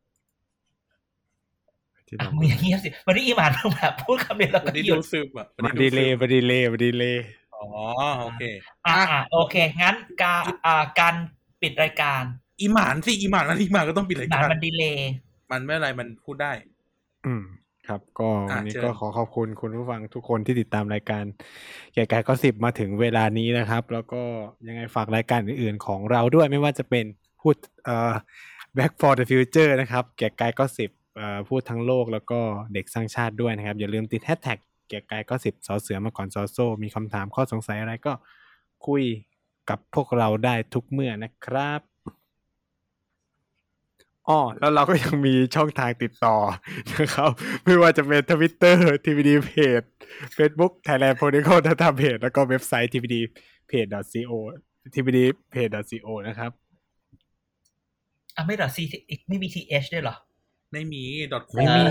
Speaker 4: มึงอย่างเงี้ยสิวันนี้อีหมานมึงแบบพูดคำเดียวแล้วก็หยุด
Speaker 3: มันดีเลย
Speaker 2: อ๋อโอเค
Speaker 4: โอเคงั้นการปิดรายการ
Speaker 2: อีหมานก็ต้องปิดรายการ
Speaker 4: มันดีเลย
Speaker 2: มันไม่อะไรมันพูดได้
Speaker 3: ครับก็วันนี้ก็ขอขอบคุณคุณผู้ฟังทุกคนที่ติดตามรายการเกียร์กายก็10มาถึงเวลานี้นะครับแล้วก็ยังไงฝากรายการอื่นๆของเราด้วยไม่ว่าจะเป็นพูดBack for the Future นะครับเกียร์กายก็10พูดทั้งโลกแล้วก็เด็กสร้างชาติด้วยนะครับอย่าลืมติดแฮชแท็กเกียร์กายก็10สอเสือมาก่อนซอโซ่มีคำถามข้อสงสัยอะไรก็คุยกับพวกเราได้ทุกเมื่อนะครับแล้วเราก็ยังมีช่องทางติดต่อนะครับไม่ว่าจะเป็น Twitter TPD Page Facebook Thailand Protocol Database แล้วก็เว็บไซต์ tpdpage.co tpdpage.co นะครับ
Speaker 4: ไม่หรอ ไม่มี th ด้วยเหรอ
Speaker 2: ไม่มี
Speaker 3: ไม่มี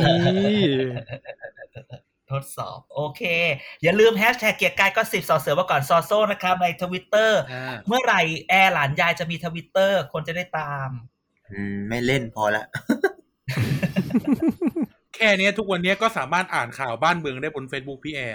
Speaker 4: ทดสอบโอเคอย่าลืมแฮชแท็กเกียร์กายก็10 สอเสือมาก่อนซอโซ่นะครับใน Twitter เมื่อไหร่แอร์หลานยายจะมี Twitter คนจะได้ตาม
Speaker 5: ไม่เล่นพอละ
Speaker 2: แค่นี้ทุกวันนี้ก็สามารถอ่านข่าวบ้านเมืองได้บน Facebook พี่แอร์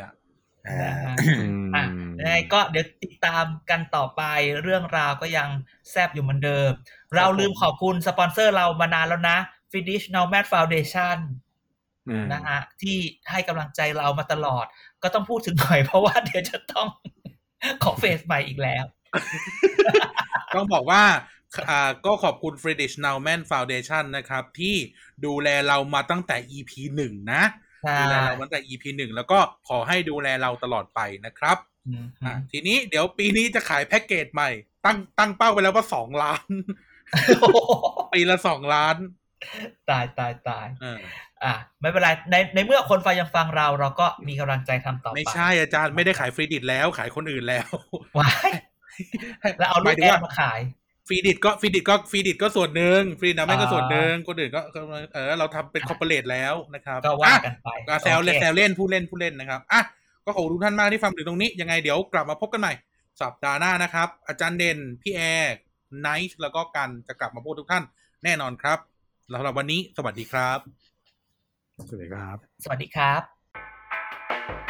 Speaker 4: ยังไงก็เดี๋ยวติดตามกันต่อไปเรื่องราวก็ยังแซ่บอยู่เหมือนเดิมเราลืมขอบคุณสปอนเซอร์เรามานานแล้วนะ Finnish Nomad Foundation นะฮะที่ให้กำลังใจเรามาตลอดก็ต้องพูดถึงหน่อยเพราะว่าเดี๋ยวจะต้องขอเฟสใหม่อีกแล้ว
Speaker 2: ต้องบอกว่าก็ขอบคุณ Finnish Nomad Foundation นะครับที่ดูแลเรามาตั้งแต่ EP 1 นะดูแลเราตั้งแต่ EP 1 แล้วก็ขอให้ดูแลเราตลอดไปนะครับทีนี้เดี๋ยวปีนี้จะขายแพ็กเกจใหม่ตั้งเป้าไปแล้วว่า2 ล้านปีละ2 ล้าน
Speaker 4: ตายไม่เป็นไรในเมื่อคนฟังยังฟังเราก็มีกำลังใจทำต่อไป
Speaker 2: ไม่ใช่อาจารย์ไม่ได้ขายฟรีดิตแล้วขายคนอื่นแล้ว
Speaker 4: ว้ายแล้วเอาลูกแอร์มาขาย
Speaker 2: ฟรีดิตก็ส่วนหนึ่งฟรีนะไม่ก็ส่วนหนึ่งคนอื่นก็เราทำเป็นคอร์ปอเรทแล้วนะครับ
Speaker 4: ก็ว่ากันไป
Speaker 2: แซวเล่นผู้เล่นนะครับก็ขอบคุณทุกท่านมากที่ฟังถึงตรงนี้ยังไงเดี๋ยวกลับมาพบกันใหม่สัปดาห์หน้านะครับอาจารย์เด่นพี่แอร์ไนท์แล้วก็กันจะกลับมาพบทุกท่านแน่นอนครับสำหรับวันนี้สวัสดีครับ
Speaker 3: สวัสดีครับ
Speaker 4: สวัสดีครับ